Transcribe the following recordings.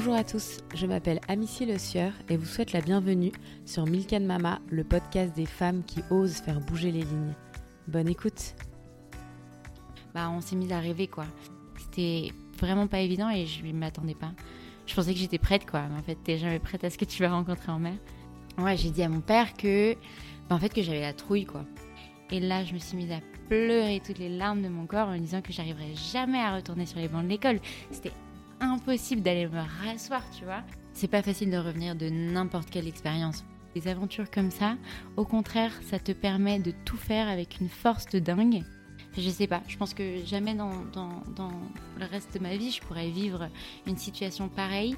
Bonjour à tous, je m'appelle Amicie Le Sieur et vous souhaite la bienvenue sur Milk and Mama, le podcast des femmes qui osent faire bouger les lignes. Bonne écoute. On s'est mis à rêver quoi. C'était vraiment pas évident et je ne m'attendais pas. Je pensais que j'étais prête quoi, mais en fait t'es jamais prête à ce que tu vas rencontrer en mer. Ouais, j'ai dit à mon père que j'avais la trouille quoi. Et là je me suis mise à pleurer toutes les larmes de mon corps en me disant que j'arriverais jamais à retourner sur les bancs de l'école. C'était impossible d'aller me rasseoir, tu vois. C'est pas facile de revenir de n'importe quelle expérience. Des aventures comme ça, au contraire, ça te permet de tout faire avec une force de dingue. Je sais pas, je pense que jamais dans le reste de ma vie, je pourrais vivre une situation pareille.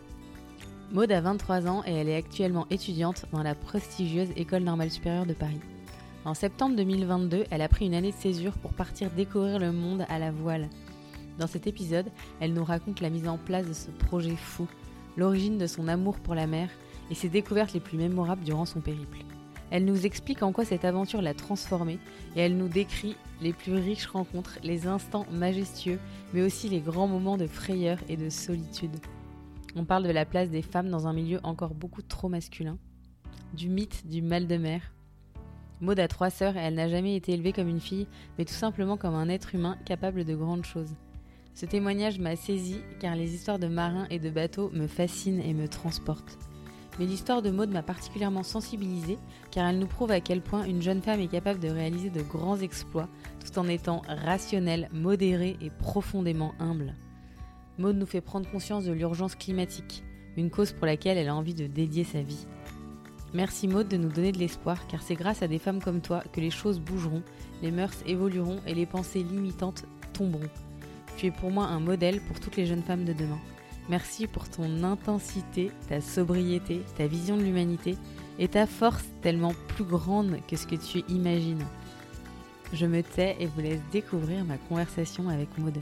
Maud a 23 ans et elle est actuellement étudiante dans la prestigieuse École normale supérieure de Paris. En septembre 2022, elle a pris une année de césure pour partir découvrir le monde à la voile. Dans cet épisode, elle nous raconte la mise en place de ce projet fou, l'origine de son amour pour la mer et ses découvertes les plus mémorables durant son périple. Elle nous explique en quoi cette aventure l'a transformée et elle nous décrit les plus riches rencontres, les instants majestueux, mais aussi les grands moments de frayeur et de solitude. On parle de la place des femmes dans un milieu encore beaucoup trop masculin, du mythe du mal de mer. Maud a 3 sœurs et elle n'a jamais été élevée comme une fille, mais tout simplement comme un être humain capable de grandes choses. Ce témoignage m'a saisie car les histoires de marins et de bateaux me fascinent et me transportent. Mais l'histoire de Maud m'a particulièrement sensibilisée car elle nous prouve à quel point une jeune femme est capable de réaliser de grands exploits tout en étant rationnelle, modérée et profondément humble. Maud nous fait prendre conscience de l'urgence climatique, une cause pour laquelle elle a envie de dédier sa vie. Merci Maud de nous donner de l'espoir car c'est grâce à des femmes comme toi que les choses bougeront, les mœurs évolueront et les pensées limitantes tomberont. Tu es pour moi un modèle pour toutes les jeunes femmes de demain. Merci pour ton intensité, ta sobriété, ta vision de l'humanité et ta force tellement plus grande que ce que tu imagines. Je me tais et vous laisse découvrir ma conversation avec Maud.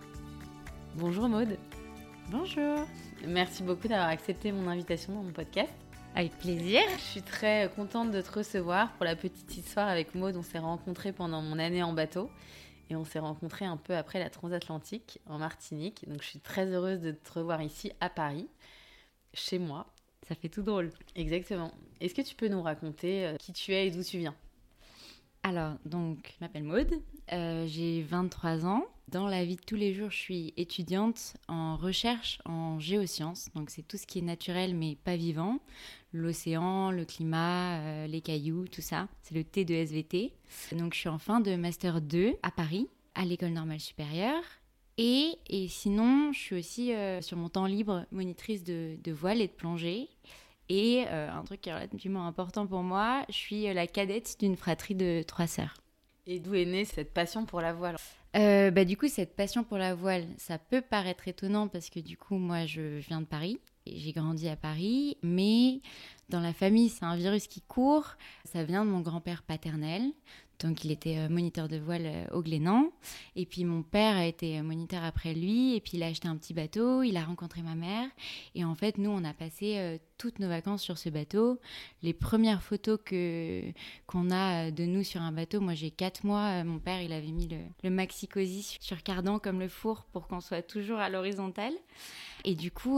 Bonjour Maud. Bonjour. Merci beaucoup d'avoir accepté mon invitation dans mon podcast. Avec plaisir. Je suis très contente de te recevoir. Pour la petite histoire, avec Maud, on s'est rencontrés pendant mon année en bateau. Et on s'est rencontrés un peu après la transatlantique en Martinique. Donc je suis très heureuse de te revoir ici à Paris, chez moi. Ça fait tout drôle. Exactement. Est-ce que tu peux nous raconter qui tu es et d'où tu viens ? Alors, donc, je m'appelle Maud, j'ai 23 ans. Dans la vie de tous les jours, je suis étudiante en recherche en géosciences. Donc, c'est tout ce qui est naturel mais pas vivant. L'océan, le climat, les cailloux, tout ça. C'est le T de SVT. Donc, je suis en fin de Master 2 à Paris, à l'École normale supérieure. Et sinon, je suis aussi, sur mon temps libre, monitrice de voile et de plongée. Et un truc qui est relativement important pour moi, je suis la cadette d'une fratrie de 3 sœurs. Et d'où est née cette passion pour la voile ? Du coup, cette passion pour la voile, ça peut paraître étonnant parce que du coup, moi, je viens de Paris. Et j'ai grandi à Paris, mais dans la famille, c'est un virus qui court. Ça vient de mon grand-père paternel. Donc, il était moniteur de voile au Glénan. Et puis, mon père a été moniteur après lui. Et puis, il a acheté un petit bateau. Il a rencontré ma mère. Et en fait, nous, on a passé toutes nos vacances sur ce bateau. Les premières photos qu'on a de nous sur un bateau, moi, j'ai 4 mois. Mon père, il avait mis le maxi-cosy sur cardan comme le four pour qu'on soit toujours à l'horizontale. Et du coup,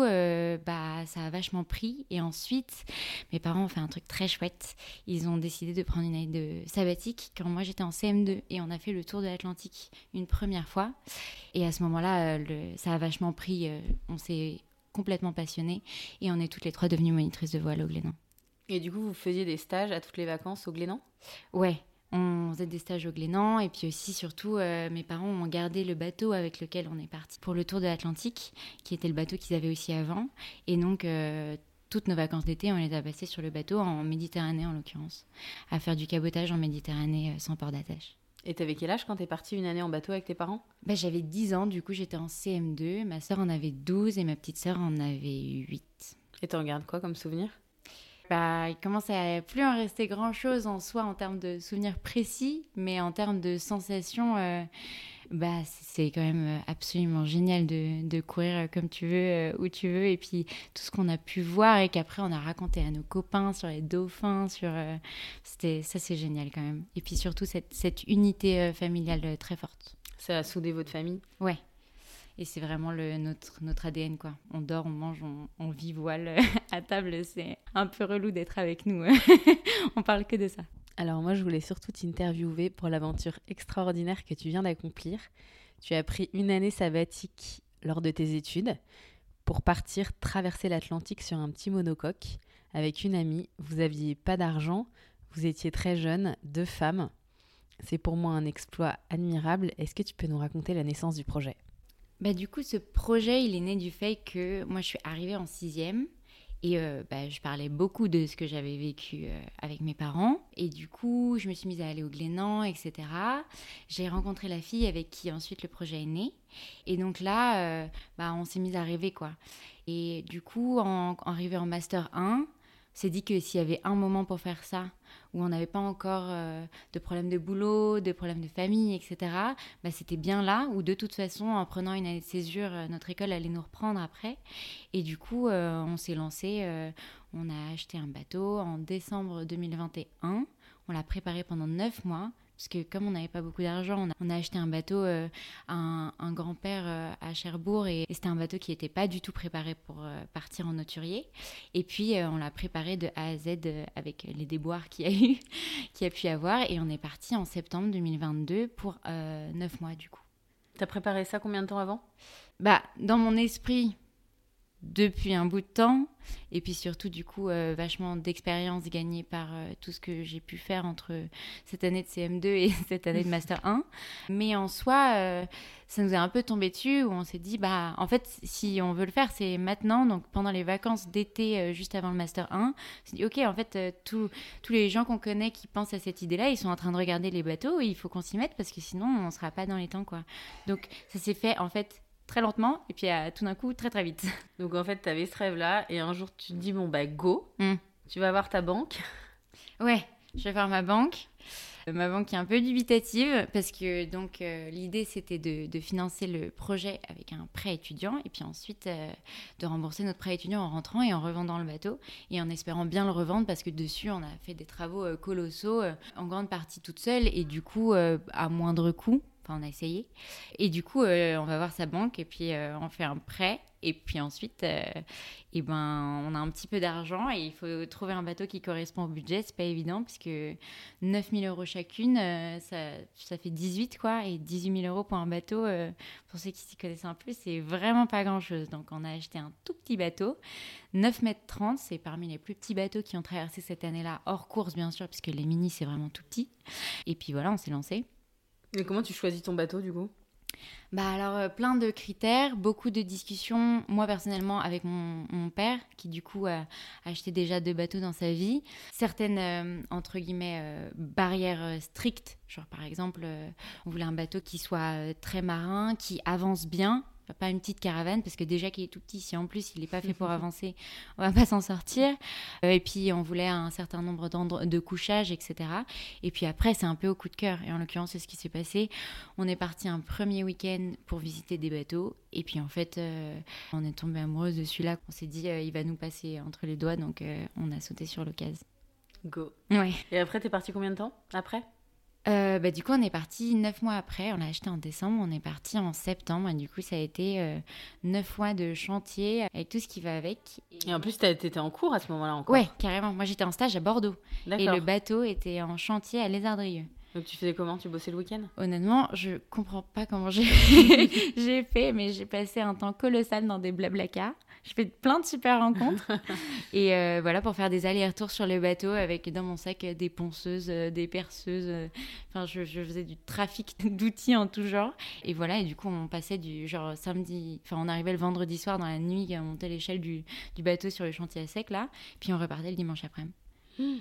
ça a vachement pris. Et ensuite, mes parents ont fait un truc très chouette. Ils ont décidé de prendre une année de sabbatique quand moi j'étais en CM2 et on a fait le tour de l'Atlantique une première fois. Et à ce moment-là, ça a vachement pris. On s'est complètement passionnés et on est toutes les 3 devenues monitrices de voile au Glénan. Et du coup, vous faisiez des stages à toutes les vacances au Glénan ? Ouais. On faisait des stages au Glénan et puis aussi, surtout, mes parents ont gardé le bateau avec lequel on est parti pour le tour de l'Atlantique, qui était le bateau qu'ils avaient aussi avant. Et donc, toutes nos vacances d'été, on les a passées sur le bateau, en Méditerranée en l'occurrence, à faire du cabotage en Méditerranée sans port d'attache. Et t'avais quel âge quand t'es partie une année en bateau avec tes parents ? J'avais 10 ans, du coup j'étais en CM2, ma sœur en avait 12 et ma petite sœur en avait 8. Et t'en gardes quoi comme souvenir ? Il commence à plus en rester grand-chose en soi en termes de souvenirs précis, mais en termes de sensations, c'est quand même absolument génial de courir comme tu veux, où tu veux, et puis tout ce qu'on a pu voir et qu'après on a raconté à nos copains sur les dauphins, c'est génial quand même. Et puis surtout cette unité familiale très forte. Ça a soudé votre famille ? Ouais. Et c'est vraiment notre ADN, quoi. On dort, on mange, on vit voile à table. C'est un peu relou d'être avec nous. On parle que de ça. Alors moi, je voulais surtout t'interviewer pour l'aventure extraordinaire que tu viens d'accomplir. Tu as pris une année sabbatique lors de tes études pour partir traverser l'Atlantique sur un petit monocoque avec une amie. Vous n'aviez pas d'argent, vous étiez très jeune, 2 femmes. C'est pour moi un exploit admirable. Est-ce que tu peux nous raconter la naissance du projet ? Du coup, ce projet, il est né du fait que moi, je suis arrivée en 6e. Et je parlais beaucoup de ce que j'avais vécu avec mes parents. Et du coup, je me suis mise à aller au Glénan, etc. J'ai rencontré la fille avec qui ensuite le projet est né. Et donc là, on s'est mis à rêver, quoi. Et du coup, arrivé en Master 1, on s'est dit que s'il y avait un moment pour faire ça, où on n'avait pas encore de problème de boulot, de problème de famille, etc., c'était bien là, où de toute façon, en prenant une année de césure, notre école allait nous reprendre après. Et du coup, on s'est lancé, on a acheté un bateau en décembre 2021, on l'a préparé pendant 9 mois, parce que comme on n'avait pas beaucoup d'argent, on a acheté un bateau à un grand-père à Cherbourg et c'était un bateau qui n'était pas du tout préparé pour partir en hauturier. Et puis on l'a préparé de A à Z avec les déboires qu'il y a pu y avoir et on est parti en septembre 2022 pour 9 mois du coup. T'as préparé ça combien de temps avant ? Dans mon esprit, depuis un bout de temps, et puis surtout du coup vachement d'expérience gagnée par tout ce que j'ai pu faire entre cette année de CM2 et cette année de Master 1. Mais en soi, ça nous est un peu tombé dessus où on s'est dit, en fait, si on veut le faire, c'est maintenant, donc pendant les vacances d'été, juste avant le Master 1, on s'est dit, ok, en fait, tous les gens qu'on connaît qui pensent à cette idée-là, ils sont en train de regarder les bateaux, et il faut qu'on s'y mette parce que sinon, on ne sera pas dans les temps, quoi. Donc, ça s'est fait, en fait, très lentement et puis tout d'un coup très très vite. Donc en fait t'avais ce rêve là et un jour tu te dis go, tu vas voir ta banque. Ouais, je vais faire ma banque qui est un peu dubitative parce que donc l'idée c'était de financer le projet avec un prêt étudiant et puis ensuite de rembourser notre prêt étudiant en rentrant et en revendant le bateau et en espérant bien le revendre parce que dessus on a fait des travaux colossaux en grande partie toute seule et du coup à moindre coût. Enfin, on a essayé. Et du coup, on va voir sa banque et puis on fait un prêt. Et puis ensuite, on a un petit peu d'argent et il faut trouver un bateau qui correspond au budget. C'est pas évident puisque 9 000 € chacune, ça fait 18 quoi. Et 18 000 € pour un bateau, pour ceux qui s'y connaissent un peu, c'est vraiment pas grand-chose. Donc on a acheté un tout petit bateau, 9 mètres 30. C'est parmi les plus petits bateaux qui ont traversé cette année-là, hors course bien sûr, puisque les mini c'est vraiment tout petit. Et puis voilà, on s'est lancé. Mais comment tu choisis ton bateau du coup ? Alors, plein de critères, beaucoup de discussions. Moi, personnellement, avec mon père, qui du coup a acheté déjà 2 bateaux dans sa vie. Certaines, entre guillemets, barrières strictes. Genre, par exemple, on voulait un bateau qui soit très marin, qui avance bien. Pas une petite caravane, parce que déjà qu'il est tout petit, si en plus il n'est pas fait pour avancer, on va pas s'en sortir. Et puis on voulait un certain nombre de couchages, etc. Et puis après, c'est un peu au coup de cœur. Et en l'occurrence, c'est ce qui s'est passé. On est parti un premier week-end pour visiter des bateaux. Et puis en fait, on est tombé amoureuse de celui-là. On s'est dit, il va nous passer entre les doigts. Donc on a sauté sur l'occasion. Go. Ouais. Et après, t'es parti combien de temps après ? Du coup, on est parti 9 mois après. On l'a acheté en décembre. On est parti en septembre. Et du coup, ça a été 9 mois de chantier avec tout ce qui va avec. Et en plus, t'étais en cours à ce moment-là encore ? Ouais, carrément. Moi, j'étais en stage à Bordeaux. D'accord. Et le bateau était en chantier à Lézardrieux. Donc, tu faisais comment ? Tu bossais le week-end ? Honnêtement, je comprends pas comment j'ai fait, mais j'ai passé un temps colossal dans des blablacar. J'ai fait plein de super rencontres. Et voilà, pour faire des allers-retours sur le bateau avec dans mon sac des ponceuses, des perceuses. Enfin, je faisais du trafic d'outils en tout genre. Et voilà, et du coup, on passait du genre samedi... Enfin, on arrivait le vendredi soir dans la nuit, on montait l'échelle du bateau sur le chantier à sec, là. Puis on repartait le dimanche après-midi.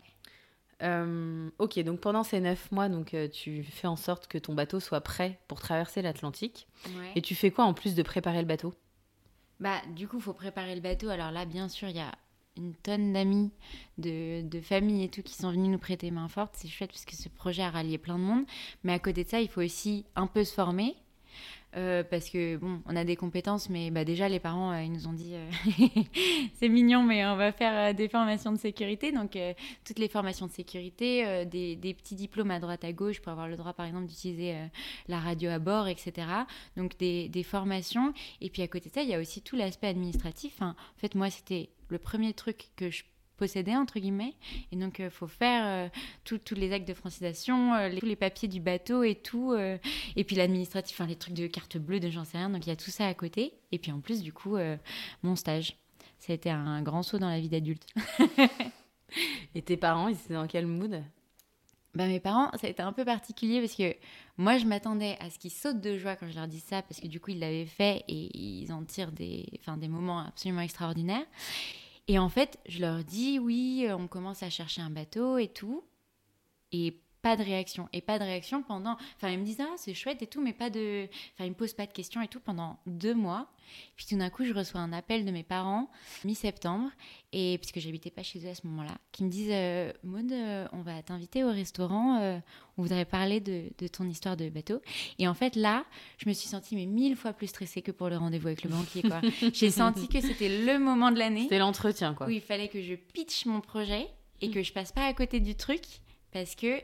Ok, donc pendant ces 9 mois, donc, tu fais en sorte que ton bateau soit prêt pour traverser l'Atlantique. Ouais. Et tu fais quoi en plus de préparer le bateau ? Du coup, il faut préparer le bateau. Alors là, bien sûr, il y a une tonne d'amis, de familles et tout qui sont venus nous prêter main forte. C'est chouette parce que ce projet a rallié plein de monde. Mais à côté de ça, il faut aussi un peu se former. parce que bon, on a des compétences, mais déjà les parents ils nous ont dit c'est mignon, mais on va faire des formations de sécurité. Donc toutes les formations de sécurité, des petits diplômes à droite à gauche pour avoir le droit par exemple d'utiliser la radio à bord, etc. Donc des formations. Et puis à côté de ça, il y a aussi tout l'aspect administratif. Enfin, en fait, moi c'était le premier truc que je posséder entre guillemets, et donc faut faire tous les actes de francisation, tous les papiers du bateau et tout, et puis l'administratif, les trucs de carte bleue, de j'en sais rien, donc il y a tout ça à côté. Et puis en plus du coup mon stage, ça a été un grand saut dans la vie d'adulte. Et tes parents, ils étaient dans quel mood? Mes parents, ça a été un peu particulier parce que moi, je m'attendais à ce qu'ils sautent de joie quand je leur dis ça, parce que du coup, ils l'avaient fait et ils en tirent des moments absolument extraordinaires. Et en fait, je leur dis, oui, on commence à chercher un bateau et tout. Et pas de réaction. Et pas de réaction pendant... Enfin, ils me disent, c'est chouette et tout, mais pas de... Enfin, ils me posent pas de questions et tout pendant 2 mois. Puis tout d'un coup, je reçois un appel de mes parents, mi-septembre, et puisque j'habitais pas chez eux à ce moment-là, qui me disent, Maud, on va t'inviter au restaurant, on voudrait parler de ton histoire de bateau. Et en fait, là, je me suis sentie 1000 fois plus stressée que pour le rendez-vous avec le banquier, quoi. J'ai senti que c'était le moment de l'année. C'était l'entretien, quoi. Où il fallait que je pitch mon projet et que je passe pas à côté du truc, parce que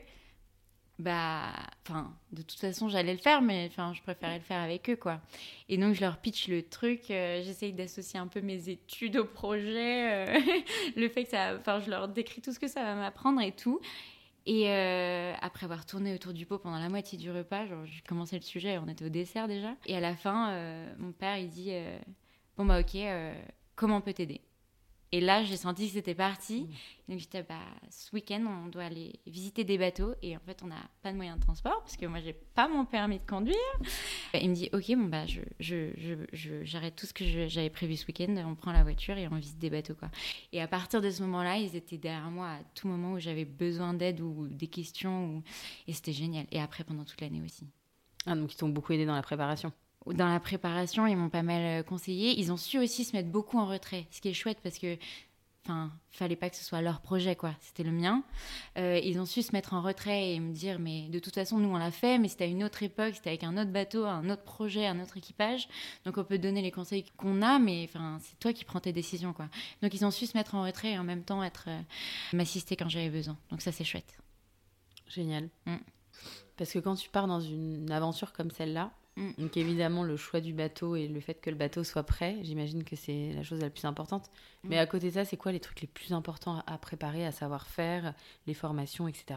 de toute façon j'allais le faire, mais je préférais le faire avec eux, quoi. Et donc je leur pitch le truc, j'essaye d'associer un peu mes études au projet, le fait que je leur décris tout ce que ça va m'apprendre et tout. Et après avoir tourné autour du pot pendant la moitié du repas, j'ai commencé le sujet, on était au dessert déjà, et à la fin mon père il dit ok, comment on peut t'aider? Et là, j'ai senti que c'était parti. Donc, j'étais, ce week-end, on doit aller visiter des bateaux. Et en fait, on n'a pas de moyen de transport parce que moi, j'ai pas mon permis de conduire. Il me dit, ok, j'arrête tout ce que j'avais prévu ce week-end. On prend la voiture et on visite des bateaux, quoi. Et à partir de ce moment-là, ils étaient derrière moi à tout moment où j'avais besoin d'aide ou des questions. Et c'était génial. Et après, pendant toute l'année aussi. Ah, donc ils t'ont beaucoup aidé dans la préparation. Dans la préparation, ils m'ont pas mal conseillé. Ils ont su aussi se mettre beaucoup en retrait, ce qui est chouette parce que, fallait pas que ce soit leur projet, quoi. C'était le mien. Ils ont su se mettre en retrait et me dire, mais de toute façon, nous, on l'a fait, mais c'était à une autre époque, c'était avec un autre bateau, un autre projet, un autre équipage. Donc, on peut donner les conseils qu'on a, mais c'est toi qui prends tes décisions, quoi. Donc, ils ont su se mettre en retrait et en même temps m'assister quand j'avais besoin. Donc, ça, c'est chouette. Génial. Parce que quand tu pars dans une aventure comme celle-là, donc évidemment le choix du bateau et le fait que le bateau soit prêt, j'imagine que c'est la chose la plus importante. Mais à côté de ça, c'est quoi les trucs les plus importants à préparer, à savoir faire, les formations, etc.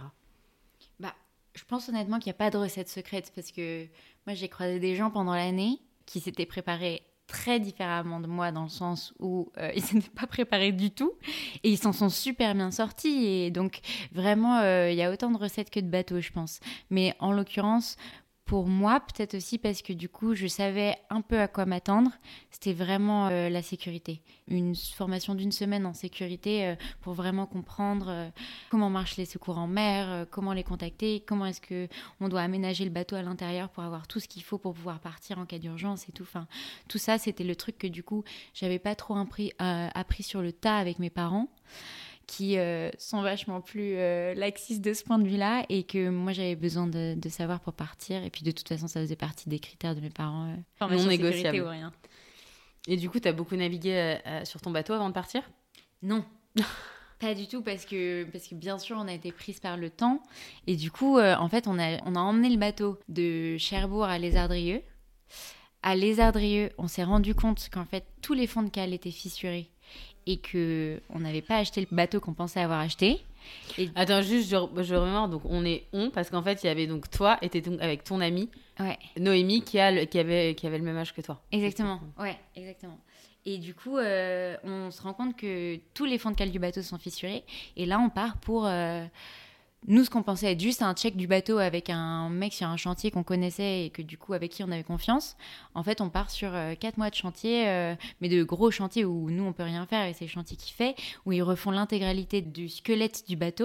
Je pense honnêtement qu'il n'y a pas de recette secrète, parce que moi j'ai croisé des gens pendant l'année qui s'étaient préparés très différemment de moi, dans le sens où ils s'étaient pas préparés du tout et ils s'en sont super bien sortis. Et donc vraiment il y a autant de recettes que de bateaux, je pense. Mais en l'occurrence, pour moi, peut-être aussi parce que du coup, je savais un peu à quoi m'attendre. C'était vraiment la sécurité. Une formation d'1 semaine en sécurité pour vraiment comprendre comment marchent les secours en mer, comment les contacter, comment est-ce qu'on doit aménager le bateau à l'intérieur pour avoir tout ce qu'il faut pour pouvoir partir en cas d'urgence et tout. Tout ça, c'était le truc que du coup, j'avais pas trop appris sur le tas avec mes parents, qui sont vachement plus laxistes de ce point de vue-là, et que moi j'avais besoin de savoir pour partir. Et puis de toute façon, ça faisait partie des critères de mes parents, non négociable. Sécurité ou rien. Et du coup, t'as beaucoup navigué sur ton bateau avant de partir? Non. Pas du tout, parce que bien sûr, on a été prise par le temps. Et du coup, en fait, on a emmené le bateau de Cherbourg à Lézardrieux. À Lézardrieux, on s'est rendu compte qu'en fait, tous les fonds de cale étaient fissurés et qu'on n'avait pas acheté le bateau qu'on pensait avoir acheté. Et... Attends, juste, je remémore, donc parce qu'en fait, il y avait donc toi et t'étais avec ton amie, Noémie, qui avait le même âge que toi. Exactement, ouais, exactement. Et du coup, on se rend compte que tous les fonds de cale du bateau sont fissurés, et là, on part pour... Nous, ce qu'on pensait être juste un check du bateau avec un mec sur un chantier qu'on connaissait et que du coup, avec qui on avait confiance, en fait, on part sur 4 mois de chantier, mais de gros chantiers où nous, on peut rien faire, et c'est le chantier qui fait, où ils refont l'intégralité du squelette du bateau,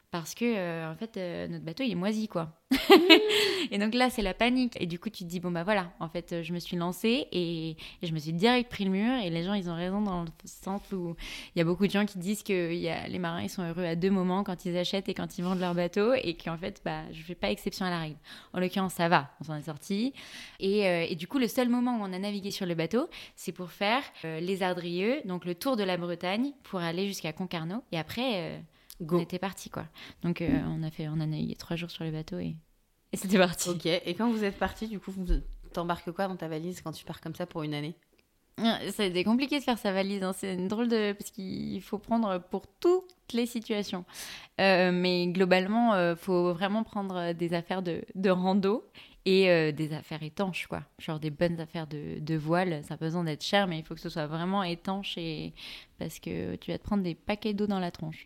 parce que en fait notre bateau il est moisi quoi. Et donc là c'est la panique et du coup tu te dis bon bah voilà, en fait je me suis lancée et je me suis direct pris le mur et les gens ils ont raison dans le sens où il y a beaucoup de gens qui disent que les marins ils sont heureux à deux moments, quand ils achètent et quand ils vendent leur bateau, et qu'en fait bah je fais pas exception à la règle. En l'occurrence ça va, on s'en est sorti et du coup le seul moment où on a navigué sur le bateau c'est pour faire les Ardrieux, donc le tour de la Bretagne pour aller jusqu'à Concarneau et après on était parti quoi. Donc on a navigué 3 jours sur le bateau et c'était parti. Ok, et quand vous êtes parti, du coup, t'embarques quoi dans ta valise quand tu pars comme ça pour une année? C'est compliqué de faire sa valise, hein. C'est une drôle de... parce qu'il faut prendre pour toutes les situations. Mais globalement, faut vraiment prendre des affaires de rando et des affaires étanches, quoi. Genre des bonnes affaires de voile. Ça a besoin d'être cher, mais il faut que ce soit vraiment étanche parce que tu vas te prendre des paquets d'eau dans la tronche.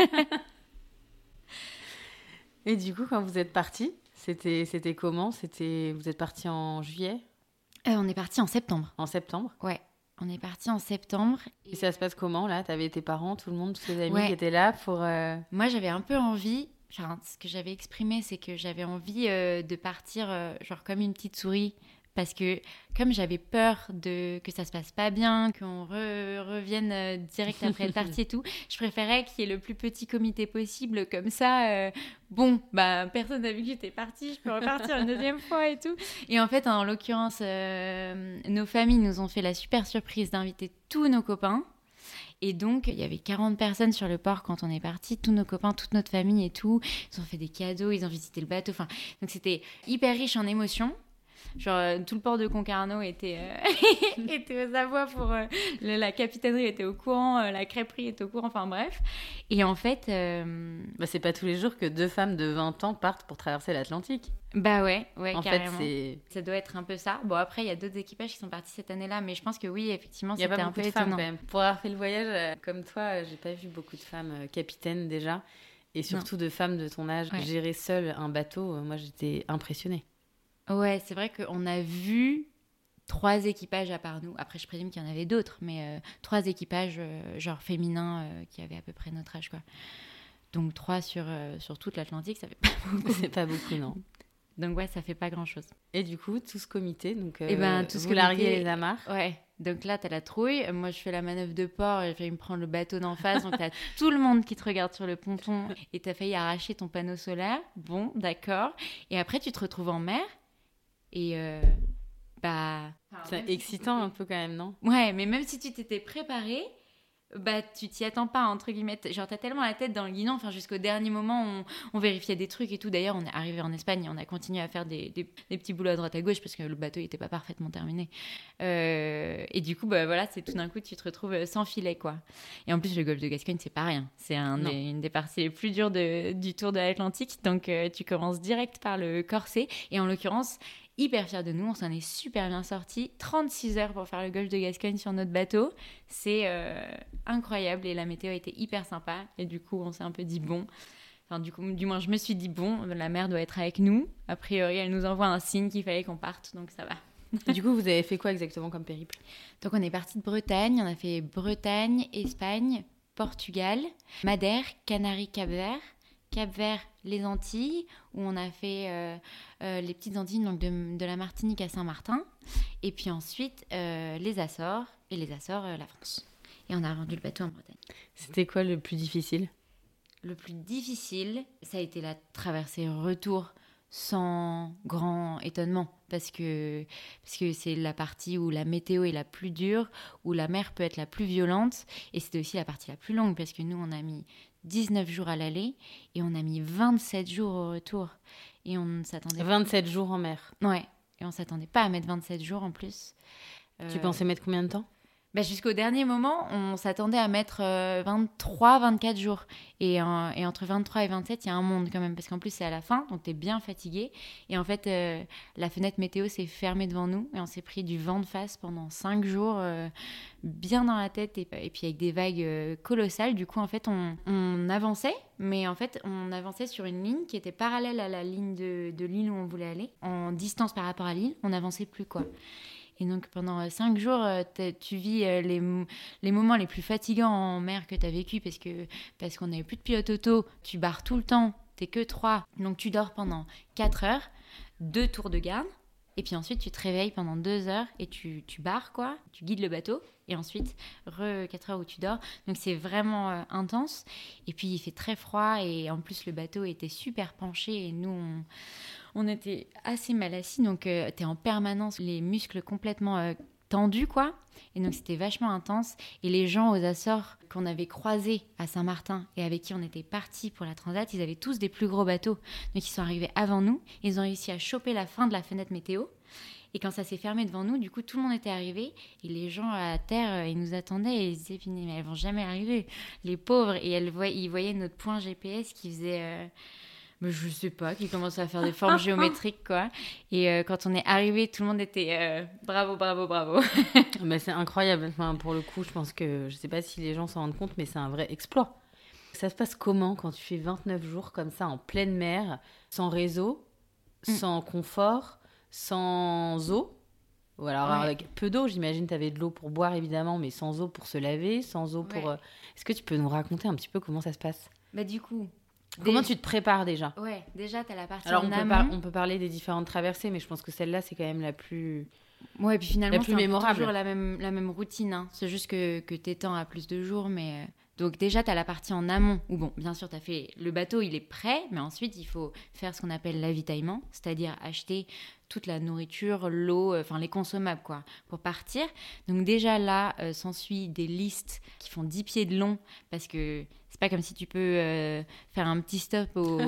Et du coup, quand vous êtes parti, c'était comment? Vous êtes parti en juillet? On est parti en septembre. En septembre? Ouais, on est parti en septembre. Et ça se passe comment, là? T'avais tes parents, tout le monde, tous tes amis Ouais. qui étaient là pour... Moi, j'avais un peu envie... Enfin, ce que j'avais exprimé, c'est que j'avais envie de partir genre comme une petite souris. Parce que comme j'avais peur que ça se passe pas bien, qu'on revienne direct après être parti et tout, je préférais qu'il y ait le plus petit comité possible. Comme ça, bon, bah, personne n'a vu que j'étais partie, je peux repartir une deuxième fois et tout. Et en fait, en l'occurrence, nos familles nous ont fait la super surprise d'inviter tous nos copains. Et donc, il y avait 40 personnes sur le port quand on est parti, tous nos copains, toute notre famille et tout. Ils ont fait des cadeaux, ils ont visité le bateau. Enfin, donc, c'était hyper riche en émotions. Genre, tout le port de Concarneau était aux abois pour... la capitainerie était au courant, la crêperie était au courant, enfin bref. Et en fait... Bah, c'est pas tous les jours que 2 femmes de 20 ans partent pour traverser l'Atlantique. Bah ouais, en carrément. fait, ça doit être un peu ça. Bon, après, il y a d'autres équipages qui sont partis cette année-là, mais je pense que oui, effectivement, il y a c'était pas un beaucoup peu de femmes étonnant. quand même. Pour avoir fait le voyage, comme toi, j'ai pas vu beaucoup de femmes capitaines déjà. Et surtout de femmes de ton âge. Ouais. Gérer seule un bateau, moi j'étais impressionnée. Ouais, c'est vrai qu'on a vu 3 équipages à part nous. Après, je présume qu'il y en avait d'autres, mais 3 équipages genre féminins qui avaient à peu près notre âge, quoi. Donc 3 sur toute l'Atlantique, ça fait pas beaucoup. C'est pas beaucoup, non. Donc ouais, ça fait pas grand-chose. Et du coup, tout ce comité, donc tout ce vous larguez les amarres. Ouais, donc là, t'as la trouille. Moi, je fais la manœuvre de port et j'ai failli me prendre le bateau d'en face. Donc t'as tout le monde qui te regarde sur le ponton et t'as failli arracher ton panneau solaire. Bon, d'accord. Et après, tu te retrouves en mer et c'est excitant un peu quand même, non? Ouais, mais même si tu t'étais préparé, bah tu t'y attends pas, entre guillemets. Genre t'as tellement la tête dans le guidon, enfin jusqu'au dernier moment on vérifiait des trucs et tout. D'ailleurs on est arrivé en Espagne et on a continué à faire des petits boulots à droite à gauche parce que le bateau était pas parfaitement terminé. Et du coup bah voilà, c'est tout d'un coup tu te retrouves sans filet quoi. Et en plus le golfe de Gascogne c'est pas rien, c'est une des parties les plus dures du tour de l'Atlantique. Donc tu commences direct par le corset et en l'occurrence hyper fiers de nous, on s'en est super bien sortis. 36 heures pour faire le golfe de Gascogne sur notre bateau, c'est incroyable et la météo était hyper sympa et du coup on s'est un peu dit bon, enfin du moins je me suis dit bon, la mer doit être avec nous, a priori elle nous envoie un signe qu'il fallait qu'on parte, donc ça va. Du coup vous avez fait quoi exactement comme périple? Donc on est parti de Bretagne, on a fait Bretagne, Espagne, Portugal, Madère, Canaries, Cap-Vert, les Antilles, où on a fait les petites Antilles, donc de la Martinique à Saint-Martin. Et puis ensuite, les Açores, et les Açores, la France. Et on a rendu le bateau en Bretagne. C'était quoi le plus difficile? Le plus difficile, ça a été la traversée retour sans grand étonnement. Parce que c'est la partie où la météo est la plus dure, où la mer peut être la plus violente. Et c'était aussi la partie la plus longue, parce que nous, on a mis 19 jours à l'aller et on a mis 27 jours au retour. Et on ne s'attendait 27 jours en mer. Ouais, et on ne s'attendait pas à mettre 27 jours en plus. Tu pensais mettre combien de temps? Jusqu'au dernier moment, on s'attendait à mettre 23, 24 jours. Et entre 23 et 27, il y a un monde quand même. Parce qu'en plus, c'est à la fin, donc tu es bien fatigué. Et en fait, la fenêtre météo s'est fermée devant nous. Et on s'est pris du vent de face pendant 5 jours, bien dans la tête. Et puis avec des vagues colossales. Du coup, en fait, on avançait. Mais en fait, on avançait sur une ligne qui était parallèle à la ligne de l'île où on voulait aller. En distance par rapport à l'île, on n'avançait plus, quoi. Et donc, pendant 5 jours, tu vis les moments les plus fatigants en mer que tu as vécu parce qu'on n'avait plus de pilote auto. Tu barres tout le temps, t'es que 3. Donc, tu dors pendant 4 heures, 2 tours de garde. Et puis ensuite, tu te réveilles pendant 2 heures et tu barres, quoi. Tu guides le bateau. Et ensuite, 4 heures où tu dors. Donc, c'est vraiment intense. Et puis, il fait très froid. Et en plus, le bateau était super penché. Et nous, on était assez mal assis. Donc, tu es en permanence, les muscles complètement tendus, quoi. Et donc, c'était vachement intense. Et les gens aux Açores qu'on avait croisés à Saint-Martin et avec qui on était partis pour la Transat, ils avaient tous des plus gros bateaux. Donc, ils sont arrivés avant nous. Ils ont réussi à choper la fin de la fenêtre météo. Et quand ça s'est fermé devant nous, du coup, tout le monde était arrivé. Et les gens à terre, ils nous attendaient et ils disaient, mais elles vont jamais arriver, les pauvres. Et ils voyaient notre point GPS qui faisait... mais je sais pas, qui commençait à faire des formes géométriques, quoi. Et quand on est arrivé, tout le monde était bravo, bravo, bravo. Mais c'est incroyable. Enfin, pour le coup, je pense que, je sais pas si les gens s'en rendent compte, mais c'est un vrai exploit. Ça se passe comment quand tu fais 29 jours comme ça en pleine mer, sans réseau, sans confort, sans eau? Ou alors avec peu d'eau, j'imagine tu avais de l'eau pour boire évidemment, mais sans eau pour se laver, sans eau pour... Est-ce que tu peux nous raconter un petit peu comment ça se passe? Bah du coup... Comment tu te prépares déjà? Ouais, déjà, tu as la partie alors, en amont. On peut parler des différentes traversées, mais je pense que celle-là, c'est quand même la plus... Ouais, et puis finalement, c'est mémorable. Toujours la même routine. Hein. C'est juste que t'étends à plus de jours, mais... Donc déjà, tu as la partie en amont, où bon, bien sûr, le bateau, il est prêt, mais ensuite, il faut faire ce qu'on appelle l'avitaillement, c'est-à-dire acheter toute la nourriture, l'eau, enfin les consommables, quoi, pour partir. Donc déjà là, s'ensuit des listes qui font 10 pieds de long, parce que c'est pas comme si tu peux faire un petit stop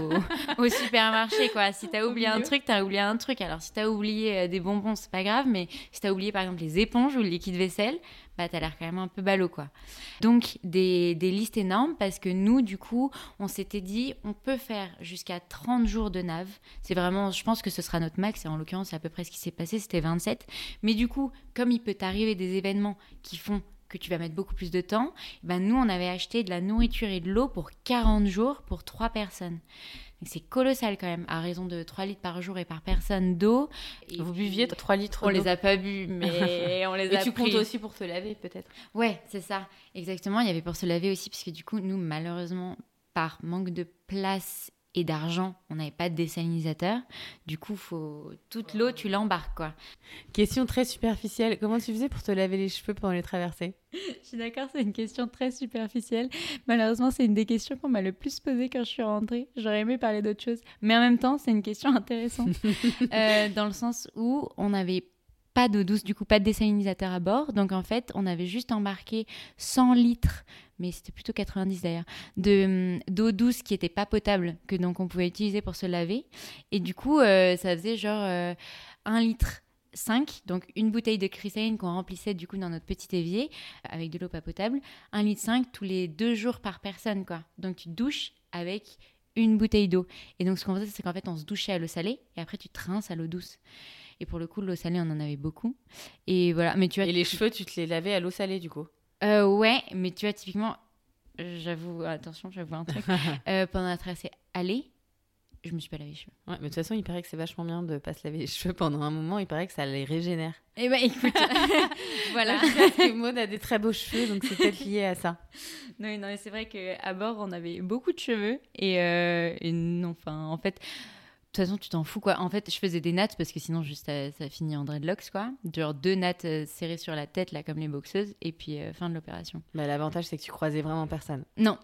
au supermarché, quoi. Si t'as oublié un truc, t'as oublié un truc. Alors si t'as oublié des bonbons, c'est pas grave, mais si t'as oublié par exemple les éponges ou le liquide vaisselle, bah t'as l'air quand même un peu ballot, quoi. Donc des listes énormes, parce que nous, du coup, on s'était dit, on peut faire jusqu'à 30 jours de nav. C'est vraiment, je pense que ce sera notre max, et en l'occurrence, c'est à peu près ce qui s'est passé, c'était 27. Mais du coup, comme il peut t'arriver des événements qui font que tu vas mettre beaucoup plus de temps, ben nous, on avait acheté de la nourriture et de l'eau pour 40 jours pour 3 personnes. Donc c'est colossal quand même, à raison de 3 litres par jour et par personne d'eau. Et vous buviez 3 litres on d'eau? On les a pas bu, mais on les a pris. Et tu comptes aussi pour te laver peut-être? Ouais, c'est ça. Exactement, il y avait pour se laver aussi, puisque du coup, nous, malheureusement, par manque de place et d'argent, on n'avait pas de désalinisateur. Du coup, toute l'eau, tu l'embarques, quoi. Question très superficielle. Comment tu faisais pour te laver les cheveux pendant les traversées? Je suis d'accord, c'est une question très superficielle. Malheureusement, c'est une des questions qu'on m'a le plus posée quand je suis rentrée. J'aurais aimé parler d'autre chose. Mais en même temps, c'est une question intéressante. Dans le sens où on n'avait pas d'eau douce, du coup pas de désalinisateur à bord. Donc en fait, on avait juste embarqué 100 litres, mais c'était plutôt 90 d'ailleurs, d'eau douce qui n'était pas potable, que donc on pouvait utiliser pour se laver. Et du coup, ça faisait genre 1 litre 5, donc une bouteille de cristalline qu'on remplissait du coup dans notre petit évier avec de l'eau pas potable, 1 litre 5 tous les 2 jours par personne, quoi. Donc tu te douches avec une bouteille d'eau. Et donc ce qu'on faisait, c'est qu'en fait on se douchait à l'eau salée et après tu te rinces à l'eau douce. Et pour le coup, l'eau salée, on en avait beaucoup. Et voilà. Mais tu vois, et les cheveux, tu te les lavais à l'eau salée, du coup? Ouais, mais tu vois, typiquement, j'avoue un truc. Pendant la traversée aller, je me suis pas lavé les cheveux. Ouais, mais de toute façon, il paraît que c'est vachement bien de pas se laver les cheveux pendant un moment. Il paraît que ça les régénère. Eh ben, écoute, voilà. Parce que Maud a des très beaux cheveux, donc c'est peut-être lié à ça. Non, mais c'est vrai qu'à bord, on avait beaucoup de cheveux. Et non, enfin, en fait... De toute façon, tu t'en fous, quoi. En fait, je faisais des nattes parce que sinon, juste, ça finit en dreadlocks, quoi. Genre 2 nattes serrées sur la tête, là, comme les boxeuses. Et puis, fin de l'opération. Bah, l'avantage, c'est que tu croisais vraiment personne. Non.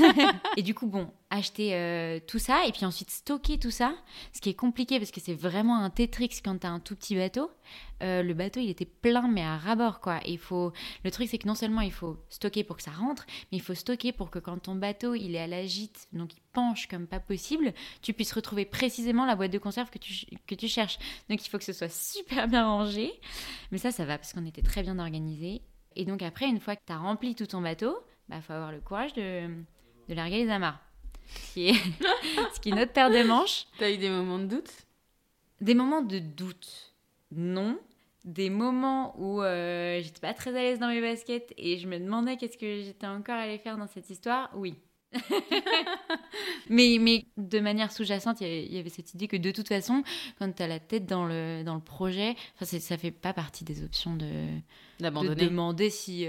Et du coup, bon, acheter tout ça et puis ensuite stocker tout ça. Ce qui est compliqué parce que c'est vraiment un Tetris quand t'as un tout petit bateau. Le bateau, il était plein, mais à ras-bord, quoi. Et le truc, c'est que non seulement il faut stocker pour que ça rentre, mais il faut stocker pour que quand ton bateau, il est à la gîte, donc il penche comme pas possible, tu puisses retrouver précisément la boîte de conserve que tu cherches. Donc il faut que ce soit super bien rangé. Mais ça va parce qu'on était très bien organisés. Et donc après, une fois que tu as rempli tout ton bateau, bah faut avoir le courage de larguer les amarres. Ce qui est notre paire de manches. T'as eu des moments de doute? Des moments de doute, non. Des moments où j'étais pas très à l'aise dans mes baskets et je me demandais qu'est-ce que j'étais encore allée faire dans cette histoire, oui. Mais de manière sous-jacente, il y avait cette idée que de toute façon, quand tu as la tête dans le projet, ça fait pas partie des options de demander si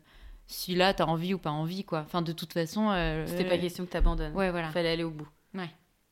là, tu as envie ou pas envie, quoi. Enfin, de toute façon... C'était pas question que tu abandonnes. Ouais, voilà. Fallait aller au bout. Ouais.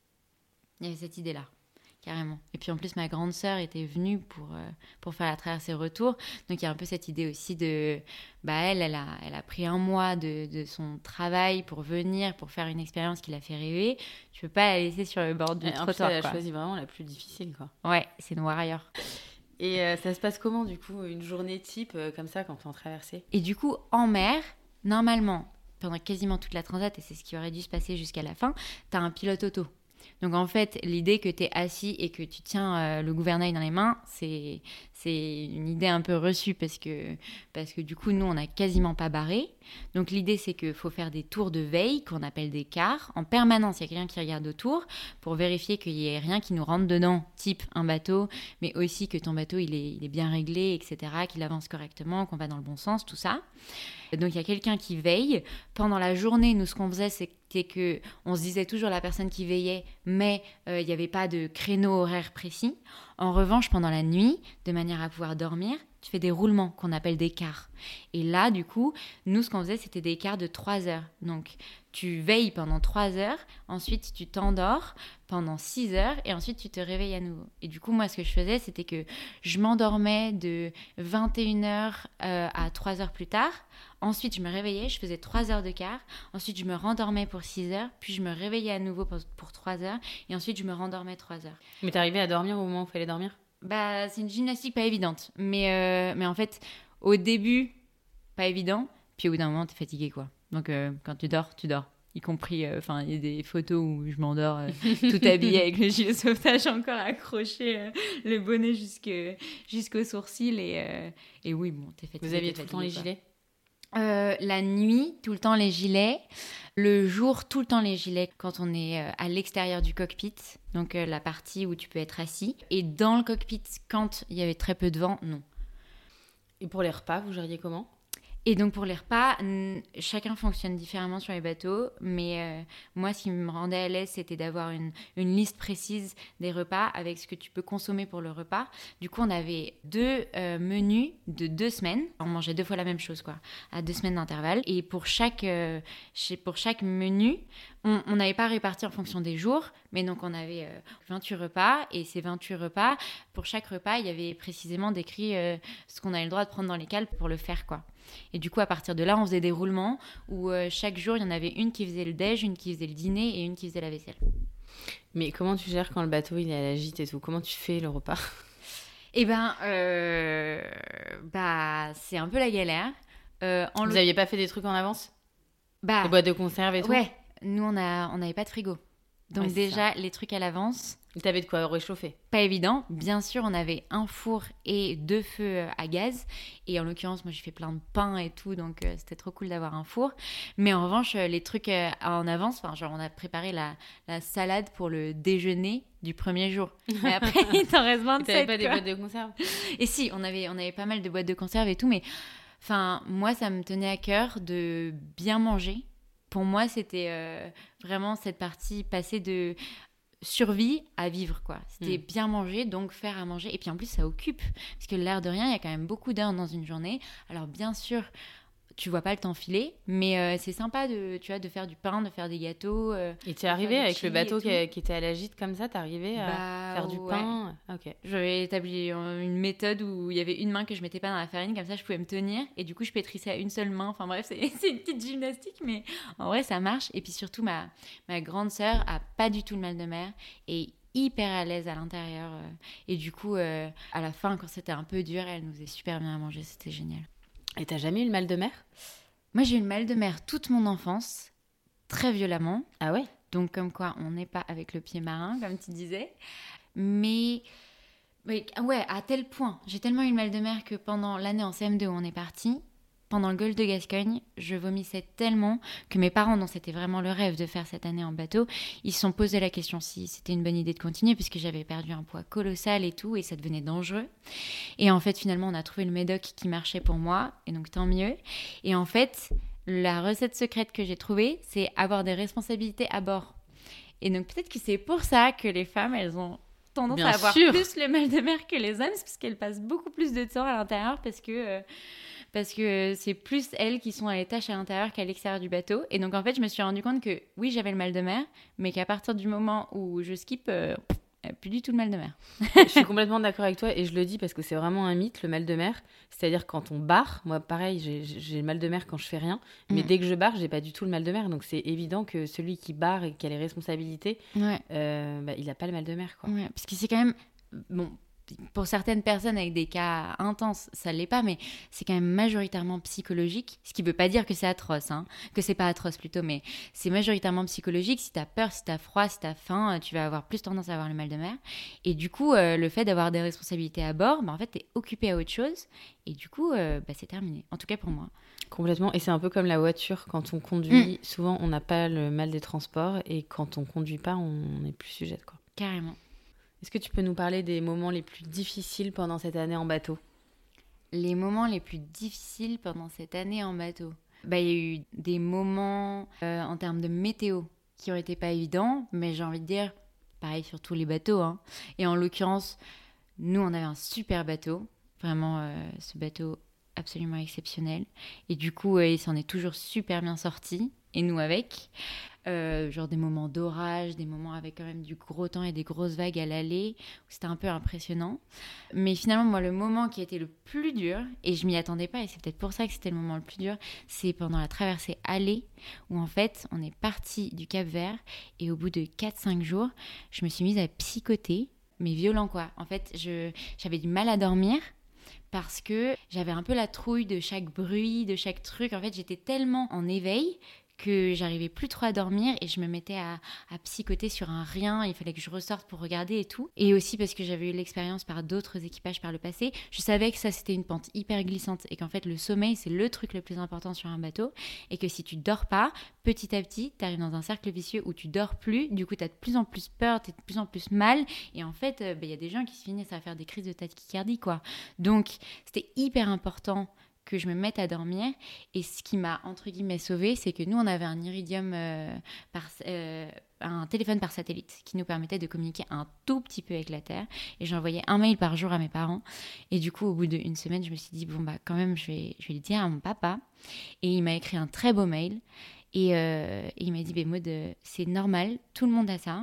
Il y avait cette idée-là. Carrément. Et puis en plus, ma grande sœur était venue pour faire la traversée retour. Donc il y a un peu cette idée aussi de... elle a pris un mois de son travail pour venir, pour faire une expérience qui l'a fait rêver. Tu peux pas la laisser sur le bord du trottoir. Elle a choisi vraiment la plus difficile, quoi. Ouais, c'est une warrior. Et ça se passe comment, du coup, une journée type comme ça quand t'es en traversée ? Et du coup, en mer, normalement, pendant quasiment toute la transat, et c'est ce qui aurait dû se passer jusqu'à la fin, t'as un pilote auto. Donc en fait, l'idée que tu es assis et que tu tiens le gouvernail dans les mains, c'est une idée un peu reçue parce que du coup, nous, on n'a quasiment pas barré. Donc l'idée, c'est qu'il faut faire des tours de veille qu'on appelle des quarts. En permanence, il y a quelqu'un qui regarde autour pour vérifier qu'il n'y ait rien qui nous rentre dedans, type un bateau, mais aussi que ton bateau, il est bien réglé, etc., qu'il avance correctement, qu'on va dans le bon sens, tout ça. Donc il y a quelqu'un qui veille. Pendant la journée, nous, ce qu'on faisait, c'était qu'on se disait toujours la personne qui veillait, mais il n'y avait pas de créneau horaire précis. En revanche, pendant la nuit, de manière à pouvoir dormir, tu fais des roulements qu'on appelle des quarts. Et là, du coup, nous, ce qu'on faisait, c'était des quarts de 3 heures. Donc, tu veilles pendant 3 heures, ensuite tu t'endors pendant 6 heures et ensuite tu te réveilles à nouveau. Et du coup, moi, ce que je faisais, c'était que je m'endormais de 21h à 3 heures plus tard. Ensuite, je me réveillais, je faisais 3 heures de quart. Ensuite, je me rendormais pour 6 heures. Puis, je me réveillais à nouveau pour 3 heures. Et ensuite, je me rendormais 3 heures. Mais t'arrivais à dormir au moment où il fallait dormir ? C'est une gymnastique pas évidente. Mais en fait, au début, pas évident. Puis au bout d'un moment, t'es fatigué, quoi. Donc, quand tu dors, tu dors. Y compris, il y a des photos où je m'endors tout habillée avec le gilet sauvetage encore accroché, le bonnet jusqu'aux sourcils. Et oui, bon, t'es fatigué. Vous aviez tout le temps les gilets ? La nuit, tout le temps les gilets. Le jour, tout le temps les gilets quand on est à l'extérieur du cockpit, donc la partie où tu peux être assis. Et dans le cockpit, quand il y avait très peu de vent, non. Et pour les repas, vous gériez comment ? Et donc pour les repas, chacun fonctionne différemment sur les bateaux, mais moi ce qui me rendait à l'aise, c'était d'avoir une liste précise des repas avec ce que tu peux consommer pour le repas. Du coup, on avait 2 menus de 2 semaines. On mangeait 2 fois la même chose, quoi, à 2 semaines d'intervalle. Et pour chaque menu, on n'avait pas réparti en fonction des jours, mais donc on avait 28 repas, et ces 28 repas, pour chaque repas, il y avait précisément décrit ce qu'on avait le droit de prendre dans les cales pour le faire, quoi. Et du coup, à partir de là, on faisait des roulements où chaque jour, il y en avait une qui faisait le déj, une qui faisait le dîner et une qui faisait la vaisselle. Mais comment tu gères quand le bateau il est à la gîte et tout ? Comment tu fais le repas ? Eh ben, c'est un peu la galère. Vous n'aviez pas fait des trucs en avance ? Des boîtes de conserve et tout ? Ouais, nous, on n'avait pas de frigo. Donc ouais, déjà, les trucs à l'avance... T'avais de quoi réchauffer ? Pas évident. Bien sûr, on avait un four et 2 feux à gaz. Et en l'occurrence, moi, j'ai fait plein de pain et tout. Donc, c'était trop cool d'avoir un four. Mais en revanche, les trucs en avance, genre, on a préparé la salade pour le déjeuner du premier jour. Mais après, il t'en reste 27. T'avais pas des boîtes de conserve ? Et si, on avait pas mal de boîtes de conserve et tout. Mais moi, ça me tenait à cœur de bien manger. Pour moi, c'était vraiment cette partie passée de survie à vivre, quoi. C'était bien manger, donc faire à manger. Et puis en plus, ça occupe. Parce que l'air de rien, il y a quand même beaucoup d'heures dans une journée. Alors bien sûr, tu vois pas le temps filer, mais c'est sympa de faire du pain, de faire des gâteaux. Et tu es arrivé avec le bateau qui était à la gîte comme ça, t'arrivais à faire du pain. Ok. J'avais établi une méthode où il y avait une main que je mettais pas dans la farine, comme ça je pouvais me tenir, et du coup je pétrissais à une seule main. Enfin bref, c'est une petite gymnastique, mais en vrai ça marche. Et puis surtout, ma grande sœur a pas du tout le mal de mer et hyper à l'aise à l'intérieur. Et du coup, à la fin, quand c'était un peu dur, elle nous faisait super bien à manger, c'était génial. Et t'as jamais eu le mal de mer ? Moi, j'ai eu le mal de mer toute mon enfance, très violemment. Ah ouais ? Donc, comme quoi, on n'est pas avec le pied marin, comme tu disais. Mais ouais, à tel point. J'ai tellement eu le mal de mer que pendant l'année en CM2 où on est parti, pendant le golfe de Gascogne, je vomissais tellement que mes parents, dont c'était vraiment le rêve de faire cette année en bateau, ils se sont posé la question si c'était une bonne idée de continuer, puisque j'avais perdu un poids colossal et tout, et ça devenait dangereux. Et en fait, finalement, on a trouvé le médoc qui marchait pour moi, et donc tant mieux. Et en fait, La recette secrète que j'ai trouvée, c'est avoir des responsabilités à bord. Et donc peut-être que c'est pour ça que les femmes, elles ont tendance Bien à avoir sûr. plus le mal de mer que les hommes, c'est parce qu'elles passent beaucoup plus de temps à l'intérieur parce que c'est plus elles qui sont à les tâches à l'intérieur qu'à l'extérieur du bateau. Et donc en fait, je me suis rendu compte que oui, j'avais le mal de mer, mais qu'à partir du moment où je skip, plus du tout le mal de mer. Je suis complètement d'accord avec toi et je le dis parce que c'est vraiment un mythe, le mal de mer. C'est-à-dire quand on barre, moi pareil, j'ai le mal de mer quand je fais rien, mais dès que je barre, j'ai pas du tout le mal de mer. Donc c'est évident que celui qui barre et qui a les responsabilités, Ouais. Il a pas le mal de mer, quoi. Ouais, parce que c'est quand même... Bon, pour certaines personnes avec des cas intenses, ça l'est pas, mais c'est quand même majoritairement psychologique. Ce qui veut pas dire que c'est atroce, hein, que c'est pas atroce plutôt, mais c'est majoritairement psychologique. Si t'as peur, si t'as froid, si t'as faim, tu vas avoir plus tendance à avoir le mal de mer. Et du coup, le fait d'avoir des responsabilités à bord, en fait, t'es occupé à autre chose. Et du coup, c'est terminé. En tout cas pour moi. Complètement. Et c'est un peu comme la voiture. Quand on conduit, souvent on n'a pas le mal des transports et quand on conduit pas, on est plus sujette, quoi. Carrément. Est-ce que tu peux nous parler des moments les plus difficiles pendant cette année en bateau ? Les moments les plus difficiles pendant cette année en bateau. Il y a eu des moments en termes de météo qui ont été pas évidents, mais j'ai envie de dire, pareil sur tous les bateaux, hein. Et en l'occurrence, nous, on avait un super bateau. Vraiment, ce bateau absolument exceptionnel. Et du coup, il s'en est toujours super bien sorti. Et nous avec. Genre des moments d'orage, des moments avec quand même du gros temps et des grosses vagues à l'aller, où c'était un peu impressionnant. Mais finalement, moi, le moment qui a été le plus dur, et je m'y attendais pas, et c'est peut-être pour ça que c'était le moment le plus dur, c'est pendant la traversée aller, où en fait, on est parti du Cap-Vert, et au bout de 4-5 jours, je me suis mise à psychoter, mais violent quoi. En fait, j'avais du mal à dormir, parce que j'avais un peu la trouille de chaque bruit, de chaque truc. En fait, j'étais tellement en éveil que j'arrivais plus trop à dormir et je me mettais à psychoter sur un rien. Il fallait que je ressorte pour regarder et tout. Et aussi parce que j'avais eu l'expérience par d'autres équipages par le passé. Je savais que ça, c'était une pente hyper glissante et qu'en fait, le sommeil, c'est le truc le plus important sur un bateau. Et que si tu dors pas, petit à petit, tu arrives dans un cercle vicieux où tu dors plus. Du coup, tu as de plus en plus peur, tu es de plus en plus mal. Et en fait, y a des gens qui se finissent à faire des crises de tachycardie, quoi. Donc, c'était hyper important que je me mette à dormir. Et ce qui m'a, entre guillemets, sauvée, c'est que nous, on avait un Iridium, un téléphone par satellite qui nous permettait de communiquer un tout petit peu avec la Terre. Et j'envoyais un mail par jour à mes parents. Et du coup, au bout d'une semaine, je me suis dit, bon, quand même, je vais le dire à mon papa. Et il m'a écrit un très beau mail. Et il m'a dit, Maud, c'est normal, tout le monde a ça.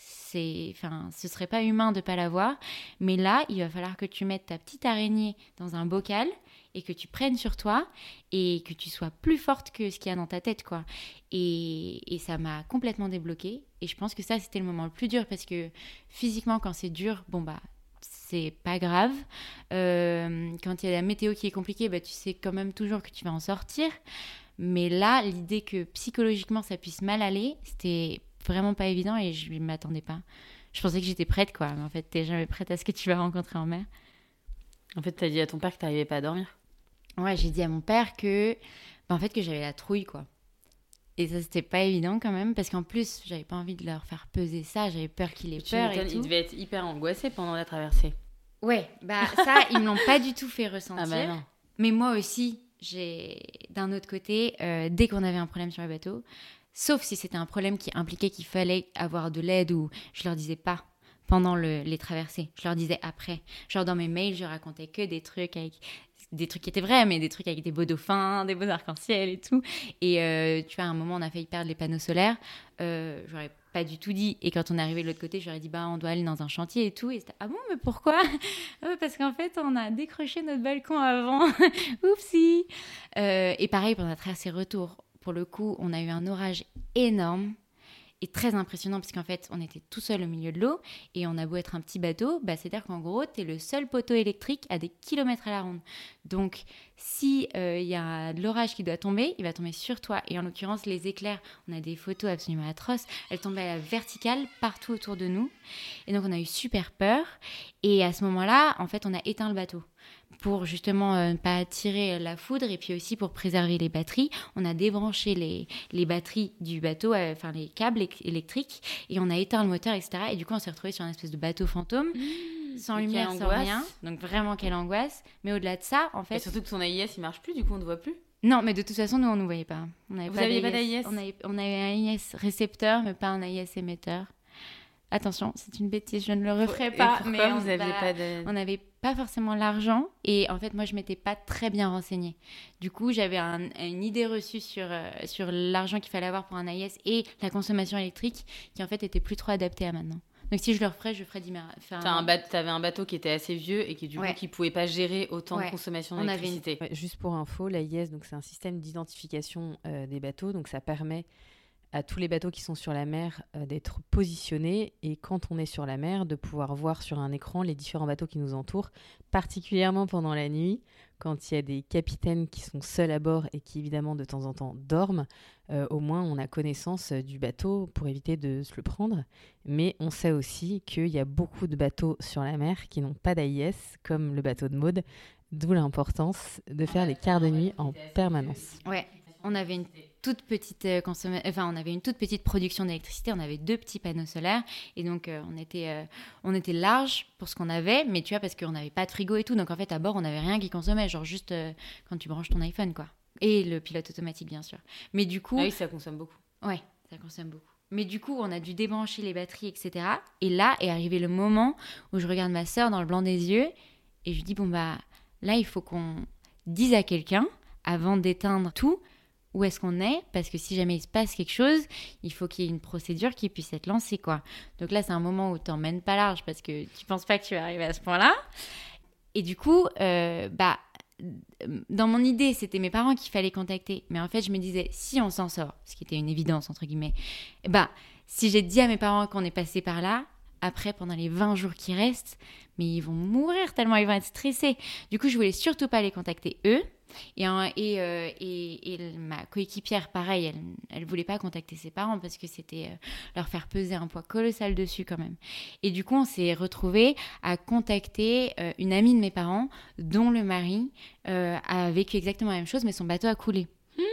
Ce serait pas humain de pas l'avoir. Mais là, il va falloir que tu mettes ta petite araignée dans un bocal et que tu prennes sur toi et que tu sois plus forte que ce qu'il y a dans ta tête, quoi. Et ça m'a complètement débloquée. Et je pense que ça, c'était le moment le plus dur parce que physiquement, quand c'est dur, c'est pas grave. Quand il y a la météo qui est compliquée, tu sais quand même toujours que tu vas en sortir. Mais là, l'idée que psychologiquement, ça puisse mal aller, c'était vraiment pas évident et je ne m'attendais pas. Je pensais que j'étais prête, quoi. Mais en fait, t'es jamais prête à ce que tu vas rencontrer en mer. En fait, t'as dit à ton père que t'arrivais pas à dormir. Ouais, j'ai dit à mon père que j'avais la trouille, quoi. Et ça, c'était pas évident quand même, parce qu'en plus, j'avais pas envie de leur faire peser ça, j'avais peur qu'il ait peur et tout. Il devait être hyper angoissé pendant la traversée. Ouais, ça, ils me l'ont pas du tout fait ressentir. Ah non. Mais moi aussi, d'un autre côté, dès qu'on avait un problème sur le bateau, sauf si c'était un problème qui impliquait qu'il fallait avoir de l'aide ou je leur disais pas pendant les traversées, je leur disais après. Genre dans mes mails, je racontais que des trucs avec des trucs qui étaient vrais, mais des trucs avec des beaux dauphins, des beaux arcs-en-ciel et tout. Et tu vois, à un moment, on a failli perdre les panneaux solaires. J'aurais pas du tout dit. Et quand on est arrivé de l'autre côté, j'aurais dit, on doit aller dans un chantier et tout. Et c'était, ah bon, mais pourquoi ? Parce qu'en fait, on a décroché notre balcon avant. Oupsie. Et pareil, pendant la traversée retour, pour le coup, on a eu un orage énorme. Et très impressionnant parce qu'en fait, on était tout seul au milieu de l'eau et on a beau être un petit bateau, c'est-à-dire qu'en gros, t'es le seul poteau électrique à des kilomètres à la ronde. Donc, si y a de l'orage qui doit tomber, il va tomber sur toi. Et en l'occurrence, les éclairs, on a des photos absolument atroces, elles tombaient à la verticale partout autour de nous. Et donc, on a eu super peur. Et à ce moment-là, en fait, on a éteint le bateau pour justement ne pas attirer la foudre et puis aussi pour préserver les batteries. On a débranché les batteries du bateau, les câbles électriques et on a éteint le moteur, etc. Et du coup, on s'est retrouvé sur une espèce de bateau fantôme sans Et lumière, quelle sans angoisse. rien. Donc vraiment, quelle angoisse. Mais au-delà de ça, en Et fait... surtout que ton AIS, il marche plus, du coup, on ne te voit plus. Non, mais de toute façon, nous, on ne nous voyait pas. Vous aviez pas d'AIS. On avait un AIS récepteur, mais pas un AIS émetteur. Attention, c'est une bêtise, je ne le referai pas. Pourquoi mais vous aviez pas de... on n'avait pas forcément l'argent. Et en fait, moi, je ne m'étais pas très bien renseignée. Du coup, j'avais une idée reçue sur l'argent qu'il fallait avoir pour un AIS et la consommation électrique qui, en fait, était plus trop adaptée à maintenant. Donc, si je le referais, je ferais T'avais un bateau qui était assez vieux et qui, du coup, qui pouvait pas gérer autant de consommation d'électricité. Juste pour info, l'AIS, donc, c'est un système d'identification des bateaux. Donc, ça permet à tous les bateaux qui sont sur la mer d'être positionnés et quand on est sur la mer, de pouvoir voir sur un écran les différents bateaux qui nous entourent, particulièrement pendant la nuit, quand il y a des capitaines qui sont seuls à bord et qui évidemment de temps en temps dorment, au moins on a connaissance du bateau pour éviter de se le prendre. Mais on sait aussi qu'il y a beaucoup de bateaux sur la mer qui n'ont pas d'AIS, comme le bateau de Maud, d'où l'importance de faire les quarts de nuit en permanence. Ouais, on avait une toute petite on avait une toute petite production d'électricité, on avait 2 petits panneaux solaires et donc on était large pour ce qu'on avait, mais tu vois, parce qu'on n'avait pas de frigo et tout, donc en fait à bord on n'avait rien qui consommait, genre juste quand tu branches ton iPhone quoi, et le pilote automatique bien sûr. Mais du coup, ah oui, ça consomme beaucoup. Ouais, ça consomme beaucoup. Mais du coup, on a dû débrancher les batteries, etc. Et là est arrivé le moment où je regarde ma sœur dans le blanc des yeux et je lui dis bon bah là il faut qu'on dise à quelqu'un avant d'éteindre tout où est-ce qu'on est, parce que si jamais il se passe quelque chose, il faut qu'il y ait une procédure qui puisse être lancée, quoi. Donc là, c'est un moment où tu n'emmènes pas large, parce que tu penses pas que tu vas arriver à ce point-là. Et du coup, dans mon idée, c'était mes parents qu'il fallait contacter. Mais en fait, je me disais, si on s'en sort, ce qui était une évidence, entre guillemets, si j'ai dit à mes parents qu'on est passé par là, après, pendant les 20 jours qui restent, mais ils vont mourir tellement ils vont être stressés. Du coup, je voulais surtout pas les contacter eux. Et ma coéquipière, pareil, elle voulait pas contacter ses parents parce que c'était leur faire peser un poids colossal dessus quand même. Et du coup, on s'est retrouvés à contacter une amie de mes parents dont le mari a vécu exactement la même chose, mais son bateau a coulé.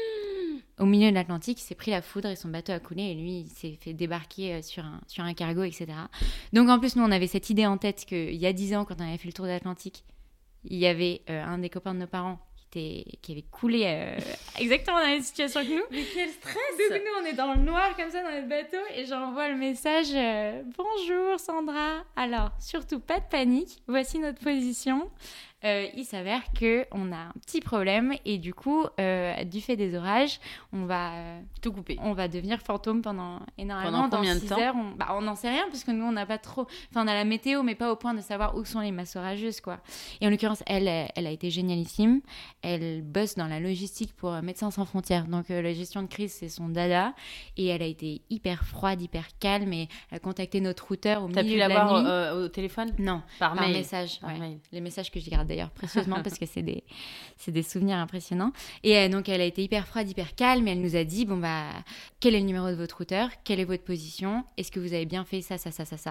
Au milieu de l'Atlantique, il s'est pris la foudre et son bateau a coulé et lui, il s'est fait débarquer sur un cargo, etc. Donc en plus, nous, on avait cette idée en tête qu'il y a 10 ans, quand on avait fait le tour de l'Atlantique, il y avait un des copains de nos parents qui avait coulé exactement dans la même situation que nous. Mais quel stress! Donc nous, on est dans le noir comme ça dans notre bateau et j'envoie le message bonjour Sandra, alors surtout pas de panique, voici notre position. Il s'avère qu'on a un petit problème et du coup, du fait des orages, on va tout couper. On va devenir fantôme pendant combien de 6 temps? heures. On n'en sait rien parce que nous, on n'a pas trop... Enfin, on a la météo, mais pas au point de savoir où sont les masses orageuses, quoi. Et en l'occurrence, elle a été génialissime. Elle bosse dans la logistique pour Médecins Sans Frontières. Donc, la gestion de crise, c'est son dada. Et elle a été hyper froide, hyper calme et elle a contacté notre routeur au milieu de la nuit. T'as pu l'avoir au téléphone? Non, par message. Par mail. Les messages que je garde d'ailleurs précieusement parce que c'est des souvenirs impressionnants. Et donc, elle a été hyper froide, hyper calme et elle nous a dit, quel est le numéro de votre routeur? Quelle est votre position? Est-ce que vous avez bien fait ça?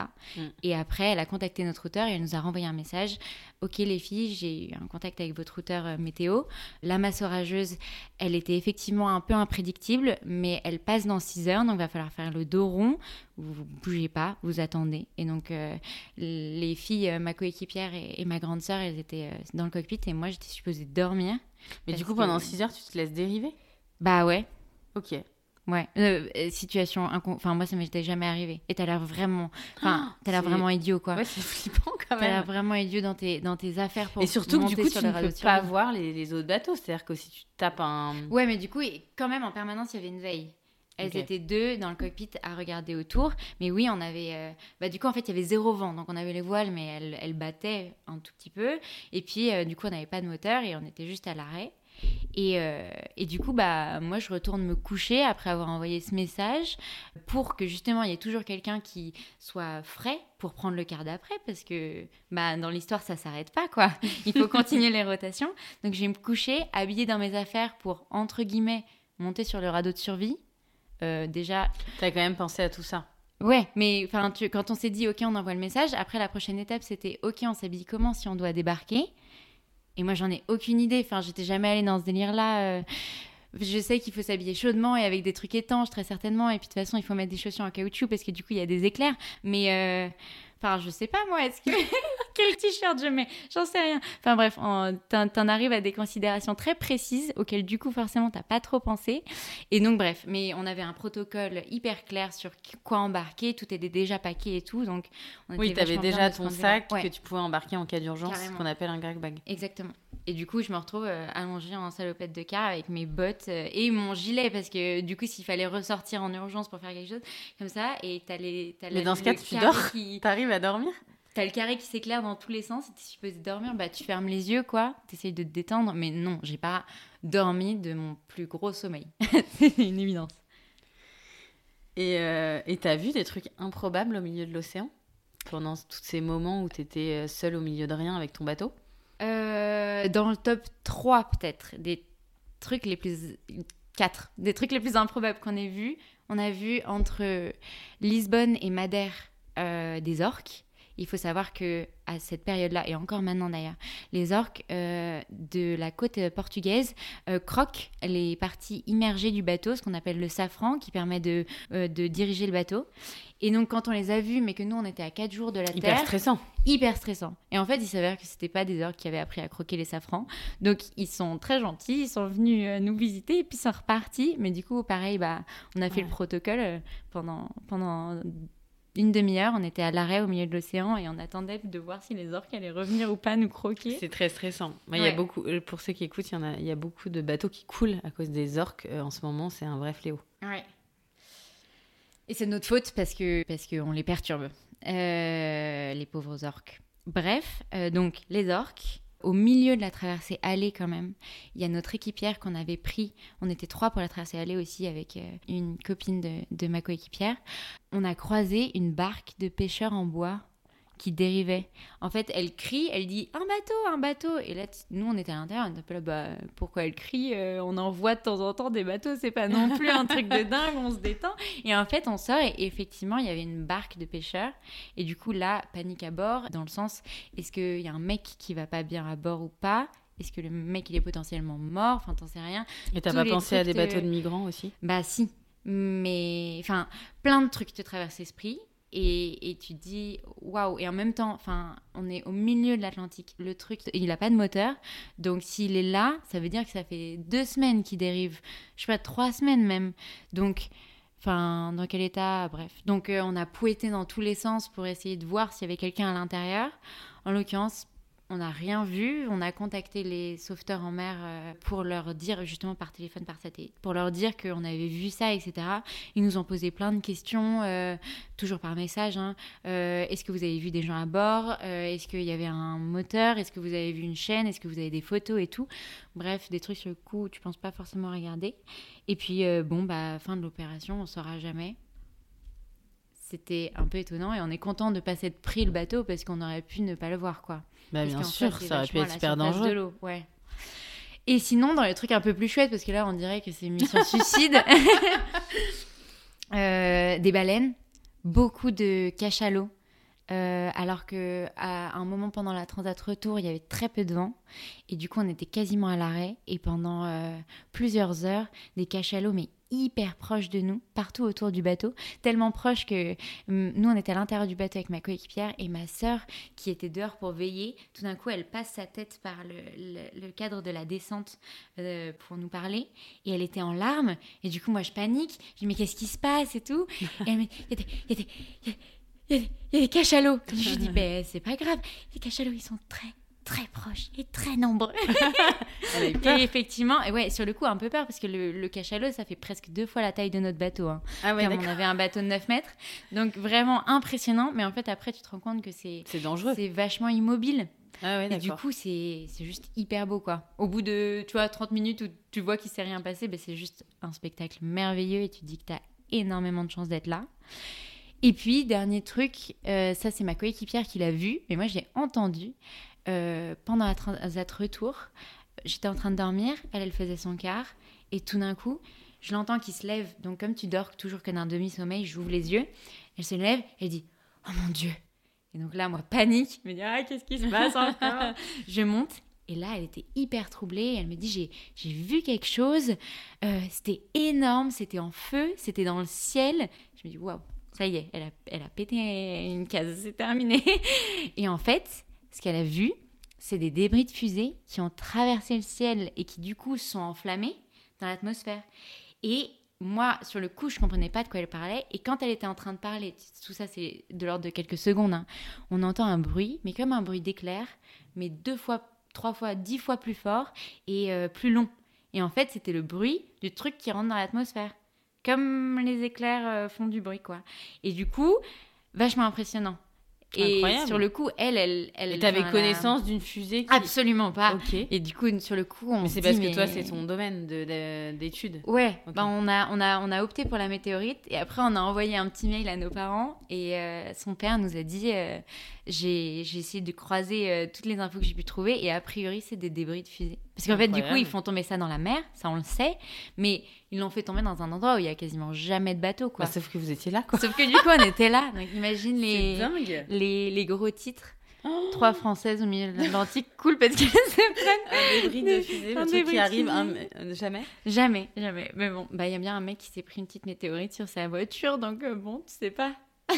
Et après, elle a contacté notre routeur et elle nous a renvoyé un message. Ok les filles, j'ai eu un contact avec votre routeur météo. La masse orageuse, elle était effectivement un peu imprédictible, mais elle passe dans 6 heures, donc il va falloir faire le dos rond. Vous bougez pas, vous attendez. Et donc, les filles, ma coéquipière et ma grande sœur, elles étaient dans le cockpit et moi, j'étais supposée dormir. Mais du coup, pendant 6 heures, tu te laisses dériver? Bah ouais. Ok. Ouais, situation enfin moi ça m'était jamais arrivé et t'as l'air vraiment vraiment idiot quoi. Ouais, c'est flippant quand même. T'as l'air vraiment idiot dans tes affaires pour et surtout que du coup tu ne peux pas voir les autres bateaux, c'est-à-dire que si tu tapes un... Ouais, mais du coup quand même en permanence il y avait une veille. Elles étaient 2 dans le cockpit à regarder autour, mais oui on avait du coup en fait il y avait 0 vent, donc on avait les voiles mais elles battaient un tout petit peu et puis du coup on n'avait pas de moteur et on était juste à l'arrêt. Et du coup, moi, je retourne me coucher après avoir envoyé ce message pour que justement, il y ait toujours quelqu'un qui soit frais pour prendre le quart d'après parce que dans l'histoire, ça s'arrête pas, quoi. Il faut continuer les rotations. Donc, je vais me coucher, habillée dans mes affaires pour, entre guillemets, monter sur le radeau de survie. Déjà... T'as quand même pensé à tout ça? Ouais, mais quand on s'est dit, OK, on envoie le message, après, la prochaine étape, c'était, OK, on s'habille comment si on doit débarquer? Et moi, j'en ai aucune idée. Enfin, j'étais jamais allée dans ce délire-là. Je sais qu'il faut s'habiller chaudement et avec des trucs étanches, très certainement. Et puis, de toute façon, il faut mettre des chaussures en caoutchouc parce que du coup, il y a des éclairs. Mais, je sais pas, moi, est-ce que... quel t-shirt je mets, j'en sais rien. Enfin bref, t'en arrives à des considérations très précises auxquelles du coup forcément t'as pas trop pensé. Et donc bref, mais on avait un protocole hyper clair sur quoi embarquer, tout était déjà paqué et tout, donc on était Oui, t'avais vachement bien déjà de ce ton point de vue-là. sac Ouais, que tu pouvais embarquer en cas d'urgence, ce carrément. qu'on appelle un grab bag. Exactement. Et du coup, je me retrouve allongée en salopette de car avec mes bottes et mon gilet parce que du coup, s'il fallait ressortir en urgence pour faire quelque chose comme ça, et Mais dans ce cas, tu dors, t'arrives à dormir? T'as le carré qui s'éclaire dans tous les sens et t'es supposé dormir, bah tu fermes les yeux quoi, t'essayes de te détendre, mais non, j'ai pas dormi de mon plus gros sommeil. C'est une évidence. Et t'as vu des trucs improbables au milieu de l'océan pendant tous ces moments où t'étais seule au milieu de rien avec ton bateau? Dans le top 3 peut-être, des trucs les plus... 4, des trucs les plus improbables qu'on ait vus. On a vu entre Lisbonne et Madère des orques. Il faut savoir que à cette période-là, et encore maintenant d'ailleurs, les orques de la côte portugaise croquent les parties immergées du bateau, ce qu'on appelle le safran, qui permet de diriger le bateau. Et donc quand on les a vus, mais que nous on était à 4 jours de la Hyper Terre... stressant. Hyper stressant. Et en fait, il s'avère que c'était pas des orques qui avaient appris à croquer les safrans. Donc ils sont très gentils, ils sont venus nous visiter et puis ils sont repartis. Mais du coup, pareil, on a fait le protocole pendant une demi-heure. On était à l'arrêt au milieu de l'océan et on attendait de voir si les orques allaient revenir ou pas nous croquer. C'est très stressant. Il y a beaucoup, pour ceux qui écoutent, il y a beaucoup de bateaux qui coulent à cause des orques. En ce moment, c'est un vrai fléau. Ouais. Et c'est notre faute parce qu'on les perturbe, les pauvres orques. Bref, donc les orques, au milieu de la traversée aller quand même, il y a notre équipière qu'on avait pris. On était 3 pour la traversée aller aussi avec une copine de ma coéquipière. On a croisé une barque de pêcheurs en bois qui dérivait. En fait, elle crie, elle dit un bateau. Et là, nous, on était à l'intérieur, on était là, pourquoi elle crie on en voit de temps en temps des bateaux, c'est pas non plus un truc de dingue, on se détend. Et en fait, on sort et effectivement, il y avait une barque de pêcheurs. Et du coup, là, panique à bord, dans le sens, est-ce qu'il y a un mec qui va pas bien à bord ou pas ? Est-ce que le mec, il est potentiellement mort ? Enfin, t'en sais rien. Et t'as pas pensé à des bateaux de migrants aussi ? Bah si, mais enfin, plein de trucs te traversent l'esprit. Et tu te dis waouh, et en même temps on est au milieu de l'Atlantique, le truc il a pas de moteur, donc s'il est là ça veut dire que ça fait 2 semaines qu'il dérive, je sais pas, 3 semaines même, donc dans quel état, bref, donc on a pouetté dans tous les sens pour essayer de voir s'il y avait quelqu'un à l'intérieur. En l'occurrence on n'a rien vu, on a contacté les sauveteurs en mer pour leur dire, justement par téléphone, par satellite, pour leur dire qu'on avait vu ça, etc. Ils nous ont posé plein de questions, toujours par message. Est-ce que vous avez vu des gens à bord ? Est-ce qu'il y avait un moteur ? Est-ce que vous avez vu une chaîne ? Est-ce que vous avez des photos et tout ? Bref, des trucs sur le coup où tu ne penses pas forcément regarder. Et puis, fin de l'opération, on ne saura jamais. C'était un peu étonnant et on est content de ne pas s'être pris le bateau parce qu'on aurait pu ne pas le voir, quoi. Bien sûr, ça aurait pu être super dangereux. De l'eau, ouais. Et sinon, dans les trucs un peu plus chouettes, parce que là, on dirait que c'est mission suicide, des baleines, beaucoup de cachalots, alors qu'à un moment pendant la transat retour, il y avait très peu de vent. Et du coup, on était quasiment à l'arrêt. Et pendant plusieurs heures, des cachalots, mais hyper proches de nous, partout autour du bateau, tellement proches que nous on était à l'intérieur du bateau avec ma coéquipière et ma sœur qui était dehors pour veiller, tout d'un coup elle passe sa tête par le cadre de la descente pour nous parler et elle était en larmes et du coup moi je panique, je dis mais qu'est-ce qui se passe et tout, et elle me dit il y a des cachalots, je lui dis c'est pas grave, les cachalots ils sont très proches et très nombreux. Elle a eu peur. Et effectivement, et ouais, sur le coup, un peu peur parce que le cachalot, ça fait presque 2 fois la taille de notre bateau. Ah ouais, comme on avait un bateau de 9 mètres. Donc vraiment impressionnant. Mais en fait, après, tu te rends compte que c'est dangereux. C'est vachement immobile. Ah ouais, et du coup, c'est juste hyper beau, quoi. Au bout de 30 minutes où tu vois qu'il s'est rien passé, c'est juste un spectacle merveilleux et tu te dis que tu as énormément de chance d'être là. Et puis, dernier truc, ça, c'est ma coéquipière qui l'a vu, mais moi, je l'ai entendu. Pendant la transat retour, j'étais en train de dormir, elle faisait son quart, et tout d'un coup, je l'entends qui se lève. Donc comme tu dors toujours que d'un demi-sommeil, j'ouvre les yeux, elle se lève, elle dit « Oh mon Dieu !» Et donc là, moi, panique, je me dis « Ah, qu'est-ce qui se passe encore ?» Je monte, et là, elle était hyper troublée, elle me dit « J'ai vu quelque chose, c'était énorme, c'était en feu, c'était dans le ciel. » Je me dis « Waouh, ça y est, elle a pété une case, c'est terminé. » Et en fait... ce qu'elle a vu, c'est des débris de fusée qui ont traversé le ciel et qui, du coup, sont enflammés dans l'atmosphère. Et moi, sur le coup, je ne comprenais pas de quoi elle parlait. Et quand elle était en train de parler, tout ça, c'est de l'ordre de quelques secondes, hein, on entend un bruit, mais comme un bruit d'éclair, mais 2 fois, 3 fois, 10 fois plus fort et plus long. Et en fait, c'était le bruit du truc qui rentre dans l'atmosphère. Comme les éclairs font du bruit, quoi. Et du coup, vachement impressionnant. Et Incroyable. sur le coup, elle Et t'avais connaissance d'une fusée qui... Absolument pas. Ok. Et du coup, sur le coup, on Mais se c'est dit, parce que toi, c'est ton domaine d'études. Ouais, Ok. on a opté pour la météorite et après on a envoyé un petit mail à nos parents et son père nous a dit j'ai essayé de croiser toutes les infos que j'ai pu trouver et a priori c'est des débris de fusée. Parce qu'en fait du coup ils font tomber ça dans la mer, ça on le sait, mais ils l'ont fait tomber dans un endroit où il y a quasiment jamais de bateau quoi. Bah, sauf que vous étiez là quoi. Sauf que du coup on était là, donc imagine C'est dingue. les gros titres. 3 Françaises au milieu de l'Atlantique, cool parce qu'elles se prennent un débris de fusée, le truc qui arrive jamais. Jamais. Mais bon, il y a bien un mec qui s'est pris une petite météorite sur sa voiture, donc bon, tu sais pas.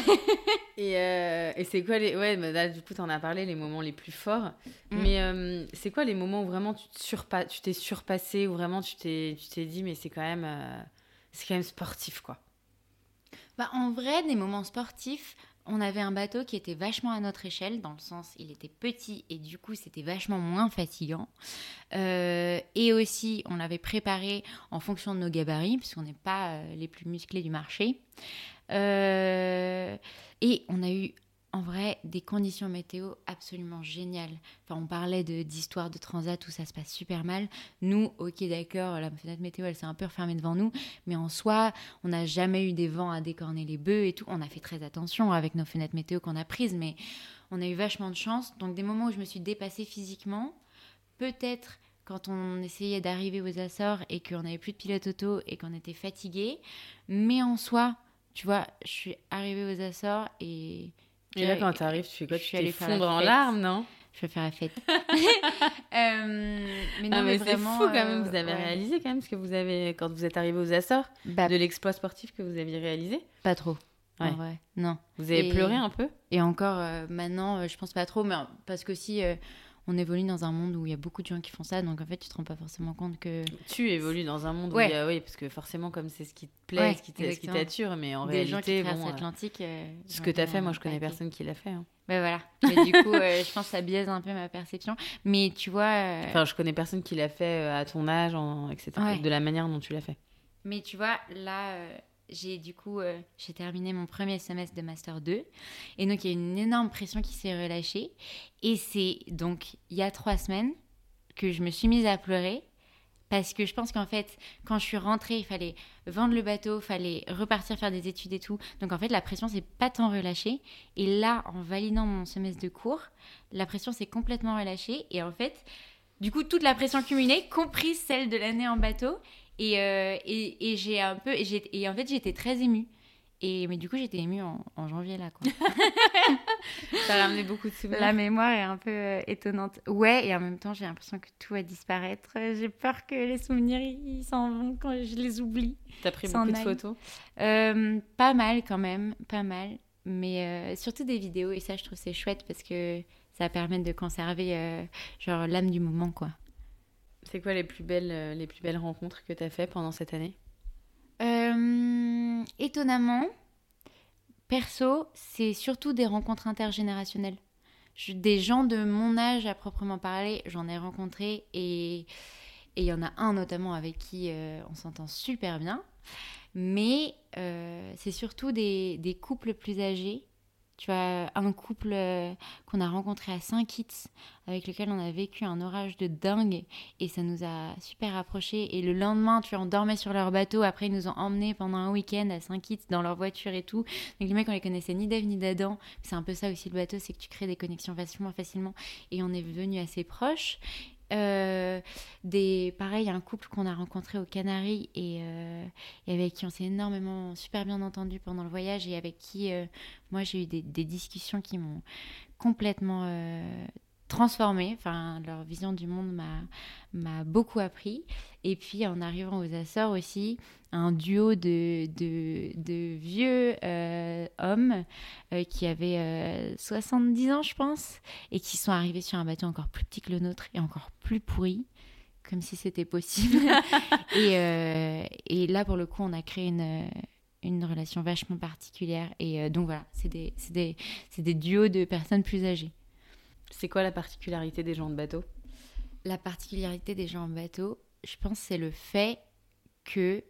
Et c'est quoi les... Ouais, mais là, du coup, t'en as parlé, les moments les plus forts. Mais c'est quoi les moments où vraiment tu t'es surpassé, où vraiment tu t'es dit, mais c'est quand même sportif, quoi. En vrai, des moments sportifs, on avait un bateau qui était vachement à notre échelle, dans le sens il était petit et du coup c'était vachement moins fatigant. Et aussi, on l'avait préparé en fonction de nos gabarits, puisqu'on n'est pas les plus musclés du marché. Et on a eu en vrai des conditions météo absolument géniales. Enfin, on parlait d'histoires de transat où ça se passe super mal. Nous, ok d'accord, la fenêtre météo elle s'est un peu refermée devant nous, mais en soi, on n'a jamais eu des vents à décorner les bœufs et tout. On a fait très attention avec nos fenêtres météo qu'on a prises, mais on a eu vachement de chance. Donc des moments où je me suis dépassée physiquement, peut-être quand on essayait d'arriver aux Açores et qu'on n'avait plus de pilote auto et qu'on était fatigué, mais en soi, tu vois, je suis arrivée aux Açores et là, quand t'arrives, tu fais quoi? Tu t'effondres en fête. larmes, non? Je vais faire la fête. Mais non, mais c'est fou quand même. Vous avez réalisé quand même ce que vous avez quand vous êtes arrivé aux Açores, de l'exploit sportif que vous aviez réalisé? Pas trop. Ouais. En vrai, non. Vous avez pleuré un peu? Et encore maintenant, je pense pas trop, mais parce que si on évolue dans un monde où il y a beaucoup de gens qui font ça, donc en fait, tu te rends pas forcément compte que... Tu évolues dans un monde où il y a... Oui, parce que forcément, comme c'est ce qui te plaît, ce qui t'attire, mais en réalité... Des gens qui traversent l'Atlantique... ce que t'as fait, moi, je connais personne qui l'a fait. Hein. Ben voilà. Mais du coup, je pense que ça biaise un peu ma perception. Mais tu vois... Enfin, je connais personne qui l'a fait à ton âge, etc. Ouais. De la manière dont tu l'as fait. Mais tu vois, là... j'ai terminé mon premier semestre de Master 2 et donc il y a une énorme pression qui s'est relâchée et c'est donc il y a 3 semaines que je me suis mise à pleurer parce que je pense qu'en fait quand je suis rentrée il fallait vendre le bateau, il fallait repartir faire des études et tout, donc en fait la pression s'est pas tant relâchée et là en validant mon semestre de cours la pression s'est complètement relâchée et en fait du coup toute la pression cumulée comprise celle de l'année en bateau. Et j'ai un peu et en fait j'étais très émue mais du coup j'étais émue en janvier là quoi. Ça a ramené beaucoup de souvenirs. La mémoire est un peu étonnante, ouais, et en même temps j'ai l'impression que tout va disparaître. J'ai peur que les souvenirs ils s'en vont quand je les oublie. T'as pris beaucoup de photos? Pas mal quand même, pas mal, mais surtout des vidéos et ça je trouve c'est chouette parce que ça permet de conserver genre l'âme du moment quoi. C'est quoi les plus belles rencontres que tu as fait pendant cette année? Étonnamment, perso, c'est surtout des rencontres intergénérationnelles. Des gens de mon âge à proprement parler, j'en ai rencontré et il y en a un notamment avec qui on s'entend super bien. Mais c'est surtout des couples plus âgés. Tu vois, un couple qu'on a rencontré à Saint-Kitts, avec lequel on a vécu un orage de dingue, et ça nous a super rapprochés. Et le lendemain, tu vois, on dormait sur leur bateau. Après, ils nous ont emmenés pendant un week-end à Saint-Kitts dans leur voiture et tout. Donc les mecs, on les connaissait ni d'Ève ni d'Adam. C'est un peu ça aussi le bateau, c'est que tu crées des connexions facilement. Et on est devenus assez proches. Pareil, un couple qu'on a rencontré aux Canaries et avec qui on s'est super bien entendu pendant le voyage et avec qui moi j'ai eu des discussions qui m'ont complètement transformée. Enfin, leur vision du monde m'a beaucoup appris. Et puis, en arrivant aux Açores aussi, un duo de vieux hommes qui avaient 70 ans, je pense, et qui sont arrivés sur un bateau encore plus petit que le nôtre et encore plus pourri, comme si c'était possible. Et là, pour le coup, on a créé une relation vachement particulière. Et donc voilà, c'est des duos de personnes plus âgées. C'est quoi la particularité des gens de bateau ? La particularité des gens en bateau, je pense, c'est le fait que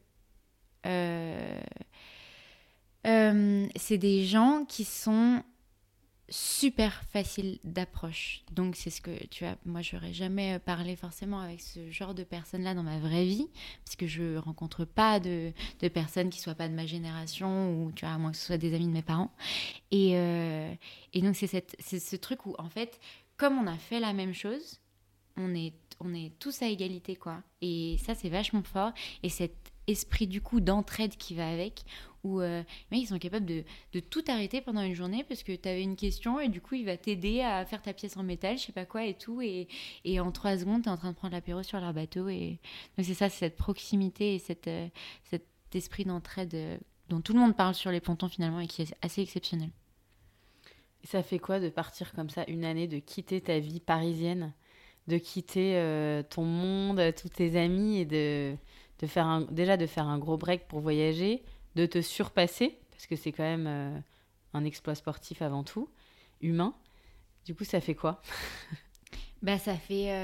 c'est des gens qui sont super faciles d'approche. Donc c'est ce que, tu vois, moi j'aurais jamais parlé forcément avec ce genre de personnes-là dans ma vraie vie, parce que je rencontre pas de personnes qui soient pas de ma génération, ou tu vois, à moins que ce soit des amis de mes parents. Et donc c'est ce truc où, en fait, comme on a fait la même chose, on est tous à égalité, quoi. Et ça, c'est vachement fort. Et cet esprit, du coup, d'entraide qui va avec, où les mecs, ils sont capables de tout arrêter pendant une journée parce que tu avais une question et du coup, il va t'aider à faire ta pièce en métal, je sais pas quoi et tout. Et en 3 secondes, tu es en train de prendre l'apéro sur leur bateau. Et donc, c'est ça, c'est cette proximité et cet esprit d'entraide dont tout le monde parle sur les pontons, finalement, et qui est assez exceptionnel. Et ça fait quoi de partir comme ça une année, de quitter ta vie parisienne, de quitter ton monde, tous tes amis, et de faire un gros break pour voyager, de te surpasser, parce que c'est quand même un exploit sportif avant tout, humain. Du coup, ça fait quoi ? Bah, ça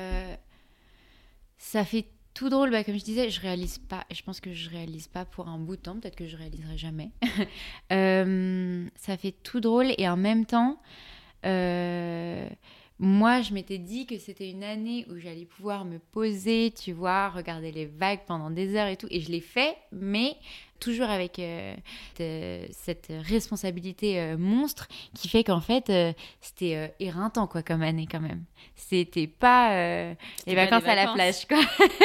fait tout drôle. Bah, comme je disais, je pense que je réalise pas pour un bout de temps, peut-être que je réaliserai jamais. Ça fait tout drôle, et en même temps, moi, je m'étais dit que c'était une année où j'allais pouvoir me poser, tu vois, regarder les vagues pendant des heures et tout. Et je l'ai fait, mais toujours avec cette responsabilité monstre qui fait qu'en fait, c'était éreintant, quoi, comme année quand même. C'était pas les vacances à la plage, quoi.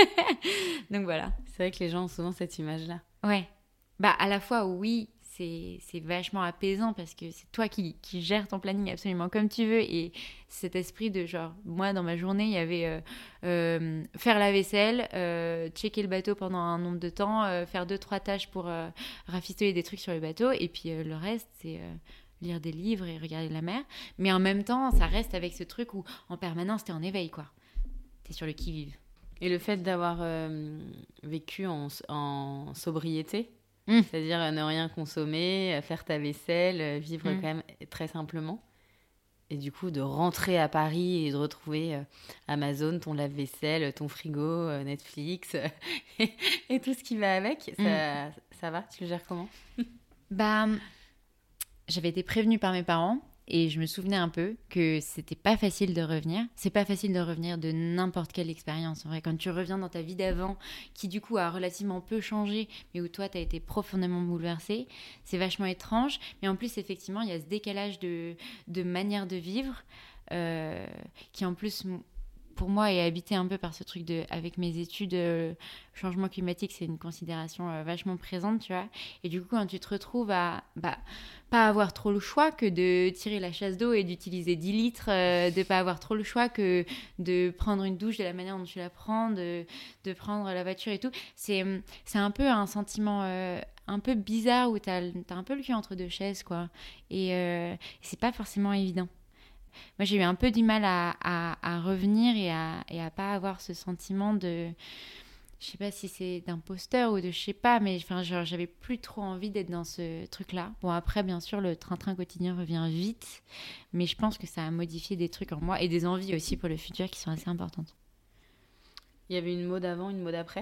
Donc voilà. C'est vrai que les gens ont souvent cette image-là. Ouais. Bah, à la fois, oui, c'est vachement apaisant parce que c'est toi qui gères ton planning absolument comme tu veux, et cet esprit de genre, moi dans ma journée il y avait faire la vaisselle, checker le bateau pendant un nombre de temps, faire 2-3 tâches pour rafistoler des trucs sur le bateau, et puis le reste c'est lire des livres et regarder la mer, mais en même temps ça reste avec ce truc où en permanence t'es en éveil, quoi, t'es sur le qui-vive. Et le fait d'avoir vécu en sobriété, c'est-à-dire ne rien consommer, faire ta vaisselle, vivre quand même très simplement. Et du coup, de rentrer à Paris et de retrouver Amazon, ton lave-vaisselle, ton frigo, Netflix et tout ce qui va avec, ça va ? Tu le gères comment ? Bah, j'avais été prévenue par mes parents. Et je me souvenais un peu que c'était pas facile de revenir. C'est pas facile de revenir de n'importe quelle expérience. En vrai, quand tu reviens dans ta vie d'avant, qui du coup a relativement peu changé, mais où toi t'as été profondément bouleversé, c'est vachement étrange. Mais en plus, effectivement, il y a ce décalage de manière de vivre qui en plus, pour moi, est habité un peu par ce truc de, avec mes études, changement climatique, c'est une considération vachement présente, tu vois. Et du coup, quand tu te retrouves à pas avoir trop le choix que de tirer la chasse d'eau et d'utiliser 10 litres, de pas avoir trop le choix que de prendre une douche de la manière dont tu la prends, de prendre la voiture et tout, c'est un peu un sentiment un peu bizarre où t'as un peu le cul entre deux chaises, quoi. Et c'est pas forcément évident. Moi, j'ai eu un peu du mal à revenir et à pas avoir ce sentiment de... Je sais pas si c'est d'imposteur ou de je sais pas, mais enfin, genre, j'avais plus trop envie d'être dans ce truc-là. Bon, après, bien sûr, le train-train quotidien revient vite, mais je pense que ça a modifié des trucs en moi et des envies aussi pour le futur qui sont assez importantes. Il y avait une mode avant, une mode après ?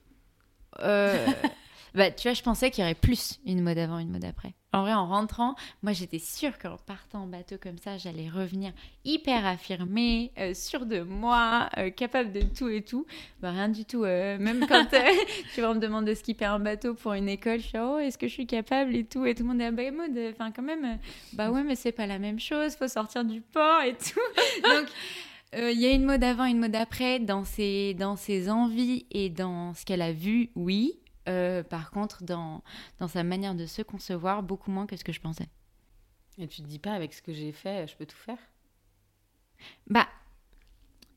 Bah, tu vois, je pensais qu'il y aurait plus une mode avant, une mode après. En vrai, en rentrant, moi, j'étais sûre qu'en partant en bateau comme ça, j'allais revenir hyper affirmée, sûre de moi, capable de tout et tout. Bah, rien du tout. Même quand tu vas me demander de skipper un bateau pour une école, je suis « Oh, est-ce que je suis capable ?» et tout. Et tout le monde est « Ah bah, mode, enfin, quand même, bah ouais, mais c'est pas la même chose, faut sortir du port et tout. » Donc... y a une mode avant, une mode après, dans ses envies et dans ce qu'elle a vu, oui. Par contre, dans sa manière de se concevoir, beaucoup moins que ce que je pensais. Et tu te dis pas, avec ce que j'ai fait, je peux tout faire ? Bah,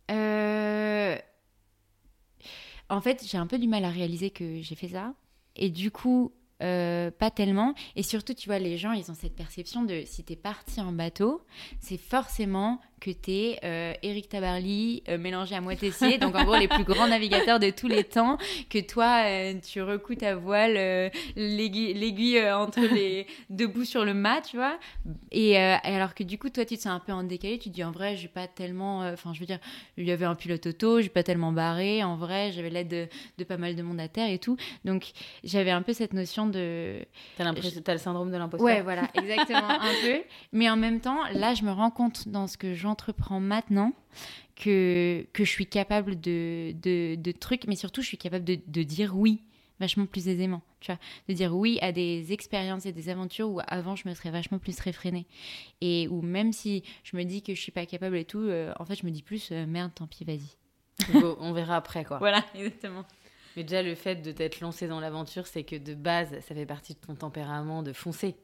En fait, j'ai un peu du mal à réaliser que j'ai fait ça. Et du coup, pas tellement. Et surtout, tu vois, les gens, ils ont cette perception de si t'es parti en bateau, c'est forcément que t'es Éric Tabarly mélangé à Moitessier. Donc, en gros, les plus grands navigateurs de tous les temps. Que toi, tu recoues ta voile, l'aiguille entre les deux bouts sur le mât, tu vois. Et alors que du coup, toi, tu te sens un peu en décalé. Tu te dis, en vrai, j'ai pas tellement... Enfin, je veux dire, il y avait un pilote auto, j'ai pas tellement barré. En vrai, j'avais l'aide de pas mal de monde à terre et tout. Donc, j'avais un peu cette notion de... T'as le syndrome de l'imposteur. Ouais, voilà, exactement, un peu. Mais en même temps, là, je me rends compte dans ce que j'entreprends maintenant que je suis capable de trucs, mais surtout, je suis capable de dire oui vachement plus aisément, tu vois, de dire oui à des expériences et des aventures où avant je me serais vachement plus réfrénée et où même si je me dis que je suis pas capable et tout, en fait je me dis plus merde, tant pis, vas-y. Bon, on verra après, quoi. Voilà, exactement. Mais déjà, le fait de t'être lancé dans l'aventure, c'est que de base, ça fait partie de ton tempérament de foncer.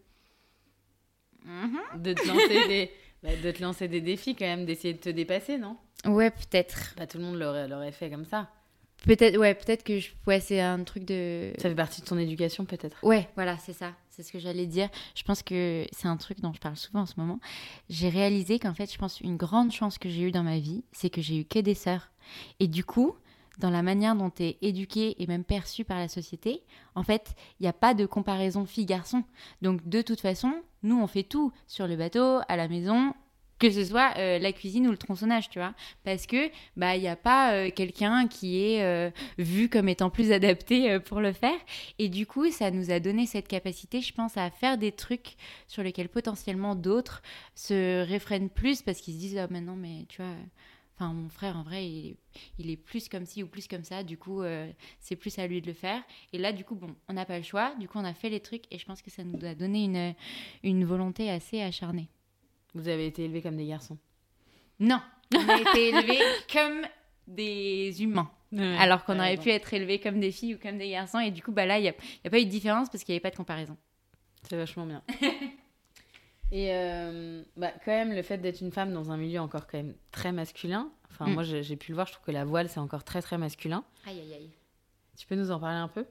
De te lancer des défis, quand même, d'essayer de te dépasser, non? Ouais, peut-être. Pas tout le monde l'aurait fait comme ça. Peut-être que ouais, c'est un truc de... Ça fait partie de ton éducation, peut-être. Ouais, voilà, c'est ça. C'est ce que j'allais dire. Je pense que c'est un truc dont je parle souvent en ce moment. J'ai réalisé qu'en fait, je pense une grande chance que j'ai eue dans ma vie, c'est que j'ai eu que des sœurs. Et du coup, dans la manière dont tu es éduquée et même perçue par la société, en fait, il n'y a pas de comparaison fille-garçon. Donc, de toute façon, nous, on fait tout sur le bateau, à la maison, que ce soit la cuisine ou le tronçonnage, tu vois. Parce que bah il n'y a pas quelqu'un qui est vu comme étant plus adapté pour le faire. Et du coup, ça nous a donné cette capacité, je pense, à faire des trucs sur lesquels potentiellement d'autres se réfrènent plus parce qu'ils se disent « Ah, mais non, mais tu vois... » Enfin, mon frère, en vrai, il est plus comme ci ou plus comme ça. Du coup, c'est plus à lui de le faire. Et là, du coup, bon, on n'a pas le choix. Du coup, on a fait les trucs. Et je pense que ça nous a donné une volonté assez acharnée. Vous avez été élevés comme des garçons? Non, on a été élevés comme des humains. Ouais, alors qu'on aurait pu être élevés comme des filles ou comme des garçons. Et du coup, bah là, il n'y a pas eu de différence parce qu'il n'y avait pas de comparaison. C'est vachement bien. Et quand même, le fait d'être une femme dans un milieu encore quand même très masculin, enfin moi j'ai pu le voir, je trouve que la voile c'est encore très très masculin. Aïe aïe aïe. Tu peux nous en parler un peu?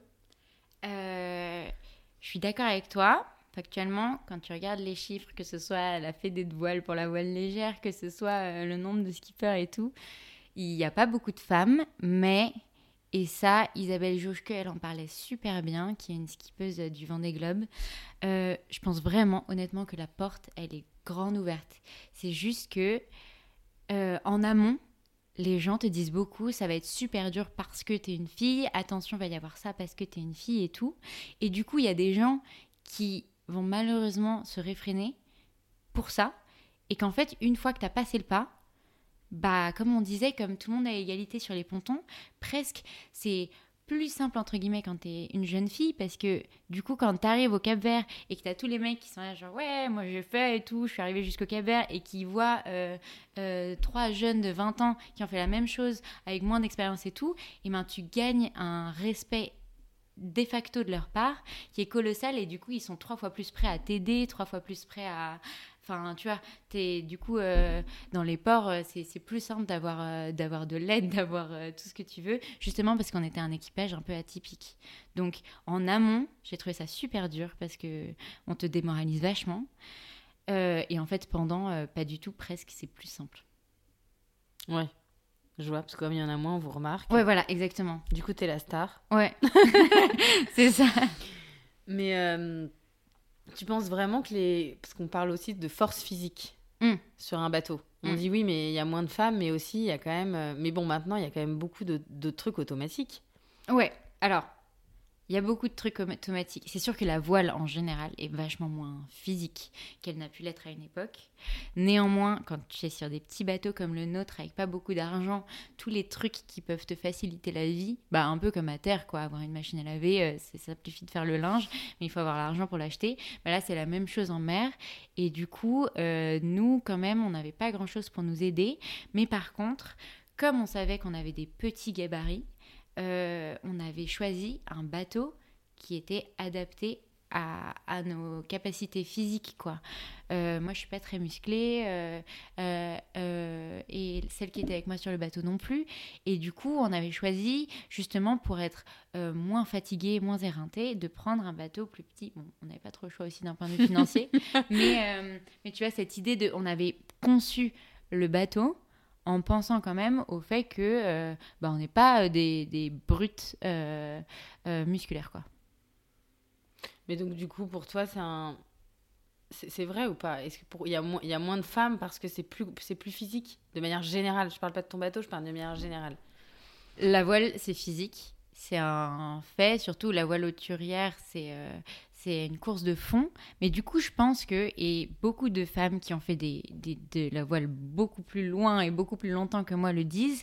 Je suis d'accord avec toi. Factuellement, quand tu regardes les chiffres, que ce soit la fédé de voile pour la voile légère, que ce soit le nombre de skippers et tout, il n'y a pas beaucoup de femmes, mais... Et ça, Isabelle Joschke, elle en parlait super bien, qui est une skippeuse du Vendée Globe. Je pense vraiment, honnêtement, que la porte, elle est grande ouverte. C'est juste que, en amont, les gens te disent beaucoup, ça va être super dur parce que t'es une fille, attention, va y avoir ça parce que t'es une fille et tout. Et du coup, il y a des gens qui vont malheureusement se réfréner pour ça. Et qu'en fait, une fois que t'as passé le pas, bah, comme on disait, comme tout le monde a égalité sur les pontons, presque c'est plus simple entre guillemets quand t'es une jeune fille parce que du coup quand t'arrives au Cap-Vert et que t'as tous les mecs qui sont là genre ouais moi j'ai fait et tout, je suis arrivée jusqu'au Cap-Vert et qui voient 3 jeunes de 20 ans qui ont fait la même chose avec moins d'expérience et tout, et ben tu gagnes un respect de facto de leur part qui est colossal et du coup ils sont 3 fois plus prêts à t'aider, 3 fois plus prêts à... Enfin, tu vois, du coup, dans les ports, c'est plus simple d'avoir de l'aide, d'avoir tout ce que tu veux, justement parce qu'on était un équipage un peu atypique. Donc, en amont, j'ai trouvé ça super dur parce qu'on te démoralise vachement. Et en fait, pendant, pas du tout, presque, c'est plus simple. Ouais, je vois, parce que comme il y en a moins, on vous remarque. Ouais, voilà, exactement. Du coup, t'es la star. Ouais, c'est ça. Mais... tu penses vraiment que parce qu'on parle aussi de force physique sur un bateau. On dit oui, mais il y a moins de femmes, mais aussi il y a quand même... Mais bon, maintenant, il y a quand même beaucoup de trucs automatiques. Ouais, alors, il y a beaucoup de trucs automatiques. C'est sûr que la voile, en général, est vachement moins physique qu'elle n'a pu l'être à une époque. Néanmoins, quand tu es sur des petits bateaux comme le nôtre, avec pas beaucoup d'argent, tous les trucs qui peuvent te faciliter la vie, bah un peu comme à terre, quoi. Avoir une machine à laver, ça simplifie de faire le linge, mais il faut avoir l'argent pour l'acheter. Bah là, c'est la même chose en mer. Et du coup, nous, quand même, on n'avait pas grand-chose pour nous aider. Mais par contre, comme on savait qu'on avait des petits gabarits, on avait choisi un bateau qui était adapté à nos capacités physiques, quoi. Moi, je suis pas très musclée et celle qui était avec moi sur le bateau non plus. Et du coup, on avait choisi, justement, pour être moins fatiguée, moins éreintée, de prendre un bateau plus petit. Bon, on n'avait pas trop le choix aussi d'un point de vue financier. mais tu vois, cette idée de... On avait conçu le bateau en pensant quand même au fait que on n'est pas des brutes musculaires, quoi. Mais donc, du coup, pour toi, c'est vrai ou pas? Est-ce que il y a moins de femmes parce que c'est plus physique, de manière générale? Je parle pas de ton bateau, je parle de manière générale. La voile, c'est physique. C'est un fait. Surtout, la voile hauturière, c'est une course de fond. Mais du coup, je pense que, et beaucoup de femmes qui ont fait de la voile beaucoup plus loin et beaucoup plus longtemps que moi le disent,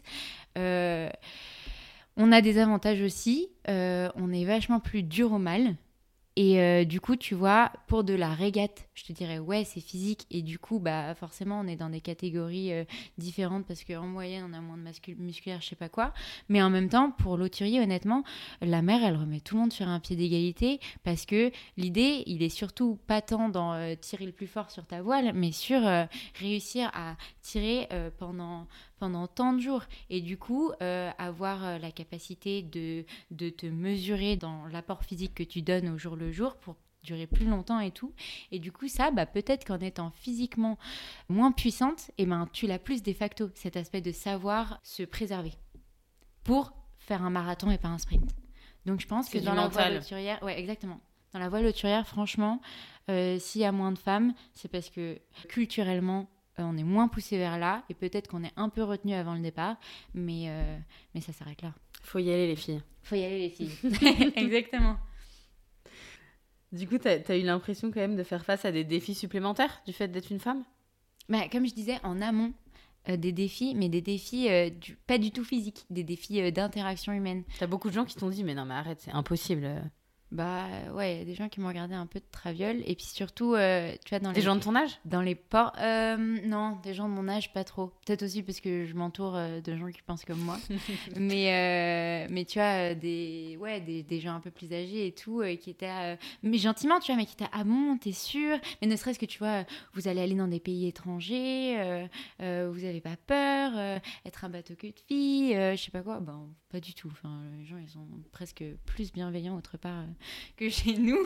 on a des avantages aussi. On est vachement plus dur au mal. Et du coup, tu vois, pour de la régate, je te dirais, ouais, c'est physique. Et du coup, forcément, on est dans des catégories différentes parce qu'en moyenne, on a moins de musculaire, je sais pas quoi. Mais en même temps, pour l'hauturier, honnêtement, la mer, elle remet tout le monde sur un pied d'égalité parce que l'idée, il est surtout pas tant dans tirer le plus fort sur ta voile, mais sur réussir à tirer pendant tant de jours. Et du coup, avoir la capacité de te mesurer dans l'apport physique que tu donnes au jour le jour pour durer plus longtemps et tout. Et du coup, ça, peut-être qu'en étant physiquement moins puissante, tu l'as plus de facto, cet aspect de savoir se préserver pour faire un marathon et pas un sprint. Donc, je pense que dans la voile hauturière... Ouais, exactement. Dans la voile hauturière, franchement, s'il y a moins de femmes, c'est parce que culturellement, on est moins poussé vers là et peut-être qu'on est un peu retenu avant le départ, mais ça s'arrête là. Faut y aller, les filles. Exactement. Du coup, t'as eu l'impression quand même de faire face à des défis supplémentaires du fait d'être une femme ? Comme je disais, en amont, des défis, mais des défis pas du tout physiques, des défis d'interaction humaine. T'as beaucoup de gens qui t'ont dit, mais non, mais arrête, c'est impossible. Ouais, il y a des gens qui m'ont regardé un peu de traviole. Et puis surtout, tu vois, Des gens de ton âge ? Dans les ports... non, des gens de mon âge, pas trop. Peut-être aussi parce que je m'entoure de gens qui pensent comme moi. mais tu vois, des gens un peu plus âgés et tout, qui étaient... mais gentiment, tu vois, mais qui étaient « Ah bon, t'es sûre ?» Mais ne serait-ce que, tu vois, vous allez aller dans des pays étrangers, vous avez pas peur, être un bateau que de filles, je sais pas quoi. Pas du tout. Enfin, les gens, ils sont presque plus bienveillants autre part que chez nous.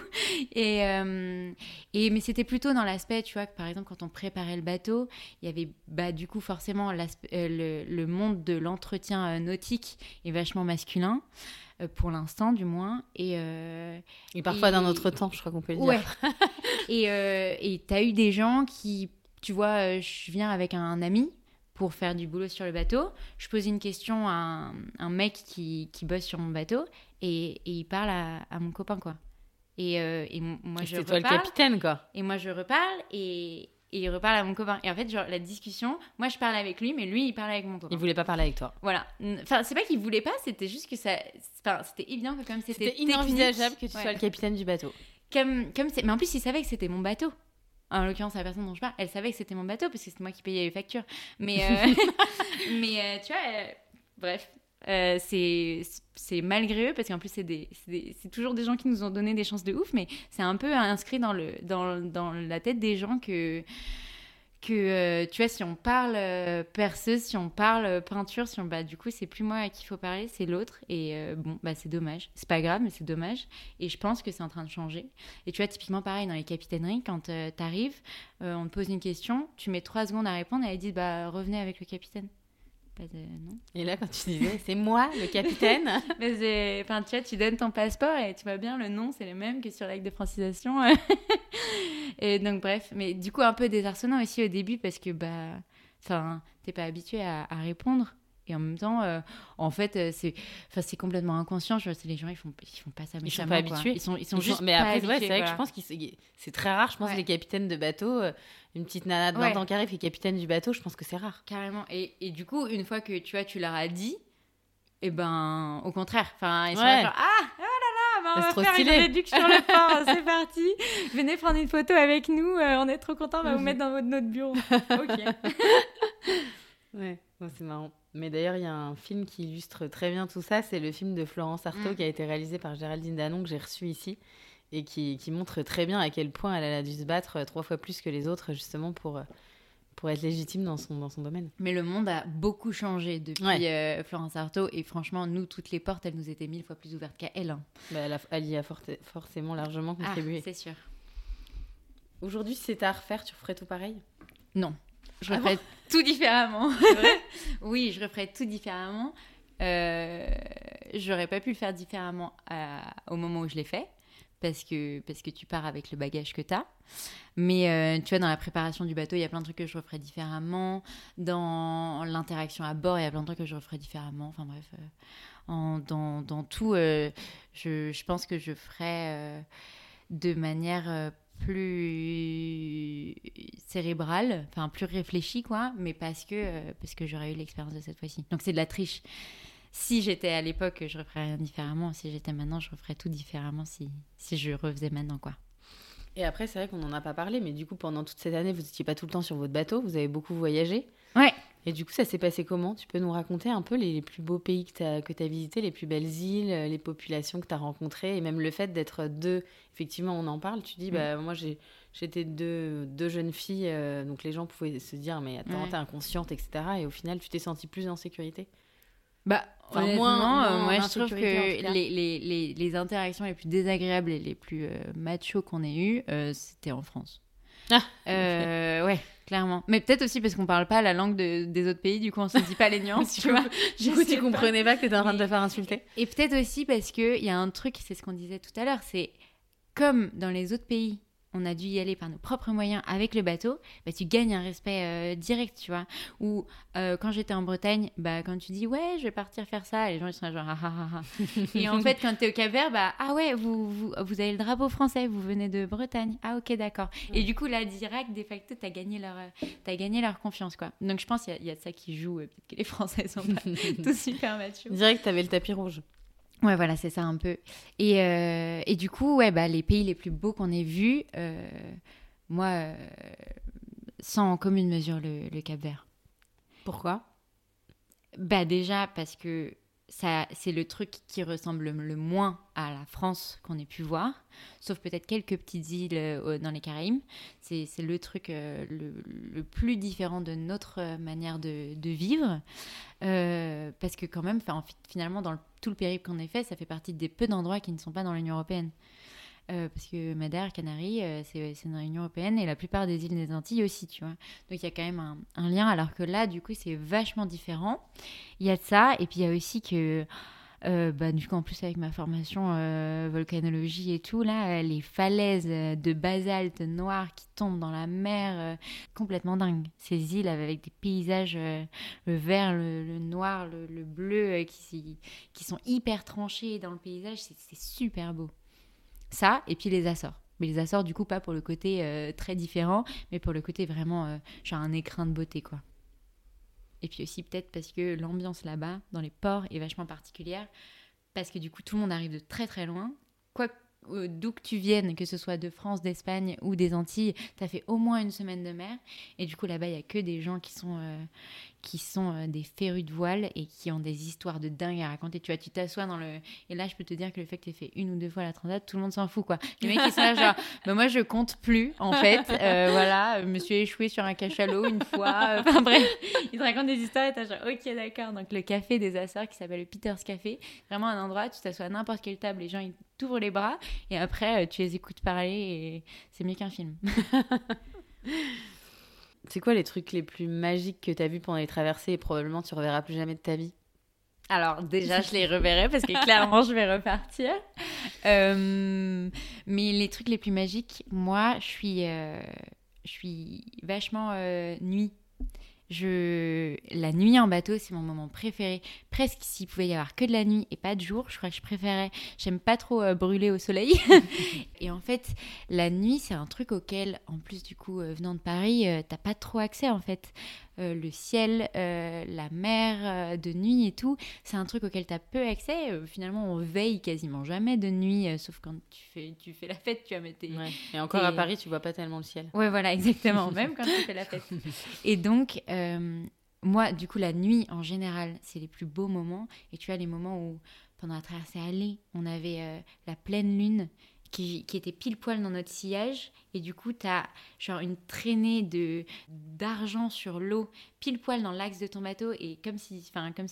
Mais c'était plutôt dans l'aspect, tu vois, que par exemple, quand on préparait le bateau, il y avait du coup forcément le monde de l'entretien nautique est vachement masculin, pour l'instant du moins. Et parfois d'un autre temps, je crois qu'on peut le dire. Ouais. Et t'as eu des gens qui, tu vois, je viens avec un ami pour faire du boulot sur le bateau. Je pose une question à un mec qui bosse sur mon bateau et il parle à mon copain, quoi. Et moi, je reparle. C'est toi le capitaine, quoi. Et moi, je reparle et il reparle à mon copain. Et en fait, genre, la discussion, moi, je parle avec lui, mais lui, il parle avec mon copain. Il voulait pas parler avec toi. Voilà. Enfin, c'est pas qu'il voulait pas, c'était juste que ça... Enfin, c'était évident que comme c'était inenvisageable que tu sois le capitaine du bateau. Mais en plus, il savait que c'était mon bateau. En l'occurrence, la personne dont je parle, elle savait que c'était mon bateau parce que c'est moi qui payais les factures. Mais tu vois, bref, c'est malgré eux parce qu'en plus, c'est toujours des gens qui nous ont donné des chances de ouf, mais c'est un peu inscrit dans la tête des gens que tu vois, si on parle perceuse, si on parle peinture, du coup, c'est plus moi à qui il faut parler, c'est l'autre. Et c'est dommage. C'est pas grave, mais c'est dommage. Et je pense que c'est en train de changer. Et tu vois, typiquement pareil dans les capitaineries, quand t'arrives, on te pose une question, tu mets 3 secondes à répondre et elle dit revenez avec le capitaine. Non. Et là, quand tu disais, c'est moi le capitaine. Tu vois, tu donnes ton passeport et tu vois bien, le nom, c'est le même que sur l'acte de francisation. Et donc, bref. Mais du coup, un peu désarçonnant aussi au début parce que t'es pas habitué à répondre. Et en même temps, en fait, c'est complètement inconscient. Je vois, les gens, ils font pas ça méchamment. Ils sont pas habitués. Ils sont juste mais pas après, habitués. C'est vrai que je pense que c'est très rare. Je pense que les capitaines de bateau, une petite nana de 20 ans qui arrive qui est capitaine du bateau, je pense que c'est rare. Carrément. Et du coup, une fois que tu leur as dit, au contraire. Ils sont là genre, on va faire une réduction sur le port, c'est parti. Venez prendre une photo avec nous, on est trop contents, on va vous mettre dans notre bureau. Ok. Ouais, c'est marrant. Mais d'ailleurs, il y a un film qui illustre très bien tout ça, c'est le film de Florence Artaud qui a été réalisé par Géraldine Danon, que j'ai reçu ici, et qui montre très bien à quel point elle a dû se battre 3 fois plus que les autres, justement, pour être légitime dans son domaine. Mais le monde a beaucoup changé depuis Florence Artaud. Et franchement, nous, toutes les portes, elles nous étaient 1000 fois plus ouvertes qu'à elle. Hein. Bah, elle y a forcément largement contribué. C'est sûr. Aujourd'hui, si c'était à refaire, tu referais tout pareil ? Non. Je referais tout différemment. C'est vrai ? Oui, je referais tout différemment. J'aurais pas pu le faire différemment au moment où je l'ai fait. Parce que tu pars avec le bagage que tu as. Mais tu vois, dans la préparation du bateau, il y a plein de trucs que je referais différemment. Dans l'interaction à bord, il y a plein de trucs que je referais différemment. Enfin bref, dans tout, je pense que je ferais de manière plus cérébrale, enfin plus réfléchie, quoi. Mais parce que j'aurais eu l'expérience de cette fois-ci. Donc c'est de la triche. Si j'étais à l'époque, je referais rien différemment. Si j'étais maintenant, je referais tout différemment si je refaisais maintenant, quoi. Et après, c'est vrai qu'on n'en a pas parlé, mais du coup, pendant toute cette année, vous n'étiez pas tout le temps sur votre bateau, vous avez beaucoup voyagé. Ouais. Et du coup, ça s'est passé comment ? Tu peux nous raconter un peu les plus beaux pays que tu as visités, les plus belles îles, les populations que tu as rencontrées, et même le fait d'être deux. Effectivement, on en parle, tu dis, moi, j'étais deux jeunes filles, donc les gens pouvaient se dire, mais attends, t'es inconsciente, etc. Et au final, tu t'es sentie plus en sécurité ? Moi je trouve que les interactions les plus désagréables et les plus machos qu'on ait eues, c'était en France. Ouais, clairement. Mais peut-être aussi parce qu'on parle pas la langue des autres pays, du coup on se dit pas les nuances, tu vois. Du coup, tu comprenais pas que t'étais en train de te faire insulter. Et peut-être aussi parce qu'il y a un truc, c'est ce qu'on disait tout à l'heure, c'est comme dans les autres pays, on a dû y aller par nos propres moyens avec le bateau, tu gagnes un respect direct, tu vois. Ou quand j'étais en Bretagne, quand tu dis « ouais, je vais partir faire ça », les gens ils sont là genre « ah ah ah ah ». Et en fait, quand t'es au Cap-Vert, « ah ouais, vous avez le drapeau français, vous venez de Bretagne. Ah ok, d'accord. » Et du coup, là, direct, de facto, t'as gagné leur confiance, quoi. Donc je pense qu'il y a de ça qui joue, peut-être que les Français sont pas tous super machos. Direct, t'avais le tapis rouge. Ouais, voilà, c'est ça un peu. Et du coup, les pays les plus beaux qu'on ait vus, moi, sans en commune mesure le Cap-Vert. Pourquoi ? Déjà, parce que c'est le truc qui ressemble le moins à la France qu'on ait pu voir, sauf peut-être quelques petites îles dans les Caraïbes. C'est le truc le plus différent de notre manière de vivre. Parce que quand même, finalement, dans tout le périple qu'on a fait, ça fait partie des peu d'endroits qui ne sont pas dans l'Union européenne. Parce que Madère, Canaries, c'est dans l'Union européenne et la plupart des îles des Antilles aussi, tu vois. Donc il y a quand même un lien, alors que là, du coup, c'est vachement différent. Il y a de ça, et puis il y a aussi que... du coup, en plus, avec ma formation volcanologie et tout, là, les falaises de basalte noir qui tombent dans la mer, complètement dingue. Ces îles avec des paysages, le vert, le noir, le bleu, qui sont hyper tranchés dans le paysage, c'est super beau. Ça, et puis les Açores. Mais les Açores, du coup, pas pour le côté très différent, mais pour le côté vraiment, genre un écrin de beauté, quoi. Et puis aussi peut-être parce que l'ambiance là-bas, dans les ports, est vachement particulière. Parce que du coup, tout le monde arrive de très très loin. D'où que tu viennes, que ce soit de France, d'Espagne ou des Antilles, t'as fait au moins une semaine de mer. Et du coup, là-bas, il n'y a que des gens qui sont des férus de voile et qui ont des histoires de dingue à raconter. Tu vois, tu t'assois dans le... Et là, je peux te dire que le fait que tu aies fait 1 ou 2 fois la transat, tout le monde s'en fout, quoi. Les mecs, ils sont là genre, moi, je compte plus, en fait. Voilà, je me suis échouée sur un cachalot une fois. Enfin, bref, ils te racontent des histoires et t'as genre, ok, d'accord. Donc, le café des Açores qui s'appelle le Peter's Café, vraiment un endroit, tu t'assois à n'importe quelle table, les gens, ils t'ouvrent les bras et après, tu les écoutes parler et c'est mieux qu'un film. C'est quoi les trucs les plus magiques que tu as vus pendant les traversées et probablement tu reverras plus jamais de ta vie ? Alors déjà, je les reverrai parce que clairement, je vais repartir. Mais les trucs les plus magiques, moi, je suis vachement nuit. La nuit en bateau, c'est mon moment préféré. Presque s'il pouvait y avoir que de la nuit et pas de jour, je crois que je préférais. J'aime pas trop brûler au soleil. Et en fait, la nuit, c'est un truc auquel, en plus du coup, venant de Paris, t'as pas trop accès en fait. Le ciel, la mer de nuit et tout, c'est un truc auquel tu as peu accès. Finalement, on veille quasiment jamais de nuit, sauf quand tu fais la fête, tu vas mettre tes... Ouais. Et encore à Paris, tu vois pas tellement le ciel. Ouais, voilà, exactement, même quand tu fais la fête. Et donc, moi, du coup, la nuit, en général, c'est les plus beaux moments. Et tu as les moments où, pendant la traversée aller, on avait la pleine lune qui était pile poil dans notre sillage. Et du coup, t'as genre une traînée d'argent sur l'eau, pile poil dans l'axe de ton bateau. Et comme si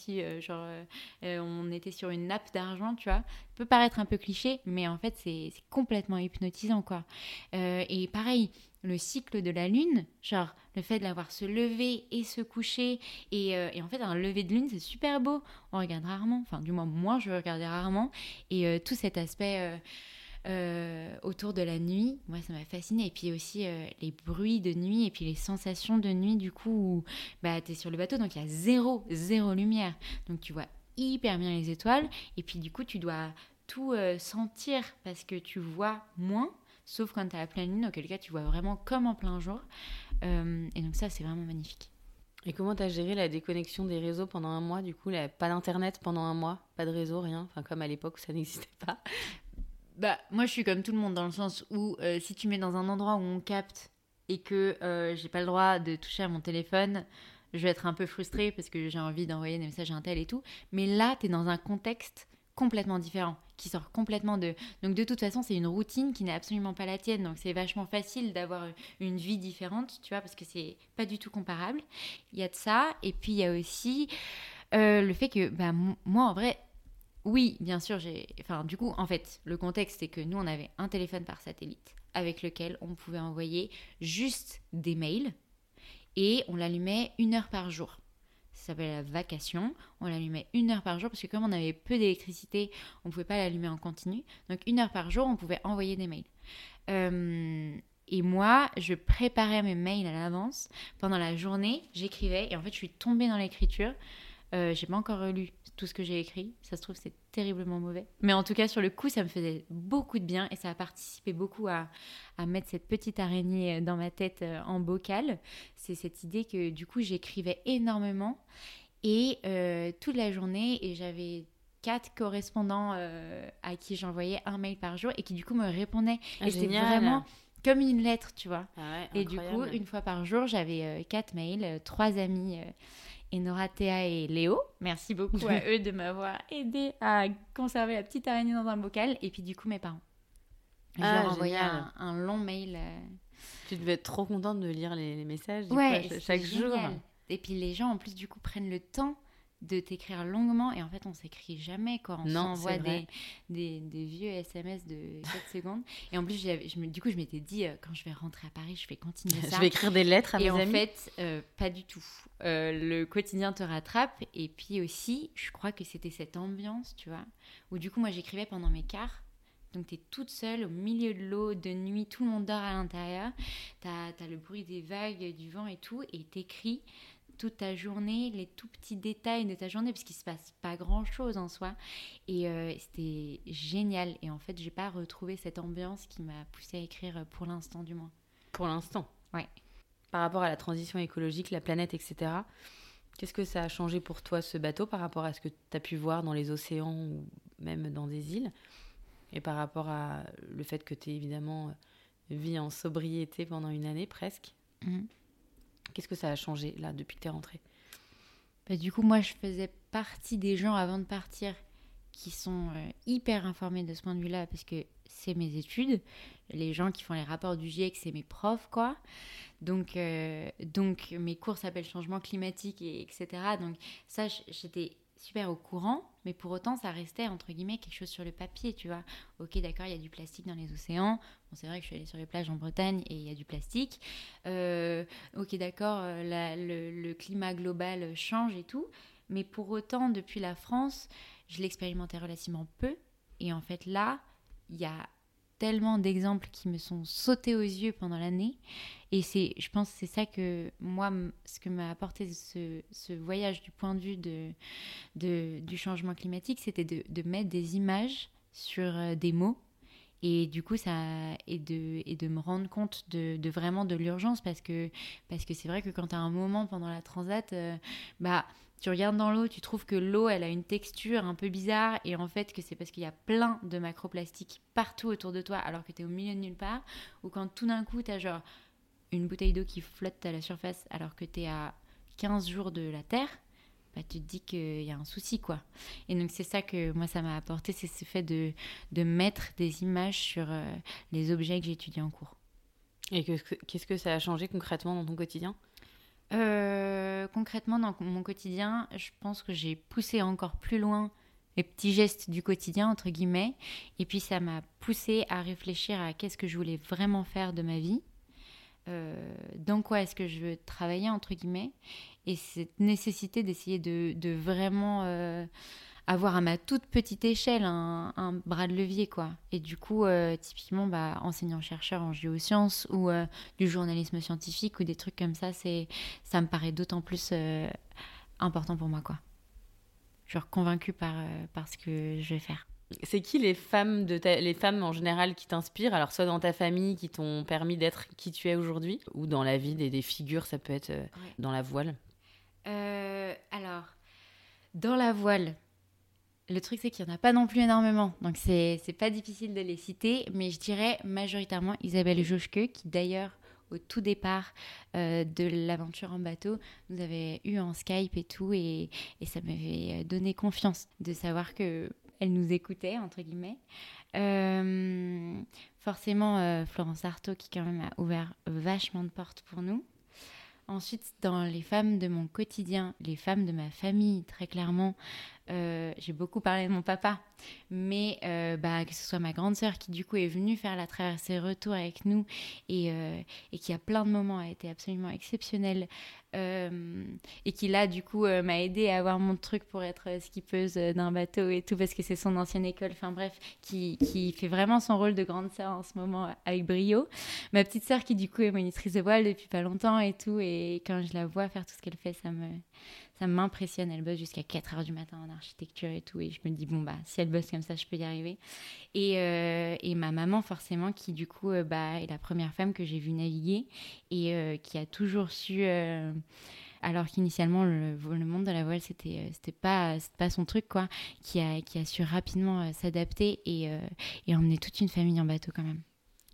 on était sur une nappe d'argent, tu vois. Ça peut paraître un peu cliché, mais en fait, c'est complètement hypnotisant, quoi. Et pareil, le cycle de la lune, genre le fait de la voir se lever et se coucher. Et en fait, un lever de lune, c'est super beau. On regarde rarement, enfin, du moins, moi, je regardais rarement. Et tout cet aspect... autour de la nuit, moi ça m'a fascinée. Et puis aussi les bruits de nuit et puis les sensations de nuit, du coup, où t'es sur le bateau, donc il y a zéro lumière. Donc tu vois hyper bien les étoiles. Et puis du coup, tu dois tout sentir parce que tu vois moins, sauf quand tu as la pleine lune, auquel cas tu vois vraiment comme en plein jour. Et donc ça, c'est vraiment magnifique. Et comment t'as géré la déconnexion des réseaux pendant un mois, du coup, pas d'internet pendant un mois, pas de réseau, rien, enfin comme à l'époque où ça n'existait pas. Moi, je suis comme tout le monde dans le sens où si tu mets dans un endroit où on capte et que j'ai pas le droit de toucher à mon téléphone, je vais être un peu frustrée parce que j'ai envie d'envoyer des messages à un tel et tout. Mais là, t'es dans un contexte complètement différent, qui sort complètement de... Donc de toute façon, c'est une routine qui n'est absolument pas la tienne. Donc c'est vachement facile d'avoir une vie différente, tu vois, parce que c'est pas du tout comparable. Il y a de ça. Et puis il y a aussi le fait que, moi, en vrai... Oui, bien sûr, du coup, en fait, le contexte, c'est que nous, on avait un téléphone par satellite avec lequel on pouvait envoyer juste des mails et on l'allumait 1 heure par jour. Ça s'appelle la vacation. On l'allumait 1 heure par jour parce que comme on avait peu d'électricité, on ne pouvait pas l'allumer en continu. Donc 1 heure par jour, on pouvait envoyer des mails. Et moi, je préparais mes mails à l'avance. Pendant la journée, j'écrivais et en fait, je suis tombée dans l'écriture. J'ai pas encore relu tout ce que j'ai écrit. Ça se trouve, c'est terriblement mauvais. Mais en tout cas, sur le coup, ça me faisait beaucoup de bien et ça a participé beaucoup à mettre cette petite araignée dans ma tête en bocal. C'est cette idée que du coup, j'écrivais énormément et toute la journée et j'avais 4 correspondants à qui j'envoyais un mail par jour et qui du coup me répondaient. Et c'était vraiment comme une lettre, tu vois. Ah ouais, et du coup, 1 fois par jour, j'avais 4 mails, 3 amis... Enora, Théa et Léo. Merci beaucoup à eux de m'avoir aidé à conserver la petite araignée dans un bocal. Et puis du coup, mes parents. Je leur envoyais un long mail. Tu devais être trop contente de lire les messages chaque jour. Et puis les gens, en plus, du coup, prennent le temps de t'écrire longuement. Et en fait, on s'écrit jamais quand on s'envoie des vieux SMS de 4 secondes. Et en plus, du coup, je m'étais dit, quand je vais rentrer à Paris, je vais continuer ça. Je vais écrire des lettres à mes amis. Et en fait, pas du tout. Le quotidien te rattrape. Et puis aussi, je crois que c'était cette ambiance, tu vois, où du coup, moi, j'écrivais pendant mes quarts. Donc, tu es toute seule au milieu de l'eau, de nuit, tout le monde dort à l'intérieur. Tu as le bruit des vagues, du vent et tout. Et t'écris toute ta journée, les tout petits détails de ta journée, parce qu'il se passe pas grand-chose en soi. Et c'était génial. Et en fait, j'ai pas retrouvé cette ambiance qui m'a poussée à écrire pour l'instant, du moins. Pour l'instant. Ouais. Par rapport à la transition écologique, la planète, etc., qu'est-ce que ça a changé pour toi, ce bateau, par rapport à ce que tu as pu voir dans les océans ou même dans des îles, et par rapport à le fait que tu aies évidemment vis en sobriété pendant une année presque? Qu'est-ce que ça a changé là depuis que tu es rentrée? Du coup, moi, je faisais partie des gens avant de partir qui sont hyper informés de ce point de vue-là parce que c'est mes études. Les gens qui font les rapports du GIEC, c'est mes profs, quoi. Donc mes cours s'appellent changement climatique, etc. Donc ça, j'étais super au courant, mais pour autant, ça restait, entre guillemets, quelque chose sur le papier, tu vois. Ok, d'accord, il y a du plastique dans les océans. Bon, c'est vrai que je suis allée sur les plages en Bretagne et il y a du plastique. Ok, d'accord, le climat global change et tout. Mais pour autant, depuis la France, je l'expérimentais relativement peu. Et en fait, là, il y a tellement d'exemples qui me sont sautés aux yeux pendant l'année. Et je pense que c'est ça que moi, ce que m'a apporté ce voyage du point de vue du changement climatique, c'était de mettre des images sur des mots. Et du coup, de me rendre compte de vraiment de l'urgence parce que c'est vrai que quand tu as un moment pendant la transat, tu regardes dans l'eau, tu trouves que l'eau, elle a une texture un peu bizarre et en fait que c'est parce qu'il y a plein de macroplastiques partout autour de toi alors que tu es au milieu de nulle part, ou quand tout d'un coup, tu as genre une bouteille d'eau qui flotte à la surface alors que tu es à 15 jours de la Terre, tu te dis qu'il y a un souci, quoi. Et donc, c'est ça que moi, ça m'a apporté, c'est ce fait de mettre des images sur les objets que j'étudie en cours. Et qu'est-ce que ça a changé concrètement dans ton quotidien ? Concrètement, dans mon quotidien, je pense que j'ai poussé encore plus loin les petits gestes du quotidien, entre guillemets. Et puis, ça m'a poussé à réfléchir à qu'est-ce que je voulais vraiment faire de ma vie. Dans quoi est-ce que je veux travailler, entre guillemets. Et cette nécessité d'essayer de vraiment avoir à ma toute petite échelle un bras de levier, quoi. Et du coup, typiquement, enseignant-chercheur en géosciences ou du journalisme scientifique ou des trucs comme ça, ça me paraît d'autant plus important pour moi, quoi. Je suis convaincue par ce que je vais faire. C'est qui les femmes en général qui t'inspirent ? Alors, soit dans ta famille, qui t'ont permis d'être qui tu es aujourd'hui, ou dans la vie des figures, ça peut être dans la voile. Alors, dans la voile, le truc, c'est qu'il n'y en a pas non plus énormément. Donc, c'est pas difficile de les citer. Mais je dirais majoritairement Isabelle Joschke, qui d'ailleurs, au tout départ de l'aventure en bateau, nous avait eu en Skype et tout. Et ça m'avait donné confiance de savoir qu'elle nous écoutait, entre guillemets. Forcément, Florence Artaud, qui quand même a ouvert vachement de portes pour nous. Ensuite, dans les femmes de mon quotidien, les femmes de ma famille, très clairement, j'ai beaucoup parlé de mon papa, mais que ce soit ma grande sœur qui du coup est venue faire la traversée retour avec nous et qui à plein de moments a été absolument exceptionnelle et qui là du coup m'a aidée à avoir mon truc pour être skippeuse d'un bateau et tout parce que c'est son ancienne école, enfin bref, qui fait vraiment son rôle de grande sœur en ce moment avec brio. Ma petite sœur qui du coup est monitrice de voile depuis pas longtemps et tout, et quand je la vois faire tout ce qu'elle fait, ça m'impressionne. Elle bosse jusqu'à 4h du matin en architecture et tout. Et je me dis, si elle bosse comme ça, je peux y arriver. Et ma maman, forcément, qui du coup est la première femme que j'ai vue naviguer et qui a toujours su... alors qu'initialement, le monde de la voile, c'était pas son truc, quoi. Qui a su rapidement s'adapter et emmener toute une famille en bateau, quand même.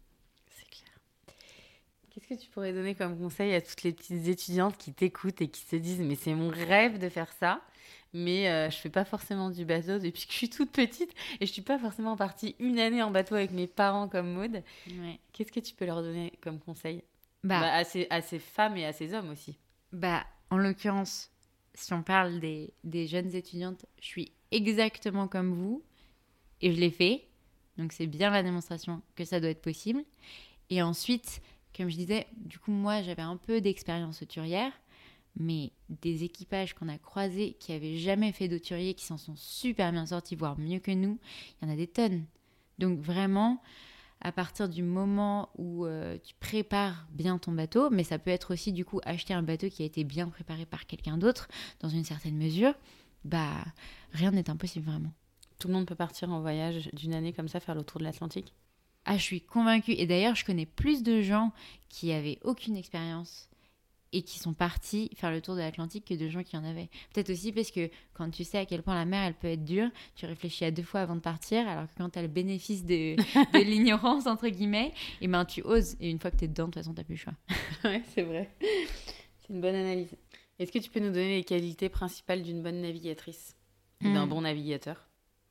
Qu'est-ce que tu pourrais donner comme conseil à toutes les petites étudiantes qui t'écoutent et qui se disent « mais c'est mon rêve de faire ça, mais je fais pas forcément du bateau depuis que je suis toute petite et je suis pas forcément partie une année en bateau avec mes parents comme Maud ». Qu'est-ce que tu peux leur donner comme conseil à ces femmes et à ces hommes aussi? En l'occurrence, si on parle des jeunes étudiantes, je suis exactement comme vous et je l'ai fait. Donc c'est bien la démonstration que ça doit être possible. Et ensuite... Comme je disais, du coup, moi, j'avais un peu d'expérience hauturière, mais des équipages qu'on a croisés qui n'avaient jamais fait d'hauturier, qui s'en sont super bien sortis, voire mieux que nous, il y en a des tonnes. Donc vraiment, à partir du moment où tu prépares bien ton bateau, mais ça peut être aussi, du coup, acheter un bateau qui a été bien préparé par quelqu'un d'autre, dans une certaine mesure, rien n'est impossible, vraiment. Tout le monde peut partir en voyage d'une année comme ça, faire le tour de l'Atlantique ? Ah, je suis convaincue. Et d'ailleurs, je connais plus de gens qui avaient aucune expérience et qui sont partis faire le tour de l'Atlantique que de gens qui en avaient. Peut-être aussi parce que quand tu sais à quel point la mer, elle peut être dure, tu réfléchis à 2 fois avant de partir, alors que quand tu as le bénéfice de l'ignorance, entre guillemets, et tu oses. Et une fois que tu es dedans, de toute façon, tu n'as plus le choix. Ouais, c'est vrai. C'est une bonne analyse. Est-ce que tu peux nous donner les qualités principales d'une bonne navigatrice ou d'un bon navigateur ?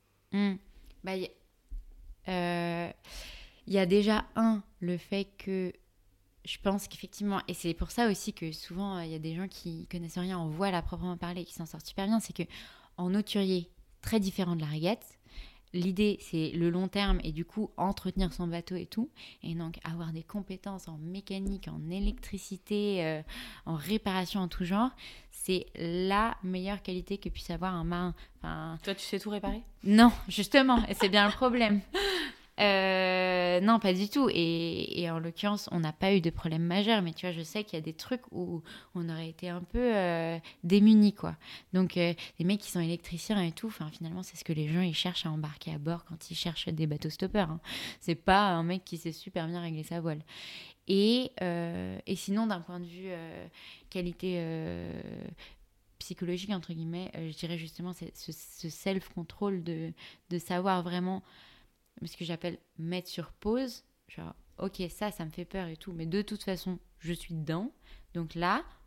Il y a déjà le fait que je pense qu'effectivement, et c'est pour ça aussi que souvent il y a des gens qui connaissent rien en voile à proprement parler et qui s'en sortent super bien, c'est que en hauturier, très différent de la régate, l'idée c'est le long terme et du coup entretenir son bateau et tout, et donc avoir des compétences en mécanique, en électricité, en réparation en tout genre, c'est la meilleure qualité que puisse avoir un marin. Toi, tu sais tout réparer ? Non, justement, et c'est bien le problème. Non, pas du tout. Et en l'occurrence, on n'a pas eu de problème majeur. Mais tu vois, je sais qu'il y a des trucs où on aurait été un peu démunis, quoi. Donc, les mecs qui sont électriciens et tout, finalement, c'est ce que les gens ils cherchent à embarquer à bord quand ils cherchent des bateaux stoppeurs. Hein. C'est pas un mec qui sait super bien régler sa voile. Et sinon, d'un point de vue qualité psychologique, entre guillemets, je dirais justement ce self-control de savoir vraiment ce que j'appelle mettre sur pause, genre ok ça me fait peur et tout, mais de toute façon je suis dedans, donc là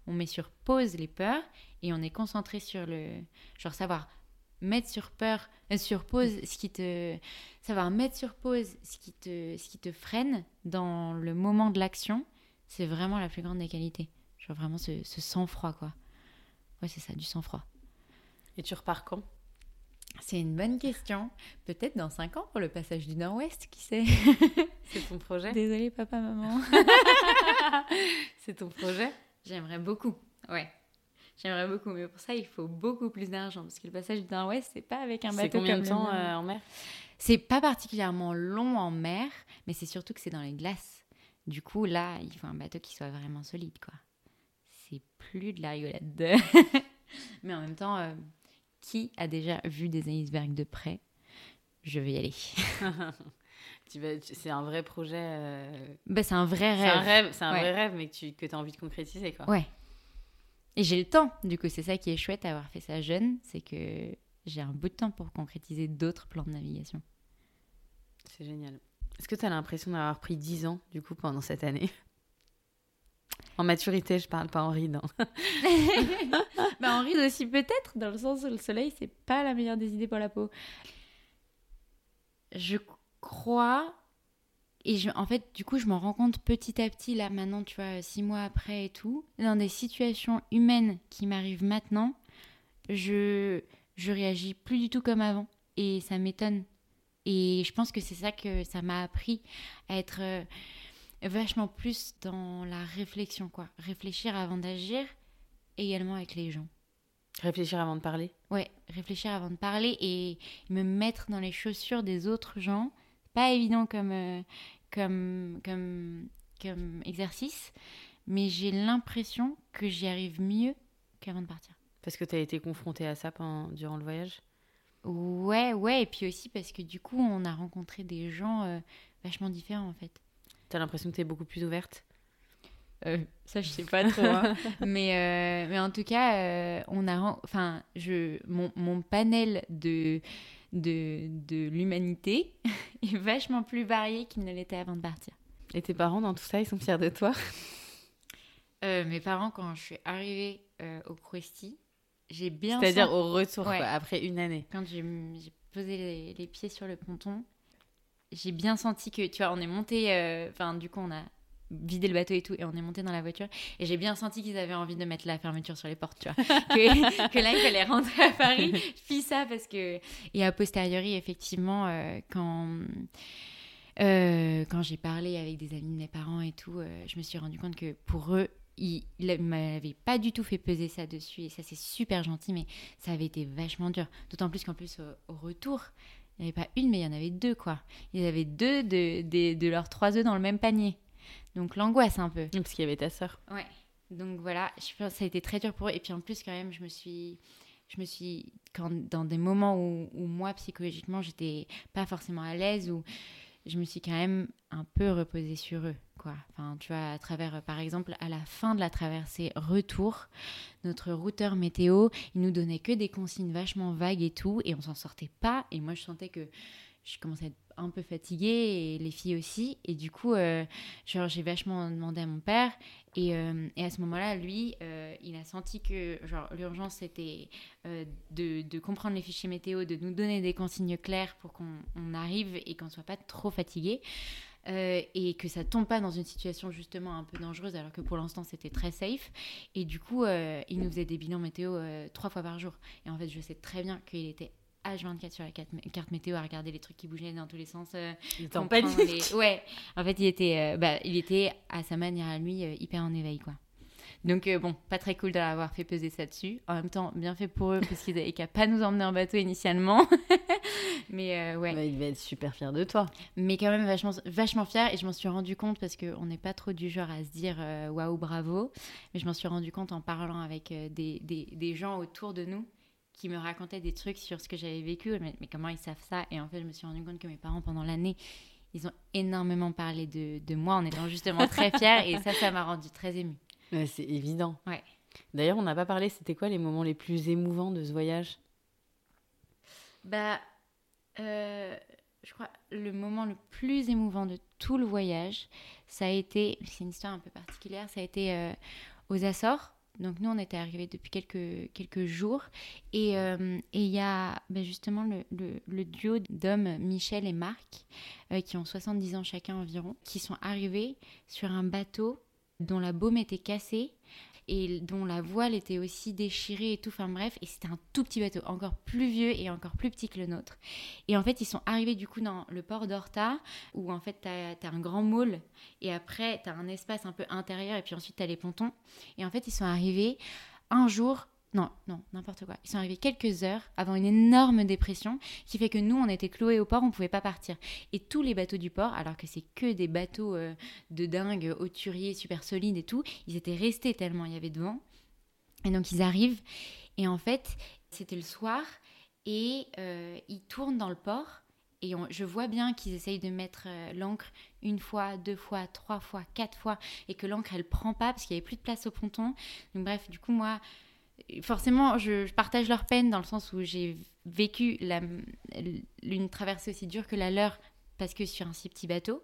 on met sur pause les peurs et on est concentré sur genre savoir mettre sur pause savoir mettre sur pause ce qui te freine dans le moment de l'action, c'est vraiment la plus grande des qualités. Genre vraiment ce sang-froid, quoi. Ouais, c'est ça, du sang-froid. Et tu repars quand ? C'est une bonne question. Peut-être dans 5 ans pour le passage du Nord-Ouest, qui sait. C'est ton projet ? Désolée, papa, maman. C'est ton projet ? J'aimerais beaucoup, ouais. J'aimerais beaucoup, mais pour ça, il faut beaucoup plus d'argent. Parce que le passage du Nord-Ouest, c'est pas avec un bateau comme le mien. C'est combien de temps en mer ? C'est pas particulièrement long en mer, mais c'est surtout que c'est dans les glaces. Du coup, là, il faut un bateau qui soit vraiment solide, quoi. C'est plus de la rigolade. Mais en même temps, qui a déjà vu des icebergs de près ? Je vais y aller. C'est un vrai projet. C'est un vrai rêve. C'est un vrai rêve, mais que tu as envie de concrétiser, quoi. Ouais. Et j'ai le temps. Du coup, c'est ça qui est chouette à avoir fait ça jeune, c'est que j'ai un bout de temps pour concrétiser d'autres plans de navigation. C'est génial. Est-ce que tu as l'impression d'avoir pris 10 ans, du coup, pendant cette année ? En maturité, je parle, pas en ride. En ride aussi peut-être, dans le sens où le soleil, c'est pas la meilleure des idées pour la peau. Je crois... en fait, du coup, je m'en rends compte petit à petit, là, maintenant, tu vois, 6 mois après et tout, dans des situations humaines qui m'arrivent maintenant, je réagis plus du tout comme avant. Et ça m'étonne. Et je pense que c'est ça que ça m'a appris à être vachement plus dans la réflexion, quoi. Réfléchir avant d'agir, également avec les gens. Réfléchir avant de parler ? Ouais, réfléchir avant de parler et me mettre dans les chaussures des autres gens. Pas évident comme exercice, mais j'ai l'impression que j'y arrive mieux qu'avant de partir. Parce que tu as été confrontée à ça durant le voyage ? Ouais, et puis aussi parce que du coup, on a rencontré des gens vachement différents, en fait. T'as l'impression que t'es beaucoup plus ouverte ? Ça, je sais pas trop. Hein. mais en tout cas, mon panel de l'humanité est vachement plus varié qu'il ne l'était avant de partir. Et tes parents, dans tout ça, ils sont fiers de toi ? Mes parents, quand je suis arrivée au Crouesty, j'ai bien C'est-à-dire au retour, ouais. Quoi, après une année. Quand j'ai posé les pieds sur le ponton, j'ai bien senti que, tu vois, on est monté... du coup, on a vidé le bateau et tout, et on est monté dans la voiture. Et j'ai bien senti qu'ils avaient envie de mettre la fermeture sur les portes, tu vois. que là, il fallait rentrer à Paris. Puis ça, parce que... Et a posteriori, effectivement, quand j'ai parlé avec des amis de mes parents et tout, je me suis rendu compte que pour eux, il m'avait pas du tout fait peser ça dessus, et ça c'est super gentil, mais ça avait été vachement dur, d'autant plus qu'en plus au retour il n'y avait pas une mais il y en avait 2, quoi. Il y avait 2 de leurs 3 œufs dans le même panier, donc l'angoisse un peu. Parce qu'il y avait ta sœur. Ouais, donc voilà, je pense que ça a été très dur pour eux, et puis en plus quand même je me suis dans des moments où moi psychologiquement j'étais pas forcément à l'aise, où je me suis quand même un peu reposée sur eux, quoi. Enfin, tu vois, à travers, par exemple, à la fin de la traversée retour, notre routeur météo, il nous donnait que des consignes vachement vagues et tout, et on s'en sortait pas. Et moi, je sentais que je commençais à être un peu fatiguée, et les filles aussi. Et du coup, j'ai vachement demandé à mon père. Et à ce moment-là, lui, il a senti que l'urgence, c'était de comprendre les fichiers météo, de nous donner des consignes claires pour qu'on arrive et qu'on ne soit pas trop fatigué. Et que ça ne tombe pas dans une situation justement un peu dangereuse, alors que pour l'instant, c'était très safe. Et du coup, il nous faisait des bilans météo 3 fois par jour. Et en fait, je sais très bien qu'il était H24 sur la carte météo à regarder les trucs qui bougeaient dans tous les sens. Il était en panique. Ouais, en fait, il était à sa manière à lui hyper en éveil, quoi. Donc pas très cool d'avoir fait peser ça dessus. En même temps, bien fait pour eux, parce qu'ils avaient qu'à pas nous emmener en bateau initialement. Mais ouais. Bah, il devait être super fier de toi. Mais quand même vachement fier, et je m'en suis rendu compte parce qu'on n'est pas trop du genre à se dire waouh, bravo. Mais je m'en suis rendu compte en parlant avec des gens autour de nous qui me racontaient des trucs sur ce que j'avais vécu, mais comment ils savent ça. Et en fait, je me suis rendu compte que mes parents, pendant l'année, ils ont énormément parlé de moi en étant justement très fiers, et ça m'a rendu très émue. Ouais, c'est évident. Ouais. D'ailleurs, on n'a pas parlé, c'était quoi les moments les plus émouvants de ce voyage ? Je crois le moment le plus émouvant de tout le voyage, ça a été, c'est une histoire un peu particulière, ça a été aux Açores. Donc nous, on était arrivés depuis quelques jours. Et il y a justement le duo d'hommes, Michel et Marc, qui ont 70 ans chacun environ, qui sont arrivés sur un bateau dont la baume était cassée et dont la voile était aussi déchirée et tout, enfin bref, et c'était un tout petit bateau, encore plus vieux et encore plus petit que le nôtre. Et en fait, ils sont arrivés du coup dans le port d'Horta, où en fait, t'as un grand môle, et après, t'as un espace un peu intérieur, et puis ensuite, t'as les pontons. Et en fait, ils sont arrivés un jour... Non, n'importe quoi. Ils sont arrivés quelques heures avant une énorme dépression qui fait que nous, on était cloués au port, on ne pouvait pas partir. Et tous les bateaux du port, alors que c'est que des bateaux de dingue, hauturiers, super solides et tout, ils étaient restés tellement il y avait de vent. Et donc, ils arrivent. Et en fait, c'était le soir et ils tournent dans le port. Et je vois bien qu'ils essayent de mettre l'ancre 1 fois, 2 fois, 3 fois, 4 fois et que l'ancre, elle prend pas parce qu'il n'y avait plus de place au ponton. Donc bref, du coup, moi... Forcément, je partage leur peine dans le sens où j'ai vécu une traversée aussi dure que la leur parce que sur un si petit bateau.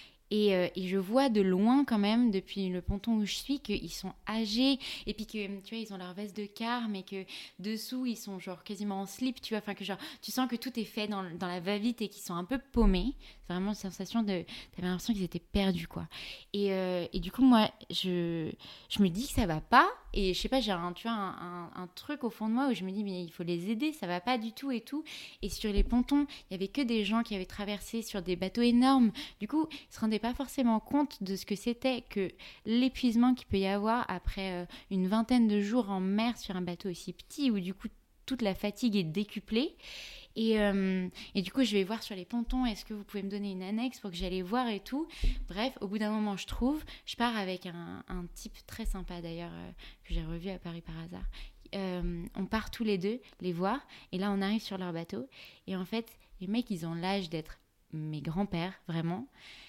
Et je vois de loin quand même, depuis le ponton où je suis, qu'ils sont âgés et puis que, tu vois, ils ont leur veste de car, mais que dessous, ils sont genre quasiment en slip, tu vois. Enfin, que genre, tu sens que tout est fait dans la va-vite et qu'ils sont un peu paumés. C'est vraiment une sensation de... T'avais l'impression qu'ils étaient perdus, quoi. Et du coup, moi, je me dis que ça va pas. Et je sais pas, j'ai un truc au fond de moi où je me dis, mais il faut les aider, ça va pas du tout et tout. Et sur les pontons, il y avait que des gens qui avaient traversé sur des bateaux énormes. Du coup, ils se rendaient pas forcément compte de ce que c'était que l'épuisement qu'il peut y avoir après une vingtaine de jours en mer sur un bateau aussi petit où du coup toute la fatigue est décuplée. Et du coup, je vais voir sur les pontons, est-ce que vous pouvez me donner une annexe pour que j'aille voir et tout. Bref, au bout d'un moment, je pars avec un type très sympa d'ailleurs, que j'ai revu à Paris par hasard. On part tous les deux les voir, et là, on arrive sur leur bateau. Et en fait, les mecs, ils ont l'âge d'être mes grands-pères, vraiment.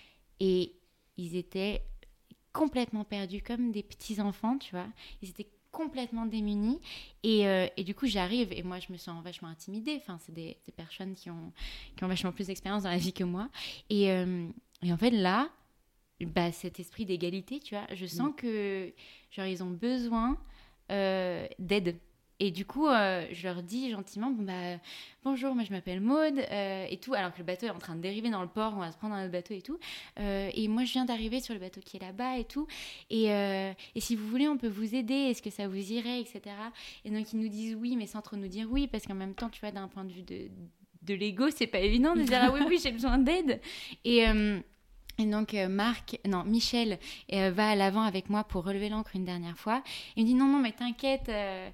Et ils étaient complètement perdus, comme des petits-enfants, tu vois. Ils étaient complètement démunis. Et du coup, j'arrive et moi, je me sens vachement intimidée. Enfin, c'est des personnes qui ont vachement plus d'expérience dans la vie que moi. Et en fait, là, cet esprit d'égalité, tu vois, je sens que, genre, ils ont besoin d'aide. Et du coup, je leur dis gentiment, bonjour, moi je m'appelle Maude, et tout, alors que le bateau est en train de dériver dans le port, on va se prendre un autre bateau et tout. Et moi, je viens d'arriver sur le bateau qui est là-bas et tout. Et si vous voulez, on peut vous aider, est-ce que ça vous irait, etc. Et donc, ils nous disent oui, mais sans trop nous dire oui, parce qu'en même temps, tu vois, d'un point de vue de l'ego, c'est pas évident de dire, ah oui, j'ai besoin d'aide. Et donc Michel va à l'avant avec moi pour relever l'ancre une dernière fois. Il me dit non mais t'inquiète,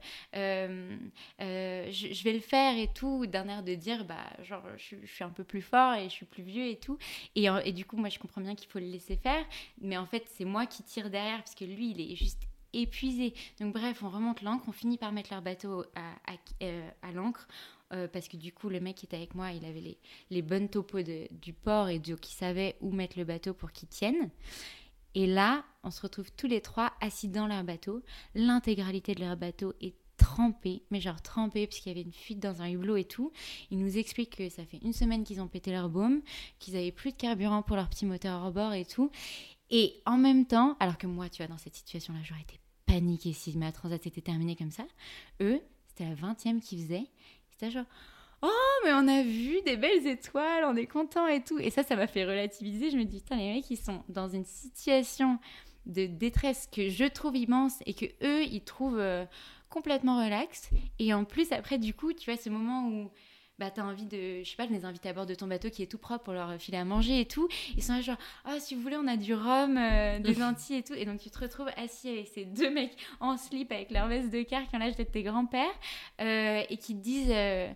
je vais le faire et tout, d'un air de dire genre je suis un peu plus fort et je suis plus vieux et tout. Et du coup moi je comprends bien qu'il faut le laisser faire, mais en fait c'est moi qui tire derrière parce que lui il est juste épuisé. Donc bref, on remonte l'ancre, on finit par mettre leur bateau à l'ancre. Parce que du coup le mec qui était avec moi il avait les bonnes topos du port et donc il savait où mettre le bateau pour qu'il tienne. Et là on se retrouve tous les trois assis dans leur bateau, l'intégralité de leur bateau est trempée, mais genre trempée parce qu'il y avait une fuite dans un hublot et tout. Ils nous expliquent que ça fait 1 semaine qu'ils ont pété leur baume, qu'ils avaient plus de carburant pour leur petit moteur hors bord et tout. Et en même temps, alors que moi tu vois dans cette situation là j'aurais été paniquée si ma transat s'était terminée comme ça, eux c'était la 20e qu'ils faisaient. C'était genre, oh, mais on a vu des belles étoiles, on est content et tout. Et ça m'a fait relativiser. Je me dis, putain, les mecs, ils sont dans une situation de détresse que je trouve immense et que eux, ils trouvent complètement relax. Et en plus, après, du coup, tu vois, ce moment où t'as envie de, je sais pas, de les inviter à bord de ton bateau qui est tout propre pour leur filer à manger et tout. Ils sont là genre, si vous voulez, on a du rhum, des lentilles et tout. Et donc, tu te retrouves assis avec ces 2 mecs en slip avec leur veste de car qui ont l'âge d'être tes grands-pères et qui te disent...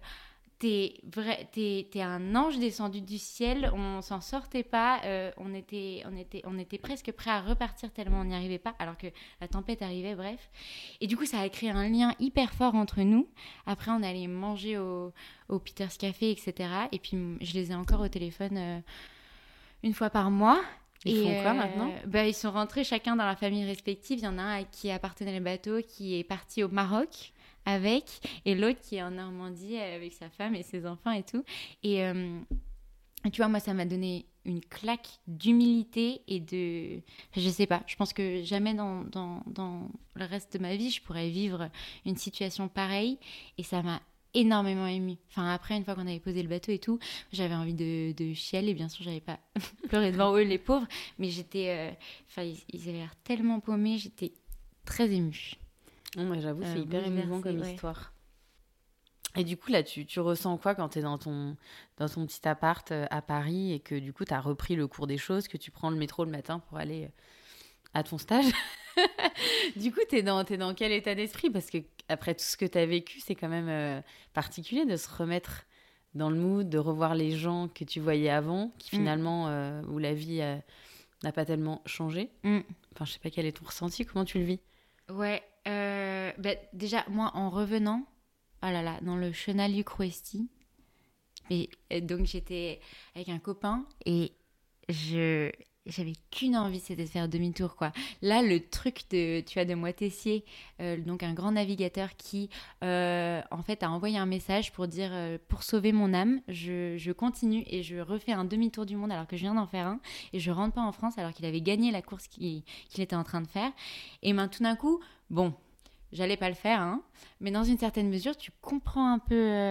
T'es un ange descendu du ciel, on s'en sortait pas, on était presque prêts à repartir tellement on n'y arrivait pas, alors que la tempête arrivait, bref. Et du coup, ça a créé un lien hyper fort entre nous. Après, on allait manger au Peter's Café, etc. Et puis, je les ai encore au téléphone 1 fois par mois. Ils font quoi maintenant ? Ils sont rentrés chacun dans leur famille respective. Il y en a un à qui appartenait le bateau qui est parti au Maroc et l'autre qui est en Normandie avec sa femme et ses enfants et tout. Et Et tu vois, moi, ça m'a donné une claque d'humilité et de... Je sais pas, je pense que jamais dans le reste de ma vie, je pourrais vivre une situation pareille. Et ça m'a énormément émue. Enfin, après, une fois qu'on avait posé le bateau et tout, j'avais envie de chialer. Bien sûr, j'avais pas pleuré devant eux, les pauvres. Mais j'étais... Enfin, ils avaient l'air tellement paumés. J'étais très émue. Ouais, j'avoue, c'est hyper émouvant comme histoire. Et du coup, là, tu ressens quoi quand tu es dans ton petit appart à Paris et que du coup, tu as repris le cours des choses, que tu prends le métro le matin pour aller à ton stage? Du coup, tu es dans quel état d'esprit? Parce que après tout ce que tu as vécu, c'est quand même particulier de se remettre dans le mood, de revoir les gens que tu voyais avant, qui finalement, où la vie n'a pas tellement changé. Enfin, je sais pas quel est ton ressenti, comment tu le vis? Ouais, déjà, moi, en revenant, oh là là, dans le chenal du Crouesty. Et donc j'étais avec un copain et j'avais qu'une envie, c'était de faire demi-tour, quoi. Là, le truc de Moi Tessier, donc un grand navigateur qui en fait a envoyé un message pour dire pour sauver mon âme, je continue et je refais un demi-tour du monde alors que je viens d'en faire un et je rentre pas en France alors qu'il avait gagné la course qu'il était en train de faire. Et ben tout d'un coup, bon, j'allais pas le faire, hein, mais dans une certaine mesure, tu comprends un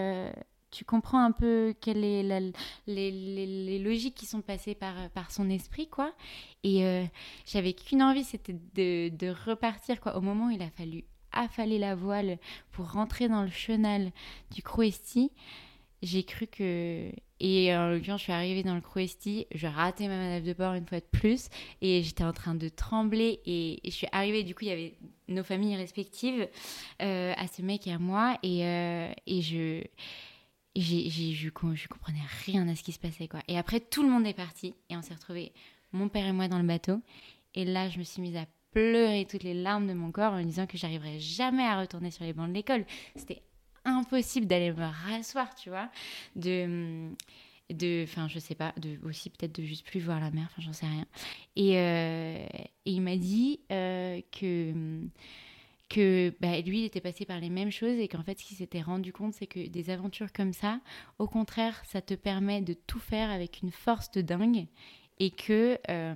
peu quelles sont les logiques qui sont passées par son esprit, quoi. Et j'avais qu'une envie, c'était de repartir, quoi. Au moment où il a fallu affaler la voile pour rentrer dans le chenal du Crouesty, j'ai cru que... Et en l'occurrence, je suis arrivée dans le Crouesty, je ratais ma manœuvre de bord une fois de plus, et j'étais en train de trembler, et je suis arrivée, du coup, il y avait nos familles respectives, à ce mec et à moi, je comprenais rien à ce qui se passait, quoi. Et après, tout le monde est parti, et on s'est retrouvés, mon père et moi, dans le bateau, et là, je me suis mise à pleurer toutes les larmes de mon corps en me disant que j'arriverais jamais à retourner sur les bancs de l'école. C'était impossible d'aller me rasseoir, tu vois, enfin je sais pas, aussi peut-être de juste plus voir la mer, enfin j'en sais rien. Et il m'a dit que lui il était passé par les mêmes choses et qu'en fait ce qu'il s'était rendu compte c'est que des aventures comme ça, au contraire ça te permet de tout faire avec une force de dingue et que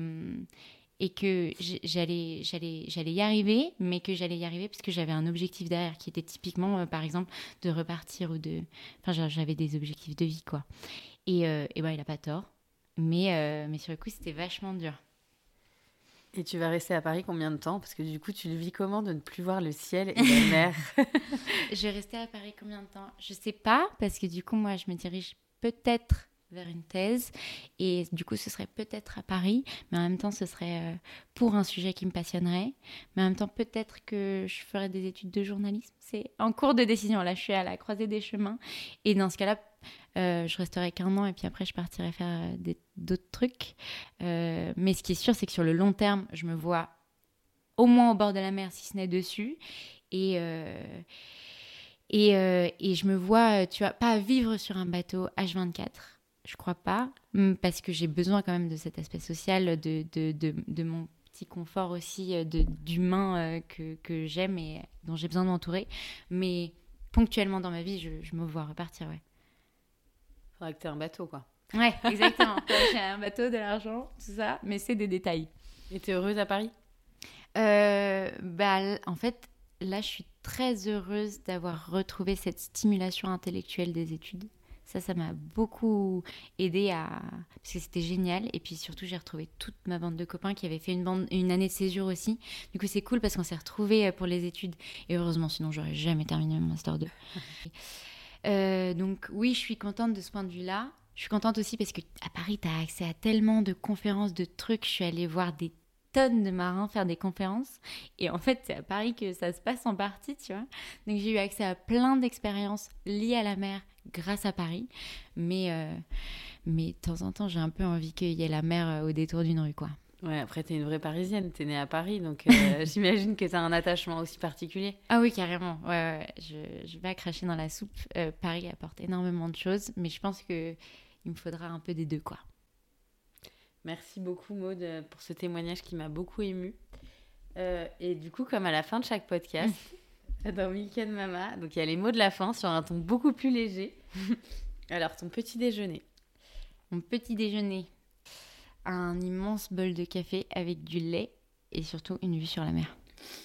j'allais y arriver, mais que j'allais y arriver parce que j'avais un objectif derrière qui était typiquement, par exemple, de repartir Enfin, j'avais des objectifs de vie, quoi. Et ben, il a pas tort. Mais sur le coup, c'était vachement dur. Et tu vas rester à Paris combien de temps? Parce que du coup, tu le vis comment de ne plus voir le ciel et la mer? Je vais rester à Paris combien de temps? Je sais pas, parce que du coup, moi, je me dirige peut-être vers une thèse et du coup ce serait peut-être à Paris mais en même temps ce serait pour un sujet qui me passionnerait mais en même temps peut-être que je ferais des études de journalisme, c'est en cours de décision, là je suis à la croisée des chemins et dans ce cas-là je resterai qu'1 an et puis après je partirai faire d'autres trucs mais ce qui est sûr c'est que sur le long terme je me vois au moins au bord de la mer si ce n'est dessus et je me vois, tu vois, pas vivre sur un bateau H24. Je crois pas, parce que j'ai besoin quand même de cet aspect social, de mon petit confort aussi, d'humain que j'aime et dont j'ai besoin de m'entourer. Mais ponctuellement dans ma vie, je me vois repartir, ouais. Faudrait que tu aies un bateau, quoi. Ouais, exactement. J'ai un bateau, de l'argent, tout ça, mais c'est des détails. Et t'es heureuse à Paris? En fait, là, je suis très heureuse d'avoir retrouvé cette stimulation intellectuelle des études. Ça m'a beaucoup aidée parce que c'était génial. Et puis surtout, j'ai retrouvé toute ma bande de copains qui avaient fait une année de césure aussi. Du coup, c'est cool parce qu'on s'est retrouvés pour les études. Et heureusement, sinon, j'aurais jamais terminé mon Master 2. Donc oui, je suis contente de ce point de vue-là. Je suis contente aussi parce qu'à Paris, tu as accès à tellement de conférences, de trucs. Je suis allée voir des tonnes de marins faire des conférences. Et en fait, c'est à Paris que ça se passe en partie, tu vois. Donc j'ai eu accès à plein d'expériences liées à la mer grâce à Paris. Mais de temps en temps, j'ai un peu envie qu'il y ais la mer au détour d'une rue, quoi. Ouais, après, t'es une vraie Parisienne, t'es née à Paris, donc j'imagine que t'as un attachement aussi particulier. Ah oui, carrément. Ouais. Je vais pas cracher dans la soupe. Paris apporte énormément de choses, mais je pense qu'il me faudra un peu des deux, quoi. Merci beaucoup, Maud, pour ce témoignage qui m'a beaucoup émue. Et du coup, comme à la fin de chaque podcast, dans Weekend Mama, donc il y a les mots de la fin sur un ton beaucoup plus léger. Alors, ton petit déjeuner? Mon petit déjeuner, un immense bol de café avec du lait et surtout une vue sur la mer.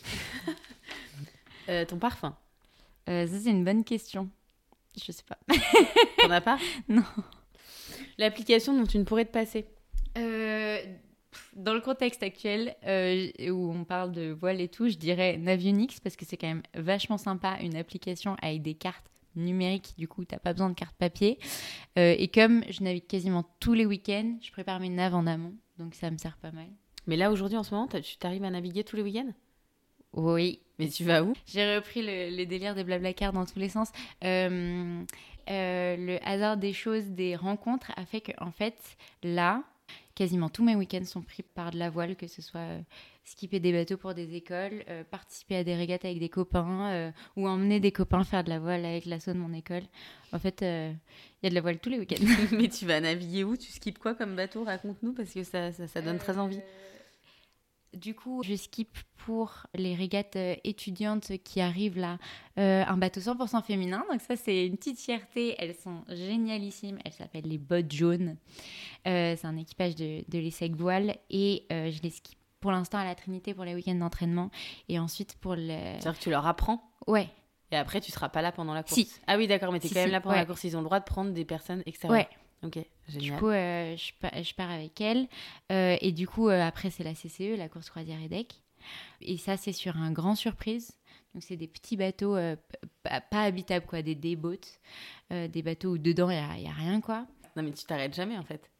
Ton parfum? Ça, c'est une bonne question. Je sais pas. T'en as pas? Non. L'application dont tu ne pourrais te passer? Dans le contexte actuel où on parle de voile et tout, je dirais Navionics parce que c'est quand même vachement sympa, une application avec des cartes numériques, du coup t'as pas besoin de carte papier. Et comme je navigue quasiment tous les week-ends, je prépare mes naves en amont, donc ça me sert pas mal. Mais là aujourd'hui en ce moment, tu t'arrives à naviguer tous les week-ends? Oui. Mais tu vas où? J'ai repris les délires des Blablacar dans tous les sens. Le hasard des choses, des rencontres a fait que, en fait, là, quasiment tous mes week-ends sont pris par de la voile, que ce soit skipper des bateaux pour des écoles, participer à des régates avec des copains ou emmener des copains faire de la voile avec l'asso de mon école. En fait, il y a de la voile tous les week-ends. Mais tu vas naviguer où? Tu skippes quoi comme bateau? Raconte-nous parce que ça donne très envie. Du coup, je skippe pour les régates étudiantes qui arrivent là, un bateau 100% féminin. Donc ça, c'est une petite fierté. Elles sont génialissimes. Elles s'appellent les bottes jaunes. C'est un équipage de l'ESSEC Voile. Et je les skippe pour l'instant à la Trinité pour les week-ends d'entraînement. Et ensuite pour le... C'est-à-dire que tu leur apprends? Ouais. Et après, tu seras pas là pendant la course? Si. Ah oui, d'accord, mais tu es Si, quand même si, là pendant ouais. la course. Ils ont le droit de prendre des personnes extérieures? Ouais. Ok, génial. Du coup, je pars avec elle. Et du coup, après, c'est la CCE, la course croisière et deck. Et ça, c'est sur un grand surprise. Donc, c'est des petits bateaux pas habitables, quoi, des day-boats. Des bateaux où dedans, il n'y a rien, quoi. Non, mais tu t'arrêtes jamais, en fait.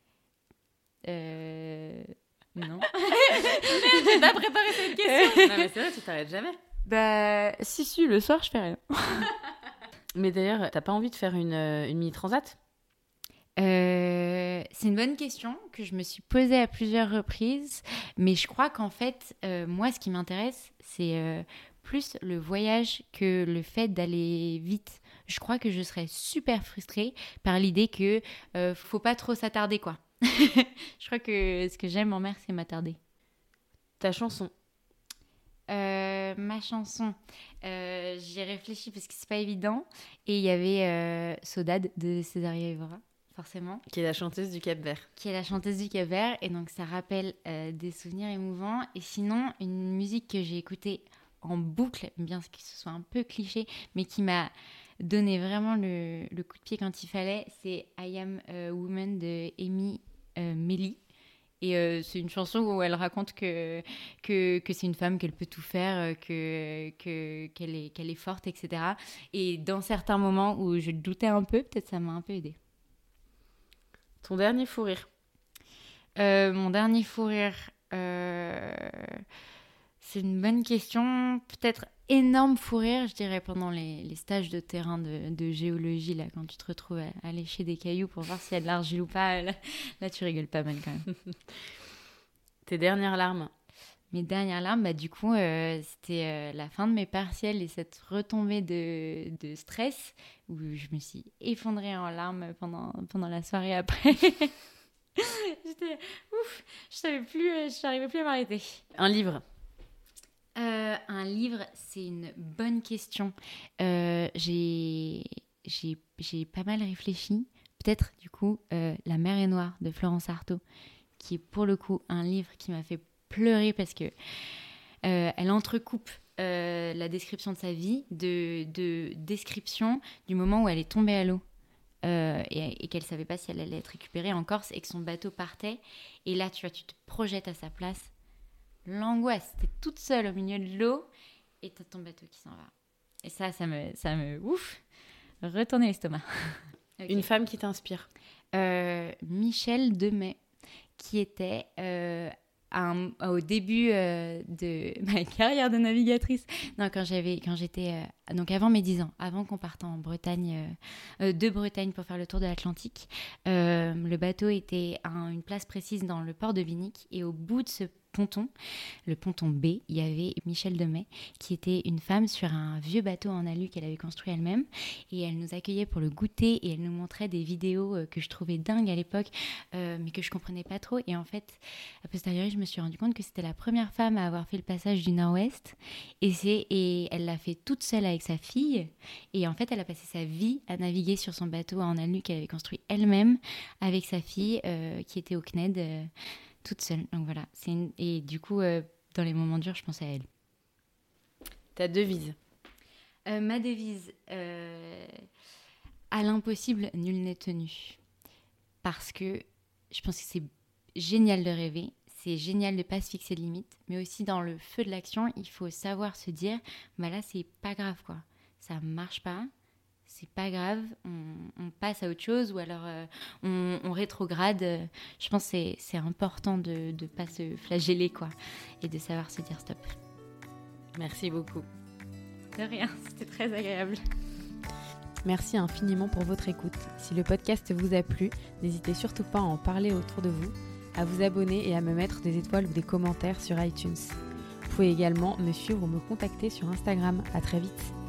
Non. Tu t'as préparé cette question? Non, mais c'est vrai, tu t'arrêtes jamais. Bah, si, le soir, je fais rien. Mais d'ailleurs, t'as pas envie de faire une mini-transat? C'est une bonne question que je me suis posée à plusieurs reprises, mais je crois qu'en fait, moi, ce qui m'intéresse, c'est plus le voyage que le fait d'aller vite. Je crois que je serais super frustrée par l'idée que faut pas trop s'attarder, quoi. Je crois que ce que j'aime en mer, c'est m'attarder. Ta chanson? Ma chanson, j'y ai réfléchi parce que c'est pas évident, et il y avait Saudade de Césaria Evora. Forcément. Qui est la chanteuse du Cap-Vert. Qui est la chanteuse du Cap-Vert. Et donc, ça rappelle des souvenirs émouvants. Et sinon, une musique que j'ai écoutée en boucle, bien que ce soit un peu cliché, mais qui m'a donné vraiment le coup de pied quand il fallait, c'est I Am a Woman de Amy Melly. Et c'est une chanson où elle raconte que c'est une femme, qu'elle peut tout faire, qu'elle est forte, etc. Et dans certains moments où je doutais un peu, peut-être ça m'a un peu aidée. Ton dernier fou rire? Mon dernier fou rire, c'est une bonne question. Peut-être énorme fou rire, je dirais, pendant les stages de terrain de géologie, là, quand tu te retrouves à lécher des cailloux pour voir s'il y a de l'argile ou pas. Là, tu rigoles pas mal quand même. Tes dernières larmes? Mes dernières larmes, bah, du coup, c'était la fin de mes partiels et cette retombée de stress où je me suis effondrée en larmes pendant la soirée après. J'étais ouf, je n'arrivais plus à m'arrêter. Un livre? Un livre, c'est une bonne question. J'ai pas mal réfléchi. Peut-être, du coup, La mer est noire de Florence Artaud, qui est pour le coup un livre qui m'a fait pleurer parce que elle entrecoupe la description de sa vie de description du moment où elle est tombée à l'eau et qu'elle savait pas si elle allait être récupérée en Corse et que son bateau partait. Et là, tu vois, tu te projettes à sa place. L'angoisse, t'es toute seule au milieu de l'eau et t'as ton bateau qui s'en va. Et ça me ouf, retourner l'estomac. Okay. Une femme qui t'inspire? Michel Demey, qui était au début de ma carrière de navigatrice. Non, quand j'étais donc avant mes 10 ans, avant qu'on parte en Bretagne, de Bretagne pour faire le tour de l'Atlantique, le bateau était à une place précise dans le port de Vinic et au bout de ce ponton, le ponton B, il y avait Michel Demey, qui était une femme sur un vieux bateau en alu qu'elle avait construit elle-même, et elle nous accueillait pour le goûter et elle nous montrait des vidéos que je trouvais dingues à l'époque, mais que je comprenais pas trop. Et en fait, a posteriori, je me suis rendu compte que c'était la première femme à avoir fait le passage du Nord-Ouest, et elle l'a fait toute seule avec avec sa fille. Et en fait, elle a passé sa vie à naviguer sur son bateau en alu qu'elle avait construit elle-même avec sa fille qui était au CNED toute seule. Donc voilà. Et du coup, dans les moments durs, je pense à elle. Ta devise? Ma devise, à l'impossible, nul n'est tenu. Parce que je pense que c'est génial de rêver, c'est génial de ne pas se fixer de limites, mais aussi dans le feu de l'action, il faut savoir se dire, bah là, c'est pas grave, quoi. Ça marche pas, c'est pas grave, on passe à autre chose, ou alors on rétrograde. Je pense que c'est important de ne pas se flageller, quoi, et de savoir se dire stop. Merci beaucoup. De rien, c'était très agréable. Merci infiniment pour votre écoute. Si le podcast vous a plu, n'hésitez surtout pas à en parler autour de vous, à vous abonner et à me mettre des étoiles ou des commentaires sur iTunes. Vous pouvez également me suivre ou me contacter sur Instagram. À très vite.